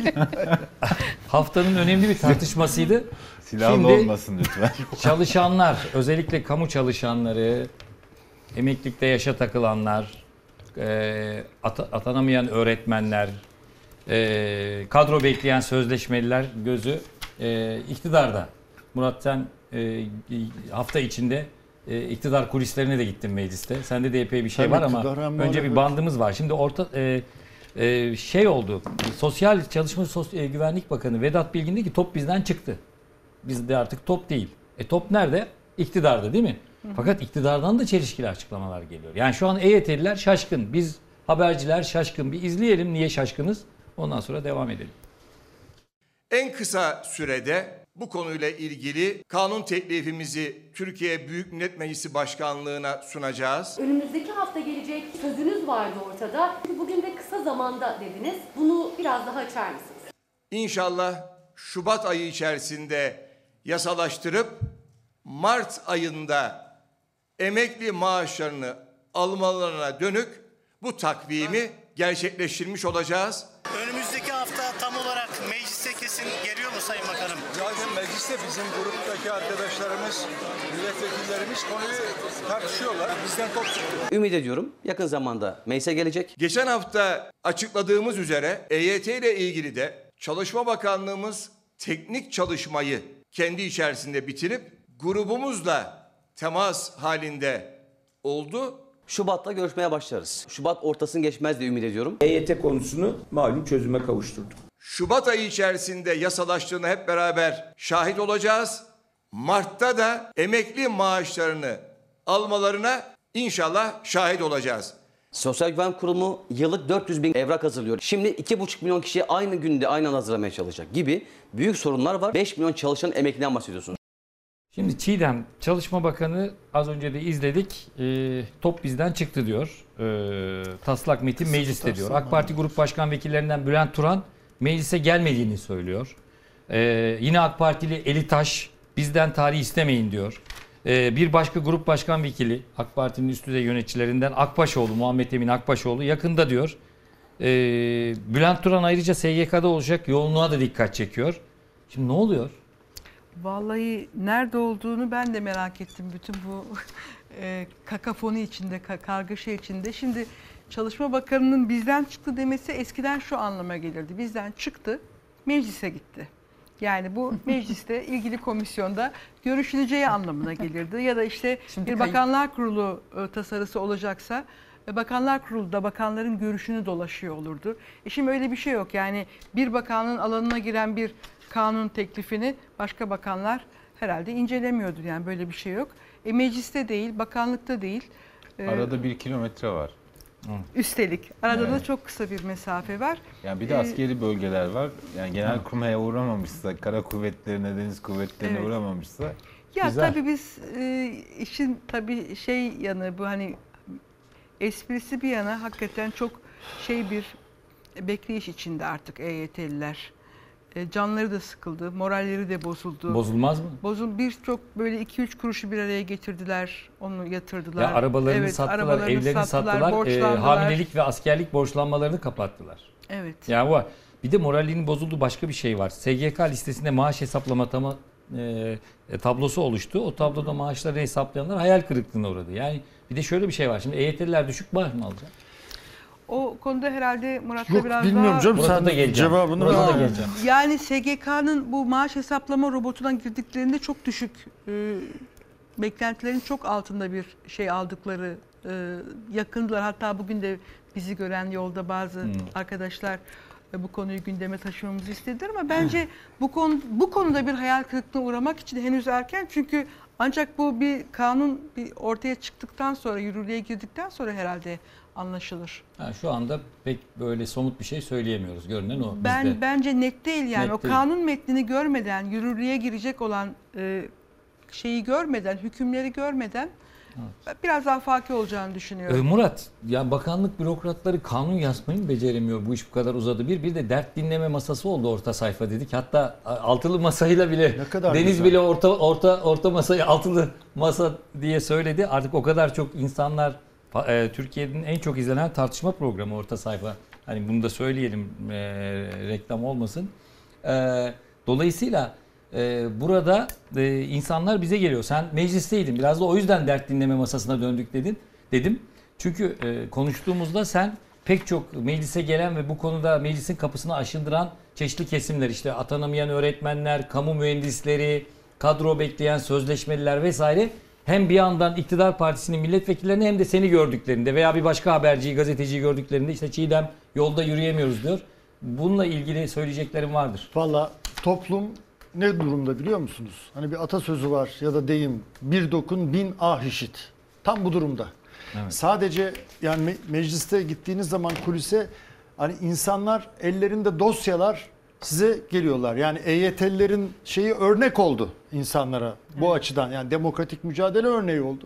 haftanın önemli bir tartışmasıydı. Silahlı Şimdi, olmasın lütfen. Çalışanlar, özellikle kamu çalışanları, emeklilikte yaşa takılanlar, e, at, atanamayan öğretmenler, e, kadro bekleyen sözleşmeliler gözü e, iktidarda. Murat sen e, hafta içinde e, iktidar kulislerine de gittin mecliste. Sende de epey bir şey Tabii var ama önce bir bandımız var. Şimdi orta e, e, şey oldu. Sosyal Çalışma Sosyal Güvenlik Bakanı Vedat Bilgin dedi ki top bizden çıktı. Bizde artık top değil. E top nerede? İktidarda değil mi? Hı hı. Fakat iktidardan da çelişkili açıklamalar geliyor. Yani şu an E Y T'liler şaşkın. Biz haberciler şaşkın. Bir izleyelim niye şaşkınız. Ondan sonra devam edelim. En kısa sürede bu konuyla ilgili kanun teklifimizi Türkiye Büyük Millet Meclisi Başkanlığı'na sunacağız. Önümüzdeki hafta gelecek sözünüz vardı ortada. Bugün de kısa zamanda dediniz. Bunu biraz daha açar mısınız? İnşallah Şubat ayı içerisinde yasalaştırıp Mart ayında emekli maaşlarını almalarına dönük bu takvimi gerçekleştirmiş olacağız. Önümüzdeki hafta tam olarak meclise kesin geliyor mu Sayın Bakanım? Zaten mecliste bizim gruptaki arkadaşlarımız, milletvekillerimiz konuyu tartışıyorlar. Bizden top çıktı. Ümit ediyorum yakın zamanda meclise gelecek. Geçen hafta açıkladığımız üzere E Y T ile ilgili de Çalışma Bakanlığımız teknik çalışmayı kendi içerisinde bitirip grubumuzla temas halinde oldu. Şubat'ta görüşmeye başlarız. Şubat ortasını geçmez diye ümit ediyorum. E Y T konusunu malum çözüme kavuşturduk. Şubat ayı içerisinde yasalaştığını hep beraber şahit olacağız. Mart'ta da emekli maaşlarını almalarına inşallah şahit olacağız. Sosyal Güvenlik Kurumu yıllık dört yüz bin evrak hazırlıyor. Şimdi iki buçuk milyon kişiye aynı günde aynı anda hazırlamaya çalışacak gibi büyük sorunlar var. beş milyon çalışan emekliden bahsediyorsunuz. Şimdi Çiğdem, Çalışma Bakanı az önce de izledik. E, top bizden çıktı diyor. E, taslak metin mecliste diyor. AK Parti Grup Başkan Vekillerinden Bülent Turan meclise gelmediğini söylüyor. E, yine AK Partili Eli Taş bizden tarih istemeyin diyor. E, bir başka Grup Başkan Vekili AK Parti'nin üst düzey yöneticilerinden Akbaşoğlu, Muhammed Emin Akbaşoğlu yakında diyor. E, Bülent Turan ayrıca S G K'da olacak yoğunluğa da dikkat çekiyor. Şimdi ne oluyor? Vallahi nerede olduğunu ben de merak ettim bütün bu e, kakafoni içinde, kargaşa içinde. Şimdi Çalışma Bakanı'nın bizden çıktı demesi eskiden şu anlama gelirdi. Bizden çıktı, meclise gitti. Yani bu mecliste ilgili komisyonda görüşüleceği anlamına gelirdi. Ya da işte Şimdi bir kayıp. Bakanlar Kurulu e, tasarısı olacaksa Bakanlar Kurulu'da bakanların görüşünü dolaşıyor olurdu. E şimdi öyle bir şey yok. Yani bir bakanın alanına giren bir kanun teklifini başka bakanlar herhalde incelemiyordur. Yani böyle bir şey yok. E mecliste değil, bakanlıkta değil. E, Arada bir kilometre var. Üstelik. Arada Evet. da çok kısa bir mesafe var. Yani bir de E, askeri bölgeler var. Yani Genelkurmay'a uğramamışsa, kara kuvvetlerine, deniz kuvvetlerine Evet. uğramamışsa Ya güzel. tabii biz e, işin tabii şey yanı bu hani esprisi bir yana hakikaten çok şey bir bekleyiş içinde artık E Y T'liler. E, canları da sıkıldı, moralleri de bozuldu. Bozulmaz mı? Bozul birçok böyle iki üç kuruşu bir araya getirdiler, onu yatırdılar. Ya arabalarını Evet, sattılar, arabalarını evlerini sattılar, e, borçlandılar. hamilelik ve askerlik borçlanmalarını kapattılar. Evet. Yani bu bir de moralinin bozulduğu başka bir şey var. S G K listesinde maaş hesaplama tama, e, tablosu oluştu. O tabloda maaşları hesaplayanlar hayal kırıklığına uğradı. Yani bir de şöyle bir şey var. Şimdi E Y T'liler düşük maaş mı alacak? O konuda herhalde Murat'la Yok, biraz bilmiyorum daha... canım, sen da geleceğim. cevabını Burada da ver. geleceğim. Yani S G K'nın bu maaş hesaplama robotuna girdiklerinde çok düşük, e, beklentilerin çok altında bir şey aldıkları e, yakındılar. Hatta bugün de bizi gören yolda bazı Hmm. arkadaşlar e, bu konuyu gündeme taşımamızı istediler ama bence bu konu bu konuda bir hayal kırıklığına uğramak için henüz erken, çünkü ancak bu bir kanun bir ortaya çıktıktan sonra, yürürlüğe girdikten sonra herhalde anlaşılır. Ha, şu anda pek böyle somut bir şey söyleyemiyoruz. Görünen o. Ben bizde. bence net değil yani. Net o değil. kanun metnini görmeden, yürürlüğe girecek olan e, şeyi görmeden, hükümleri görmeden biraz daha fakir olacağını düşünüyorum. Ee, Murat, ya bakanlık bürokratları kanun yazmayı mı beceremiyor? Bu iş bu kadar uzadı. Bir bir de dert dinleme masası oldu orta sayfa dedik. Hatta altılı masayla bile kadar Deniz güzel. bile orta orta orta masayı altılı masa diye söyledi. Artık o kadar çok insanlar e, Türkiye'nin en çok izlenen tartışma programı orta sayfa. Hani bunu da söyleyelim, e, reklam olmasın. E, dolayısıyla Ee, burada e, insanlar bize geliyor. Sen meclisteydin. Biraz da o yüzden dert dinleme masasına döndük dedin. Dedim. Çünkü e, konuştuğumuzda sen pek çok meclise gelen ve bu konuda meclisin kapısını aşındıran çeşitli kesimler, işte atanamayan öğretmenler, kamu mühendisleri, kadro bekleyen sözleşmeliler vesaire, hem bir yandan iktidar partisinin milletvekillerini hem de seni gördüklerinde veya bir başka haberciyi, gazeteciyi gördüklerinde işte Çiğdem yolda yürüyemiyoruz diyor. Bununla ilgili söyleyeceklerim vardır. Valla toplum ne durumda biliyor musunuz? Hani bir atasözü var ya da deyim, bir dokun bin ah işit. Tam bu durumda. Evet. Sadece yani me- mecliste gittiğiniz zaman kulise, hani insanlar ellerinde dosyalar size geliyorlar. Yani E Y T'lilerin şeyi örnek oldu insanlara bu Evet. açıdan. Yani demokratik mücadele örneği oldu.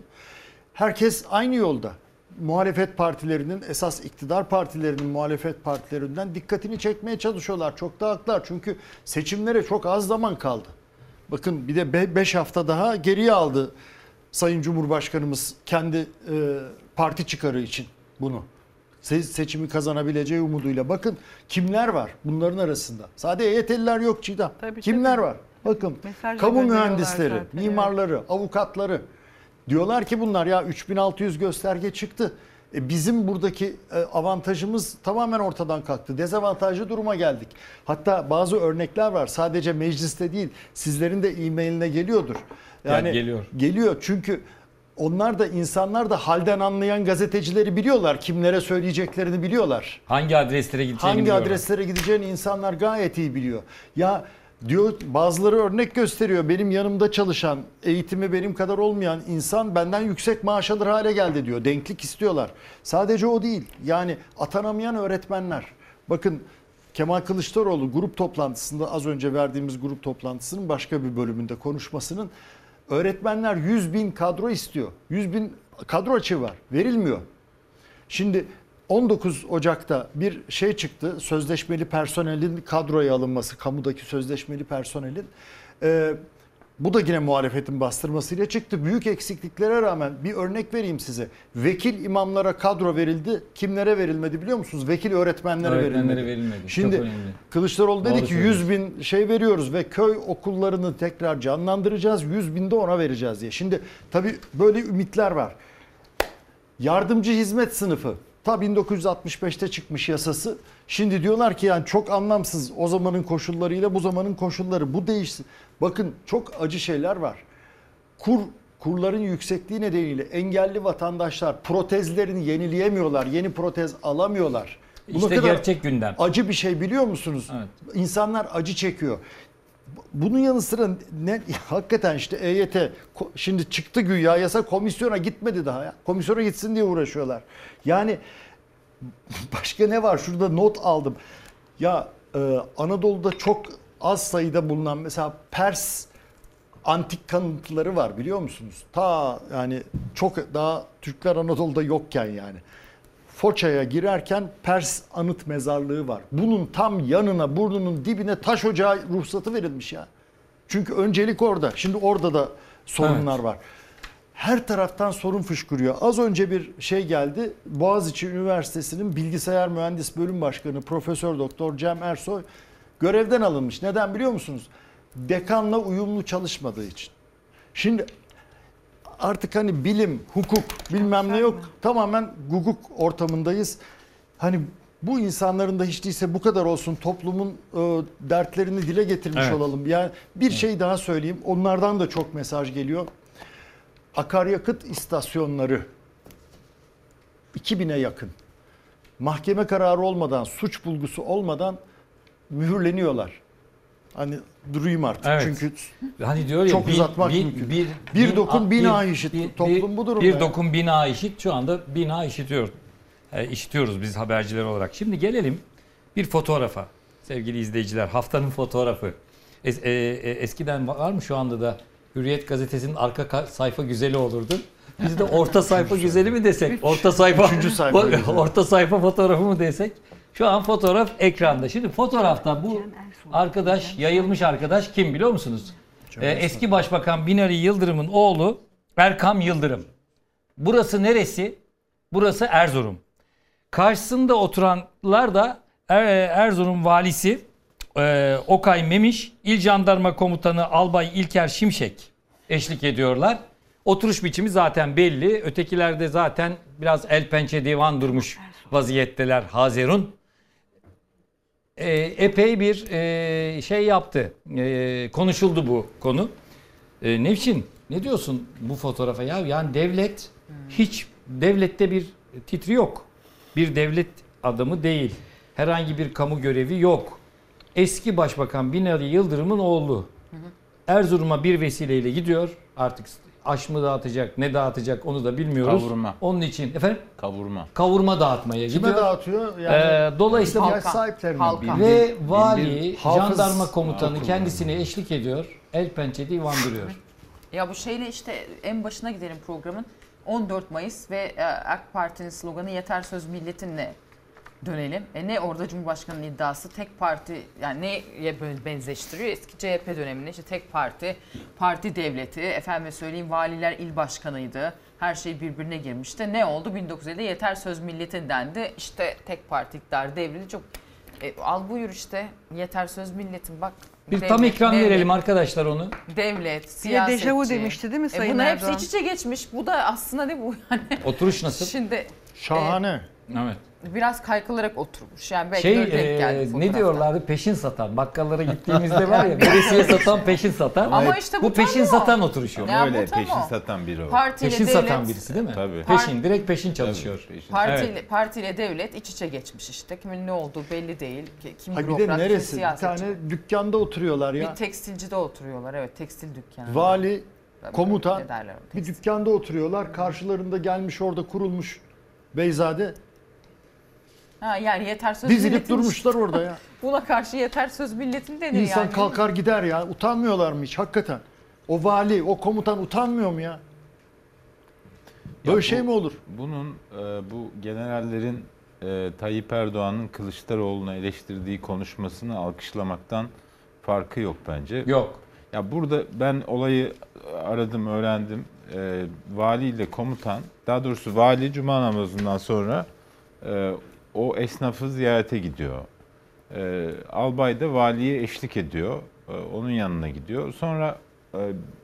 Herkes aynı yolda. Muhalefet partilerinin, esas iktidar partilerinin muhalefet partilerinden dikkatini çekmeye çalışıyorlar. Çok da haklılar. Çünkü seçimlere çok az zaman kaldı. Bakın bir de beş hafta daha geriye aldı Sayın Cumhurbaşkanımız kendi e, parti çıkarı için bunu. Se- seçimi kazanabileceği umuduyla. Bakın kimler var bunların arasında. Sadece E Y T'liler yok Çiğdem. Tabii, Kimler tabii. var? Bakın Mesaj da kamu gönderiyorlar mühendisleri, zaten, mimarları, avukatları. Diyorlar ki bunlar ya üç bin altı yüz gösterge çıktı. E bizim buradaki e, avantajımız tamamen ortadan kalktı. Dezavantajlı duruma geldik. Hatta bazı örnekler var. Sadece mecliste değil, sizlerin de e-mailine geliyordur. Yani Gel- geliyor. Geliyor çünkü onlar da, insanlar da halden anlayan gazetecileri biliyorlar. Kimlere söyleyeceklerini biliyorlar. Hangi adreslere gideceğini Hangi biliyorlar. adreslere gideceğini insanlar gayet iyi biliyor. Ya diyor, bazıları örnek gösteriyor. Benim yanımda çalışan, eğitimi benim kadar olmayan insan benden yüksek maaş alır hale geldi diyor. Denklik istiyorlar. Sadece o değil. Yani atanamayan öğretmenler. Bakın Kemal Kılıçdaroğlu grup toplantısında, az önce verdiğimiz grup toplantısının başka bir bölümünde konuşmasının Öğretmenler yüz bin kadro istiyor. yüz bin kadro açığı var. Verilmiyor. Şimdi on dokuz Ocak'ta bir şey çıktı. Sözleşmeli personelin kadroya alınması, kamudaki sözleşmeli personelin. Ee, bu da yine muhalefetin bastırmasıyla çıktı. Büyük eksikliklere rağmen bir örnek vereyim size. Vekil imamlara kadro verildi. Kimlere verilmedi biliyor musunuz? Vekil öğretmenlere, Öğretmenlere verilmedi. verilmedi. Şimdi Çok önemli. Kılıçdaroğlu dedi Doğru ki yüz bin şey veriyoruz ve köy okullarını tekrar canlandıracağız. yüz bin de ona vereceğiz diye. Şimdi tabii böyle ümitler var. Yardımcı hizmet sınıfı. Ta bin dokuz yüz altmış beşte çıkmış yasası. Şimdi diyorlar ki yani çok anlamsız o zamanın koşullarıyla bu zamanın koşulları. Bu değişsin. Bakın çok acı şeyler var. Kur kurların yüksekliği nedeniyle engelli vatandaşlar protezlerini yenileyemiyorlar. Yeni protez alamıyorlar. Bu İşte ne kadar gerçek gündem. acı bir şey biliyor musunuz? Evet. İnsanlar acı çekiyor. Bunun yanı sıra ne, hakikaten işte E Y T şimdi çıktı güya yasa, komisyona gitmedi daha ya. Komisyona gitsin diye uğraşıyorlar. Yani başka ne var? Şurada not aldım. Ya e, Anadolu'da çok az sayıda bulunan mesela Pers antik kanıtları var biliyor musunuz? Ta yani çok daha Türkler Anadolu'da yokken yani. Foça'ya girerken Pers anıt mezarlığı var. Bunun tam yanına, burnunun dibine taş ocağı ruhsatı verilmiş ya. Çünkü öncelik orada. Şimdi orada da sorunlar evet. var. Her taraftan sorun fışkırıyor. Az önce bir şey geldi. Boğaziçi Üniversitesi'nin bilgisayar mühendis bölüm başkanı Profesör Doktor Cem Ersoy görevden alınmış. Neden biliyor musunuz? Dekanla uyumlu çalışmadığı için. Şimdi artık hani bilim, hukuk bilmem ne yok. Tamamen hukuk ortamındayız. Hani bu insanların da hiç değilse bu kadar olsun toplumun e, dertlerini dile getirmiş evet. olalım. Yani bir evet. şey daha söyleyeyim. Onlardan da çok mesaj geliyor. Akaryakıt istasyonları iki bine yakın. Mahkeme kararı olmadan, suç bulgusu olmadan mühürleniyorlar. Hani durayım artık evet. çünkü hani diyor ya, çok bir, uzatmak bir, mümkün. Bir, bir, bir dokun bir, bina bir, işit. Bir, Toplum bir, bu durumda. Bir yani. dokun bina işit. Şu anda bina işitiyor. E, işitiyoruz biz haberciler olarak. Şimdi gelelim bir fotoğrafa. Sevgili izleyiciler, haftanın fotoğrafı. Es, e, e, eskiden var mı şu anda da Hürriyet gazetesinin arka sayfa güzeli olurdu. Biz de orta sayfa güzeli mi desek? Orta sayfa, sayfa orta sayfa fotoğrafı mı desek? Şu an fotoğraf ekranda. Şimdi fotoğrafta bu arkadaş, yayılmış arkadaş kim biliyor musunuz? Ee, eski Başbakan Binali Yıldırım'ın oğlu Erkam Yıldırım. Burası neresi? Burası Erzurum. Karşısında oturanlar da Erzurum valisi e, Okay Memiş, İl Jandarma Komutanı Albay İlker Şimşek eşlik ediyorlar. Oturuş biçimi zaten belli. Ötekiler de zaten biraz el pençe divan durmuş vaziyetteler Hazerun. E, epey bir e, şey yaptı. E, konuşuldu bu konu. E, Nevşin ne diyorsun bu fotoğrafa ya? Yani devlet hiç devlette bir titri yok. Bir devlet adamı değil. Herhangi bir kamu görevi yok. Eski Başbakan Binali Yıldırım'ın oğlu. Erzurum'a bir vesileyle gidiyor. Artık aş mı dağıtacak, ne dağıtacak onu da bilmiyoruz. Kavurma. Onun için efendim? Kavurma. Kavurma dağıtmaya Kime gidiyor. dağıtıyor? Yani ee, dolayısıyla halka. Ve vali, hafız, jandarma komutanı hafız. kendisine eşlik ediyor. El pençe divan duruyor. Ya bu şeyle işte en başına gidelim programın. on dört Mayıs ve AK Parti'nin sloganı yeter söz milletinle dönelim. E ne orada Cumhurbaşkanı'nın iddiası tek parti, yani neye benzeştiriyor? Eski C H P döneminde işte tek parti, parti devleti, efendime söyleyeyim valiler il başkanıydı. Her şey birbirine girmişti. Ne oldu? bin dokuz yüz ellide yeter söz milletin dendi. İşte tek parti iktidar devrildi. Çok e, al buyur işte yeter söz milletin bak. Bir devlet, tam ekran devlet, verelim arkadaşlar onu. Devlet, siyasetçi. Bir de dejavu demişti değil mi Sayın e, Bunlar Erdoğan? hepsi iç içe geçmiş. Bu da aslında ne bu yani? Oturuş nasıl? Şimdi şahane. E, evet. Biraz kaykılarak oturmuş. Yani belki şey, denk geldi e, ne diyorlardı? Peşin satan. Bakkallara gittiğimizde var ya, veresiye satan, peşin satan. Ama işte bu, bu peşin satan oturuşu. Ya öyle peşin o. satan biri o. Partiyle peşin devlet, satan birisi değil mi? Tabii. Peşin, direkt peşin çalışıyor. Tabii, peşin. Partiyle, evet. partiyle devlet iç içe geçmiş işte. Kimin ne olduğu belli değil. Kim ha, bürokrat, bir de neresi? kim siyasetçi. Bir tane dükkanda oturuyorlar ya. Bir tekstilcide oturuyorlar. Evet, tekstil dükkanı. Vali, Tabii, komutan bir dükkanda oturuyorlar. Karşılarında gelmiş orada kurulmuş Beyzade. Ha, yani yeter söz dizilip milletin durmuşlar orada ya. Buna karşı yeter söz milletin denir İnsan yani. kalkar gider ya. Utanmıyorlar mı hiç hakikaten? O vali, o komutan utanmıyor mu ya? Böyle Ya şey bu- mi olur? Bunun e, bu generallerin e, Tayyip Erdoğan'ın Kılıçdaroğlu'na eleştirdiği konuşmasını alkışlamaktan farkı yok bence. Yok. Ya burada ben olayı aradım, öğrendim. E, vali ile komutan, daha doğrusu vali cuma namazından sonra e, o esnafı ziyarete gidiyor. E, albay da valiye eşlik ediyor. E, onun yanına gidiyor. Sonra e,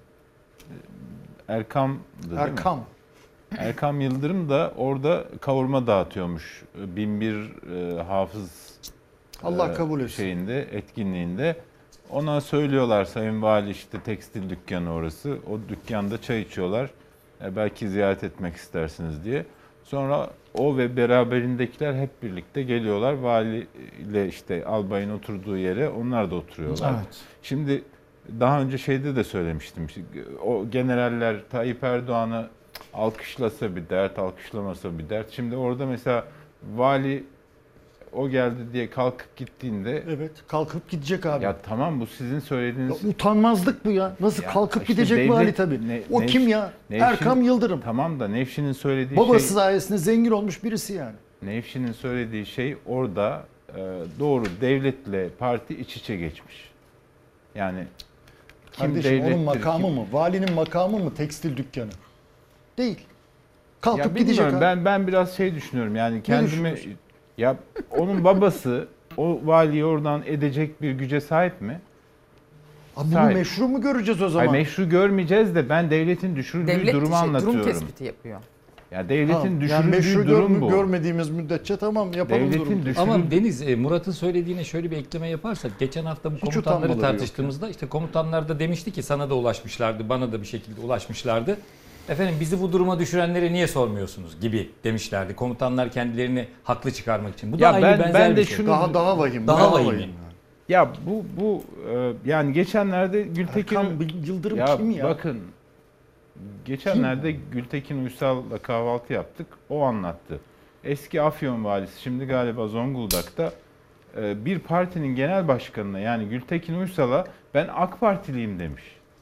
Erkam Erkam. Erkam Yıldırım da orada kavurma dağıtıyormuş. Bin bir e, hafız Allah e, kabul etsin. şeyinde, etkinliğinde. Ona söylüyorlar Sayın Vali işte tekstil dükkanı orası. O dükkanda çay içiyorlar. E, belki ziyaret etmek istersiniz diye. Sonra o ve beraberindekiler hep birlikte geliyorlar. Vali ile işte albayın oturduğu yere onlar da oturuyorlar. Evet. Şimdi daha önce şeyde de söylemiştim. O generaller Tayyip Erdoğan'ı alkışlasa bir dert, alkışlamasa bir dert. Şimdi orada mesela vali o geldi diye kalkıp gittiğinde... Evet, kalkıp gidecek abi. Ya tamam, bu sizin söylediğiniz... Ya utanmazlık bu ya. Nasıl Ya kalkıp işte gidecek devlet- vali tabii. Ne- O Nevş- kim ya? Nevşin- Erkam Yıldırım. Tamam da Nevşin'in söylediği Babası şey... sayesinde zengin olmuş birisi yani. Nevşin'in söylediği şey orada e, doğru devletle parti iç içe geçmiş. Yani kim Kardeşim onun devlettir, makamı kim- mı? Valinin makamı mı tekstil dükkanı? Değil. Kalkıp Ya gidecek bilmiyorum, abi. ben ben biraz şey düşünüyorum yani kendimi düşünüyorsun? ya onun babası o valiyi oradan edecek bir güce sahip mi? Abi bunu Sahip. meşru mu göreceğiz o zaman? Ay meşru görmeyeceğiz de ben devletin düşürdüğü Devlet durumu şey, anlatıyorum. durum tespiti yapıyor. Ya devletin Tamam, düşürdüğü yani meşru durum gör- bu. görmediğimiz müddetçe tamam yapalım Devletin durum. düşürdüğü- Ama Deniz, e, Murat'ın söylediğine şöyle bir ekleme yaparsak, geçen hafta bu Hiç komutanları utanmaları yok tartıştığımızda işte komutanlar da demişti ki sana da ulaşmışlardı, bana da bir şekilde ulaşmışlardı. Efendim bizi bu duruma düşürenlere niye sormuyorsunuz gibi demişlerdi. Komutanlar kendilerini haklı çıkarmak için. Bu da Ya aynı ben- benzer ben de bir şey. şunu- Daha daha vahim. Daha daha vahim. vahim. Ya bu bu e, yani geçenlerde Gültekin Erkan Yıldırım ya kim ya? bakın geçenlerde Gültekin Uysal'la kahvaltı yaptık. O anlattı. Eski Afyon valisi, şimdi galiba Zonguldak'ta e, bir partinin genel başkanına yani Gültekin Uysal'a ben AK Partiliyim demiş.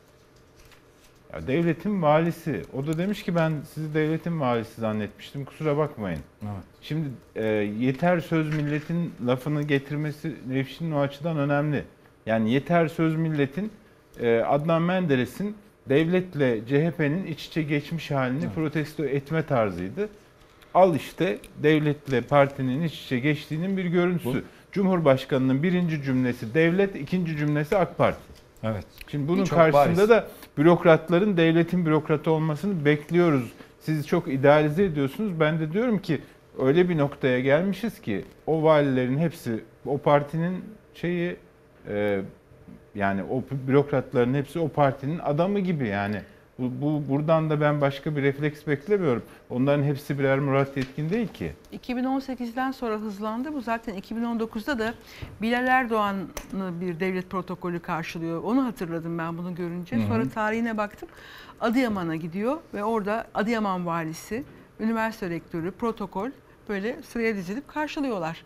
Ya devletin valisi. O da demiş ki ben sizi devletin valisi zannetmiştim. Kusura bakmayın. Evet. Şimdi e, yeter söz milletin lafını getirmesi Nevşin'in o açıdan önemli. Yani yeter söz milletin e, Adnan Menderes'in devletle C H P'nin iç içe geçmiş halini Evet. protesto etme tarzıydı. Al işte devletle partinin iç içe geçtiğinin bir görüntüsü. Bu- Cumhurbaşkanının birinci cümlesi devlet, ikinci cümlesi AK Parti. Evet. Şimdi bunun Çok karşısında bariz. da bürokratların devletin bürokratı olmasını bekliyoruz. Siz çok idealize ediyorsunuz. Ben de diyorum ki öyle bir noktaya gelmişiz ki o valilerin hepsi o partinin şeyi e, yani o bürokratların hepsi o partinin adamı gibi yani. Bu, bu buradan da ben başka bir refleks beklemiyorum. Onların hepsi birer Murat Yetkin değil ki. iki bin on sekizden sonra hızlandı. Bu zaten iki bin on dokuzda da Bilal Erdoğan'ı bir devlet protokolü karşılıyor. Onu hatırladım ben bunu görünce. Hı hı. Sonra tarihine baktım. Adıyaman'a gidiyor ve orada Adıyaman valisi, üniversite rektörü, protokol böyle sıraya dizilip karşılıyorlar.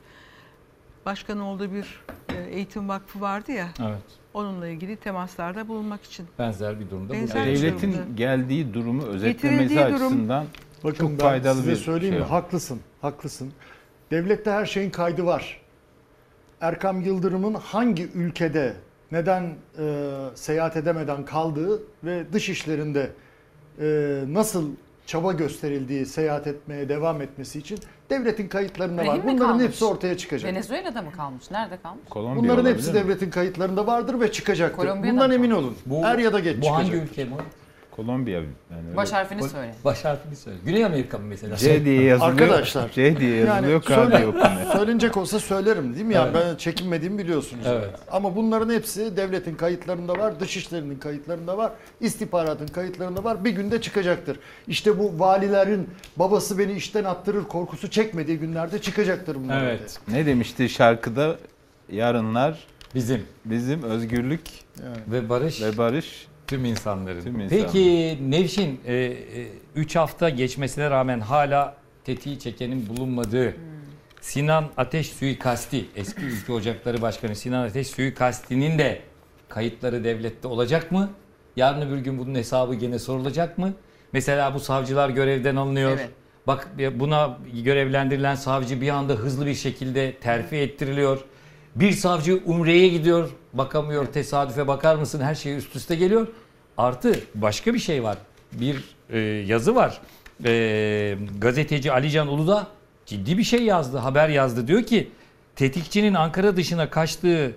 Başkan olduğu bir e, eğitim vakfı vardı ya. Evet. Onunla ilgili temaslarda bulunmak için. Benzer bir durumda. Benzer bu. bir Devletin durumda. geldiği durumu özetlemesi Getirdiği durum- açısından Bakın çok ben faydalı size bir söyleyeyim şey. mi? Haklısın, haklısın. Devlette her şeyin kaydı var. Erkam Yıldırım'ın hangi ülkede neden e, seyahat edemeden kaldığı ve dış işlerinde e, nasıl çaba gösterildiği seyahat etmeye devam etmesi için devletin kayıtlarında Rehin var. mi Bunların kalmış? hepsi ortaya çıkacak. Venezuela'da mı kalmış? Nerede kalmış? Kolombiya Bunların olabilir hepsi mi? devletin kayıtlarında vardır ve çıkacaktır. Kolombiya'dan Bundan mı? emin olun. Bu- er ya da geç Bu çıkacak. hangi ülke bu? Kolombiya yani öyle. Baş harfini Baş- söyle. Baş harfini söyle. Güney Amerika mı mesela? C diye yazılıyor. Arkadaşlar, C diye yazılıyor. Yani K söyle- diye okunuyor. söylenecek olsa söylerim değil mi? Yani Evet. ben çekinmediğimi biliyorsunuz. Evet. Ama bunların hepsi devletin kayıtlarında var, dışişlerinin kayıtlarında var, istihbaratın kayıtlarında var. Bir günde çıkacaktır. İşte bu valilerin babası beni işten attırır korkusu çekmediği günlerde çıkacaktır bunlar. Evet. Ne demişti şarkıda? Yarınlar Bizim. bizim özgürlük Ve barış. ve barış. Tüm insanların. Tüm insanların. Peki Nevşin, üç hafta geçmesine rağmen hala tetiği çekenin bulunmadığı Sinan Ateş suikasti, eski Ülke Ocakları Başkanı Sinan Ateş suikastinin de kayıtları devlette olacak mı? Yarın öbür gün bunun hesabı gene sorulacak mı? Mesela bu savcılar görevden alınıyor. Evet. Bak buna görevlendirilen savcı bir anda hızlı bir şekilde terfi ettiriliyor. Bir savcı Umre'ye gidiyor, bakamıyor, tesadüfe bakar mısın, her şey üst üste geliyor. Artı başka bir şey var. Bir e, yazı var. E, gazeteci Alican Uludağ ciddi bir şey yazdı, haber yazdı. Diyor ki tetikçinin Ankara dışına kaçtığı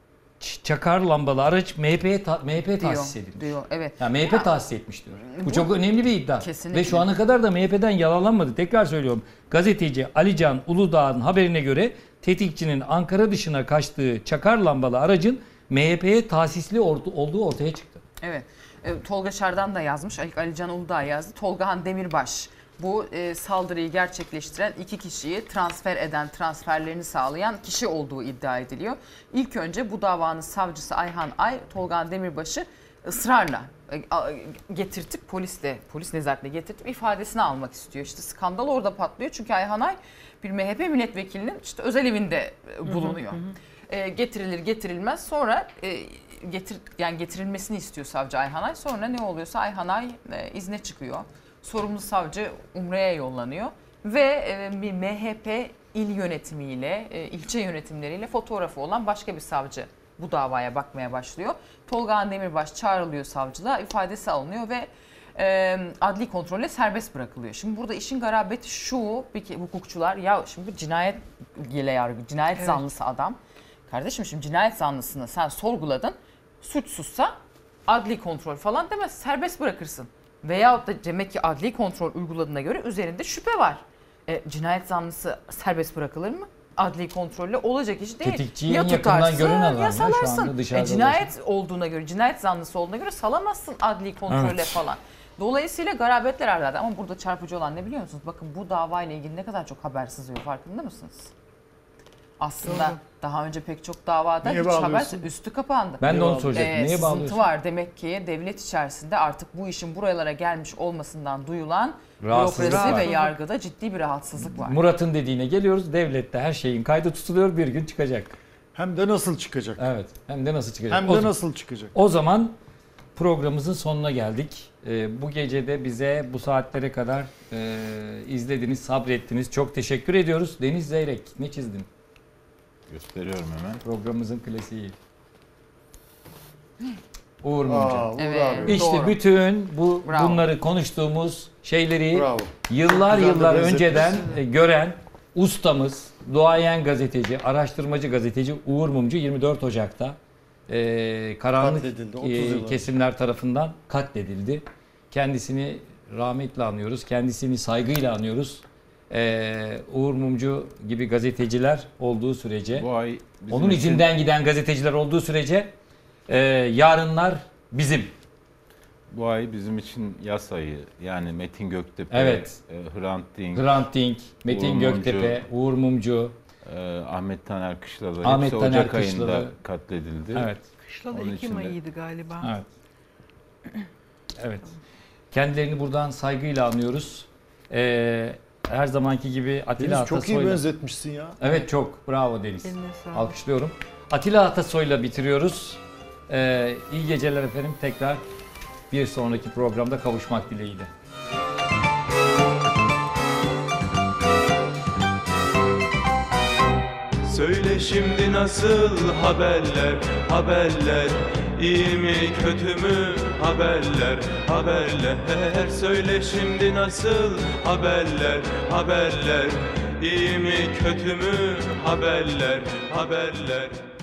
çakar lambalı araç M H P'ye ta, M H P tahsis edilmiş. Diyor, evet. Yani M H P ya, tahsis etmiş diyor. Bu, bu çok önemli bir iddia. Kesinlikle. Ve şu ana kadar da M H P'den yalanlanmadı. Tekrar söylüyorum. Gazeteci Alican Uludağ'ın haberine göre tetikçinin Ankara dışına kaçtığı çakar lambalı aracın M H P'ye tahsisli olduğu ortaya çıktı. Evet. E, Tolga Şardan da yazmış. Alican Uludağ yazdı. Tolgahan Demirbaş bu e, saldırıyı gerçekleştiren iki kişiyi transfer eden, transferlerini sağlayan kişi olduğu iddia ediliyor. İlk önce bu davanın savcısı Ayhan Ay, Tolgahan Demirbaş'ı ısrarla e, getirtip polisle, polis nezaretine getirtip ifadesini almak istiyor. İşte skandal orada patlıyor çünkü Ayhan Ay bir M H P milletvekilinin işte özel evinde bulunuyor. Hı hı hı. E, getirilir getirilmez sonra e, getir yani getirilmesini istiyor savcı Ayhan Ay. Sonra ne oluyorsa Ayhan Ay e, izne çıkıyor. Sorumlu savcı Umre'ye yollanıyor ve e, bir M H P il yönetimiyle, e, ilçe yönetimleriyle fotoğrafı olan başka bir savcı bu davaya bakmaya başlıyor. Tolgahan Demirbaş çağrılıyor savcılığa, ifadesi alınıyor ve e, adli kontrolle serbest bırakılıyor. Şimdi burada işin garabeti şu, bir hukukçular ya şimdi bu cinayet ile yargı, cinayet evet. zanlısı adam. Kardeşim şimdi cinayet zanlısını sen sorguladın, suçsuzsa adli kontrol falan demez, serbest bırakırsın. Veyahut da demek ki adli kontrol uyguladığına göre üzerinde şüphe var. E, cinayet zanlısı serbest bırakılır mı? Adli kontrolle olacak iş değil. Tetikçiyi ya en yakından gören adam ya salarsın. E, cinayet ulaşın. olduğuna göre, cinayet zanlısı olduğuna göre salamazsın adli kontrolle evet. falan. Dolayısıyla garabetler arada ama burada çarpıcı olan ne biliyor musunuz? Bakın bu davayla ilgili ne kadar çok haber sızıyor farkında mısınız? Aslında Doğru. daha önce pek çok davada Niye hiç haber üstü kapandı. Ben de onu soracaktım. Ee, Niye bağlıyorsun? Sızıntı var. Demek ki devlet içerisinde artık bu işin buralara gelmiş olmasından duyulan bürokrasi ve yargıda ciddi bir rahatsızlık var. Murat'ın dediğine geliyoruz. Devlette her şeyin kaydı tutuluyor, bir gün çıkacak. Hem de nasıl çıkacak? Evet. Hem de nasıl çıkacak? Hem de o nasıl çıkacak? O zaman programımızın sonuna geldik. Ee, bu gecede bize bu saatlere kadar e, izlediniz, sabrettiniz. Çok teşekkür ediyoruz. Deniz Zeyrek ne çizdin? Gösteriyorum hemen. Programımızın klasiği. Uğur Mumcu. Aa, Uğur evet, abi. İşte doğru. bütün bu Bravo. bunları konuştuğumuz şeyleri Bravo. yıllar Güzel yıllar önceden gören ustamız, duayen gazeteci, araştırmacı gazeteci Uğur Mumcu yirmi dört Ocak'ta e, karanlık e, kesimler tarafından katledildi. Kendisini rahmetle anıyoruz, kendisini saygıyla anıyoruz. Ee, Uğur Mumcu gibi gazeteciler olduğu sürece, bu ay onun için, izinden giden gazeteciler olduğu sürece e, yarınlar bizim. Bu ay bizim için yaz ayı. Yani Metin Göktepe, evet. e, Hrant Dink, Hrant Dink, Metin Uğur Göktepe, Mumcu, Uğur Mumcu, e, Ahmet Taner Kışlalı Ahmet hepsi Taner Ocak Kışlalı. ayında katledildi. Evet. Kışlalı Ekim ayıydı galiba. Evet. Evet. Kendilerini buradan saygıyla anıyoruz. Ee, her zamanki gibi Atilla Atasoy'la. Çok iyi benzetmişsin ya. Evet çok. Bravo Deniz. Alkışlıyorum. Atilla Atasoy'la bitiriyoruz. Ee, iyi geceler efendim. Tekrar bir sonraki programda kavuşmak dileğiyle. Söyle şimdi nasıl haberler, haberler, iyi mi kötü mü haberler, haberler. Söyle şimdi nasıl haberler, haberler, iyi mi kötü mü haberler, haberler.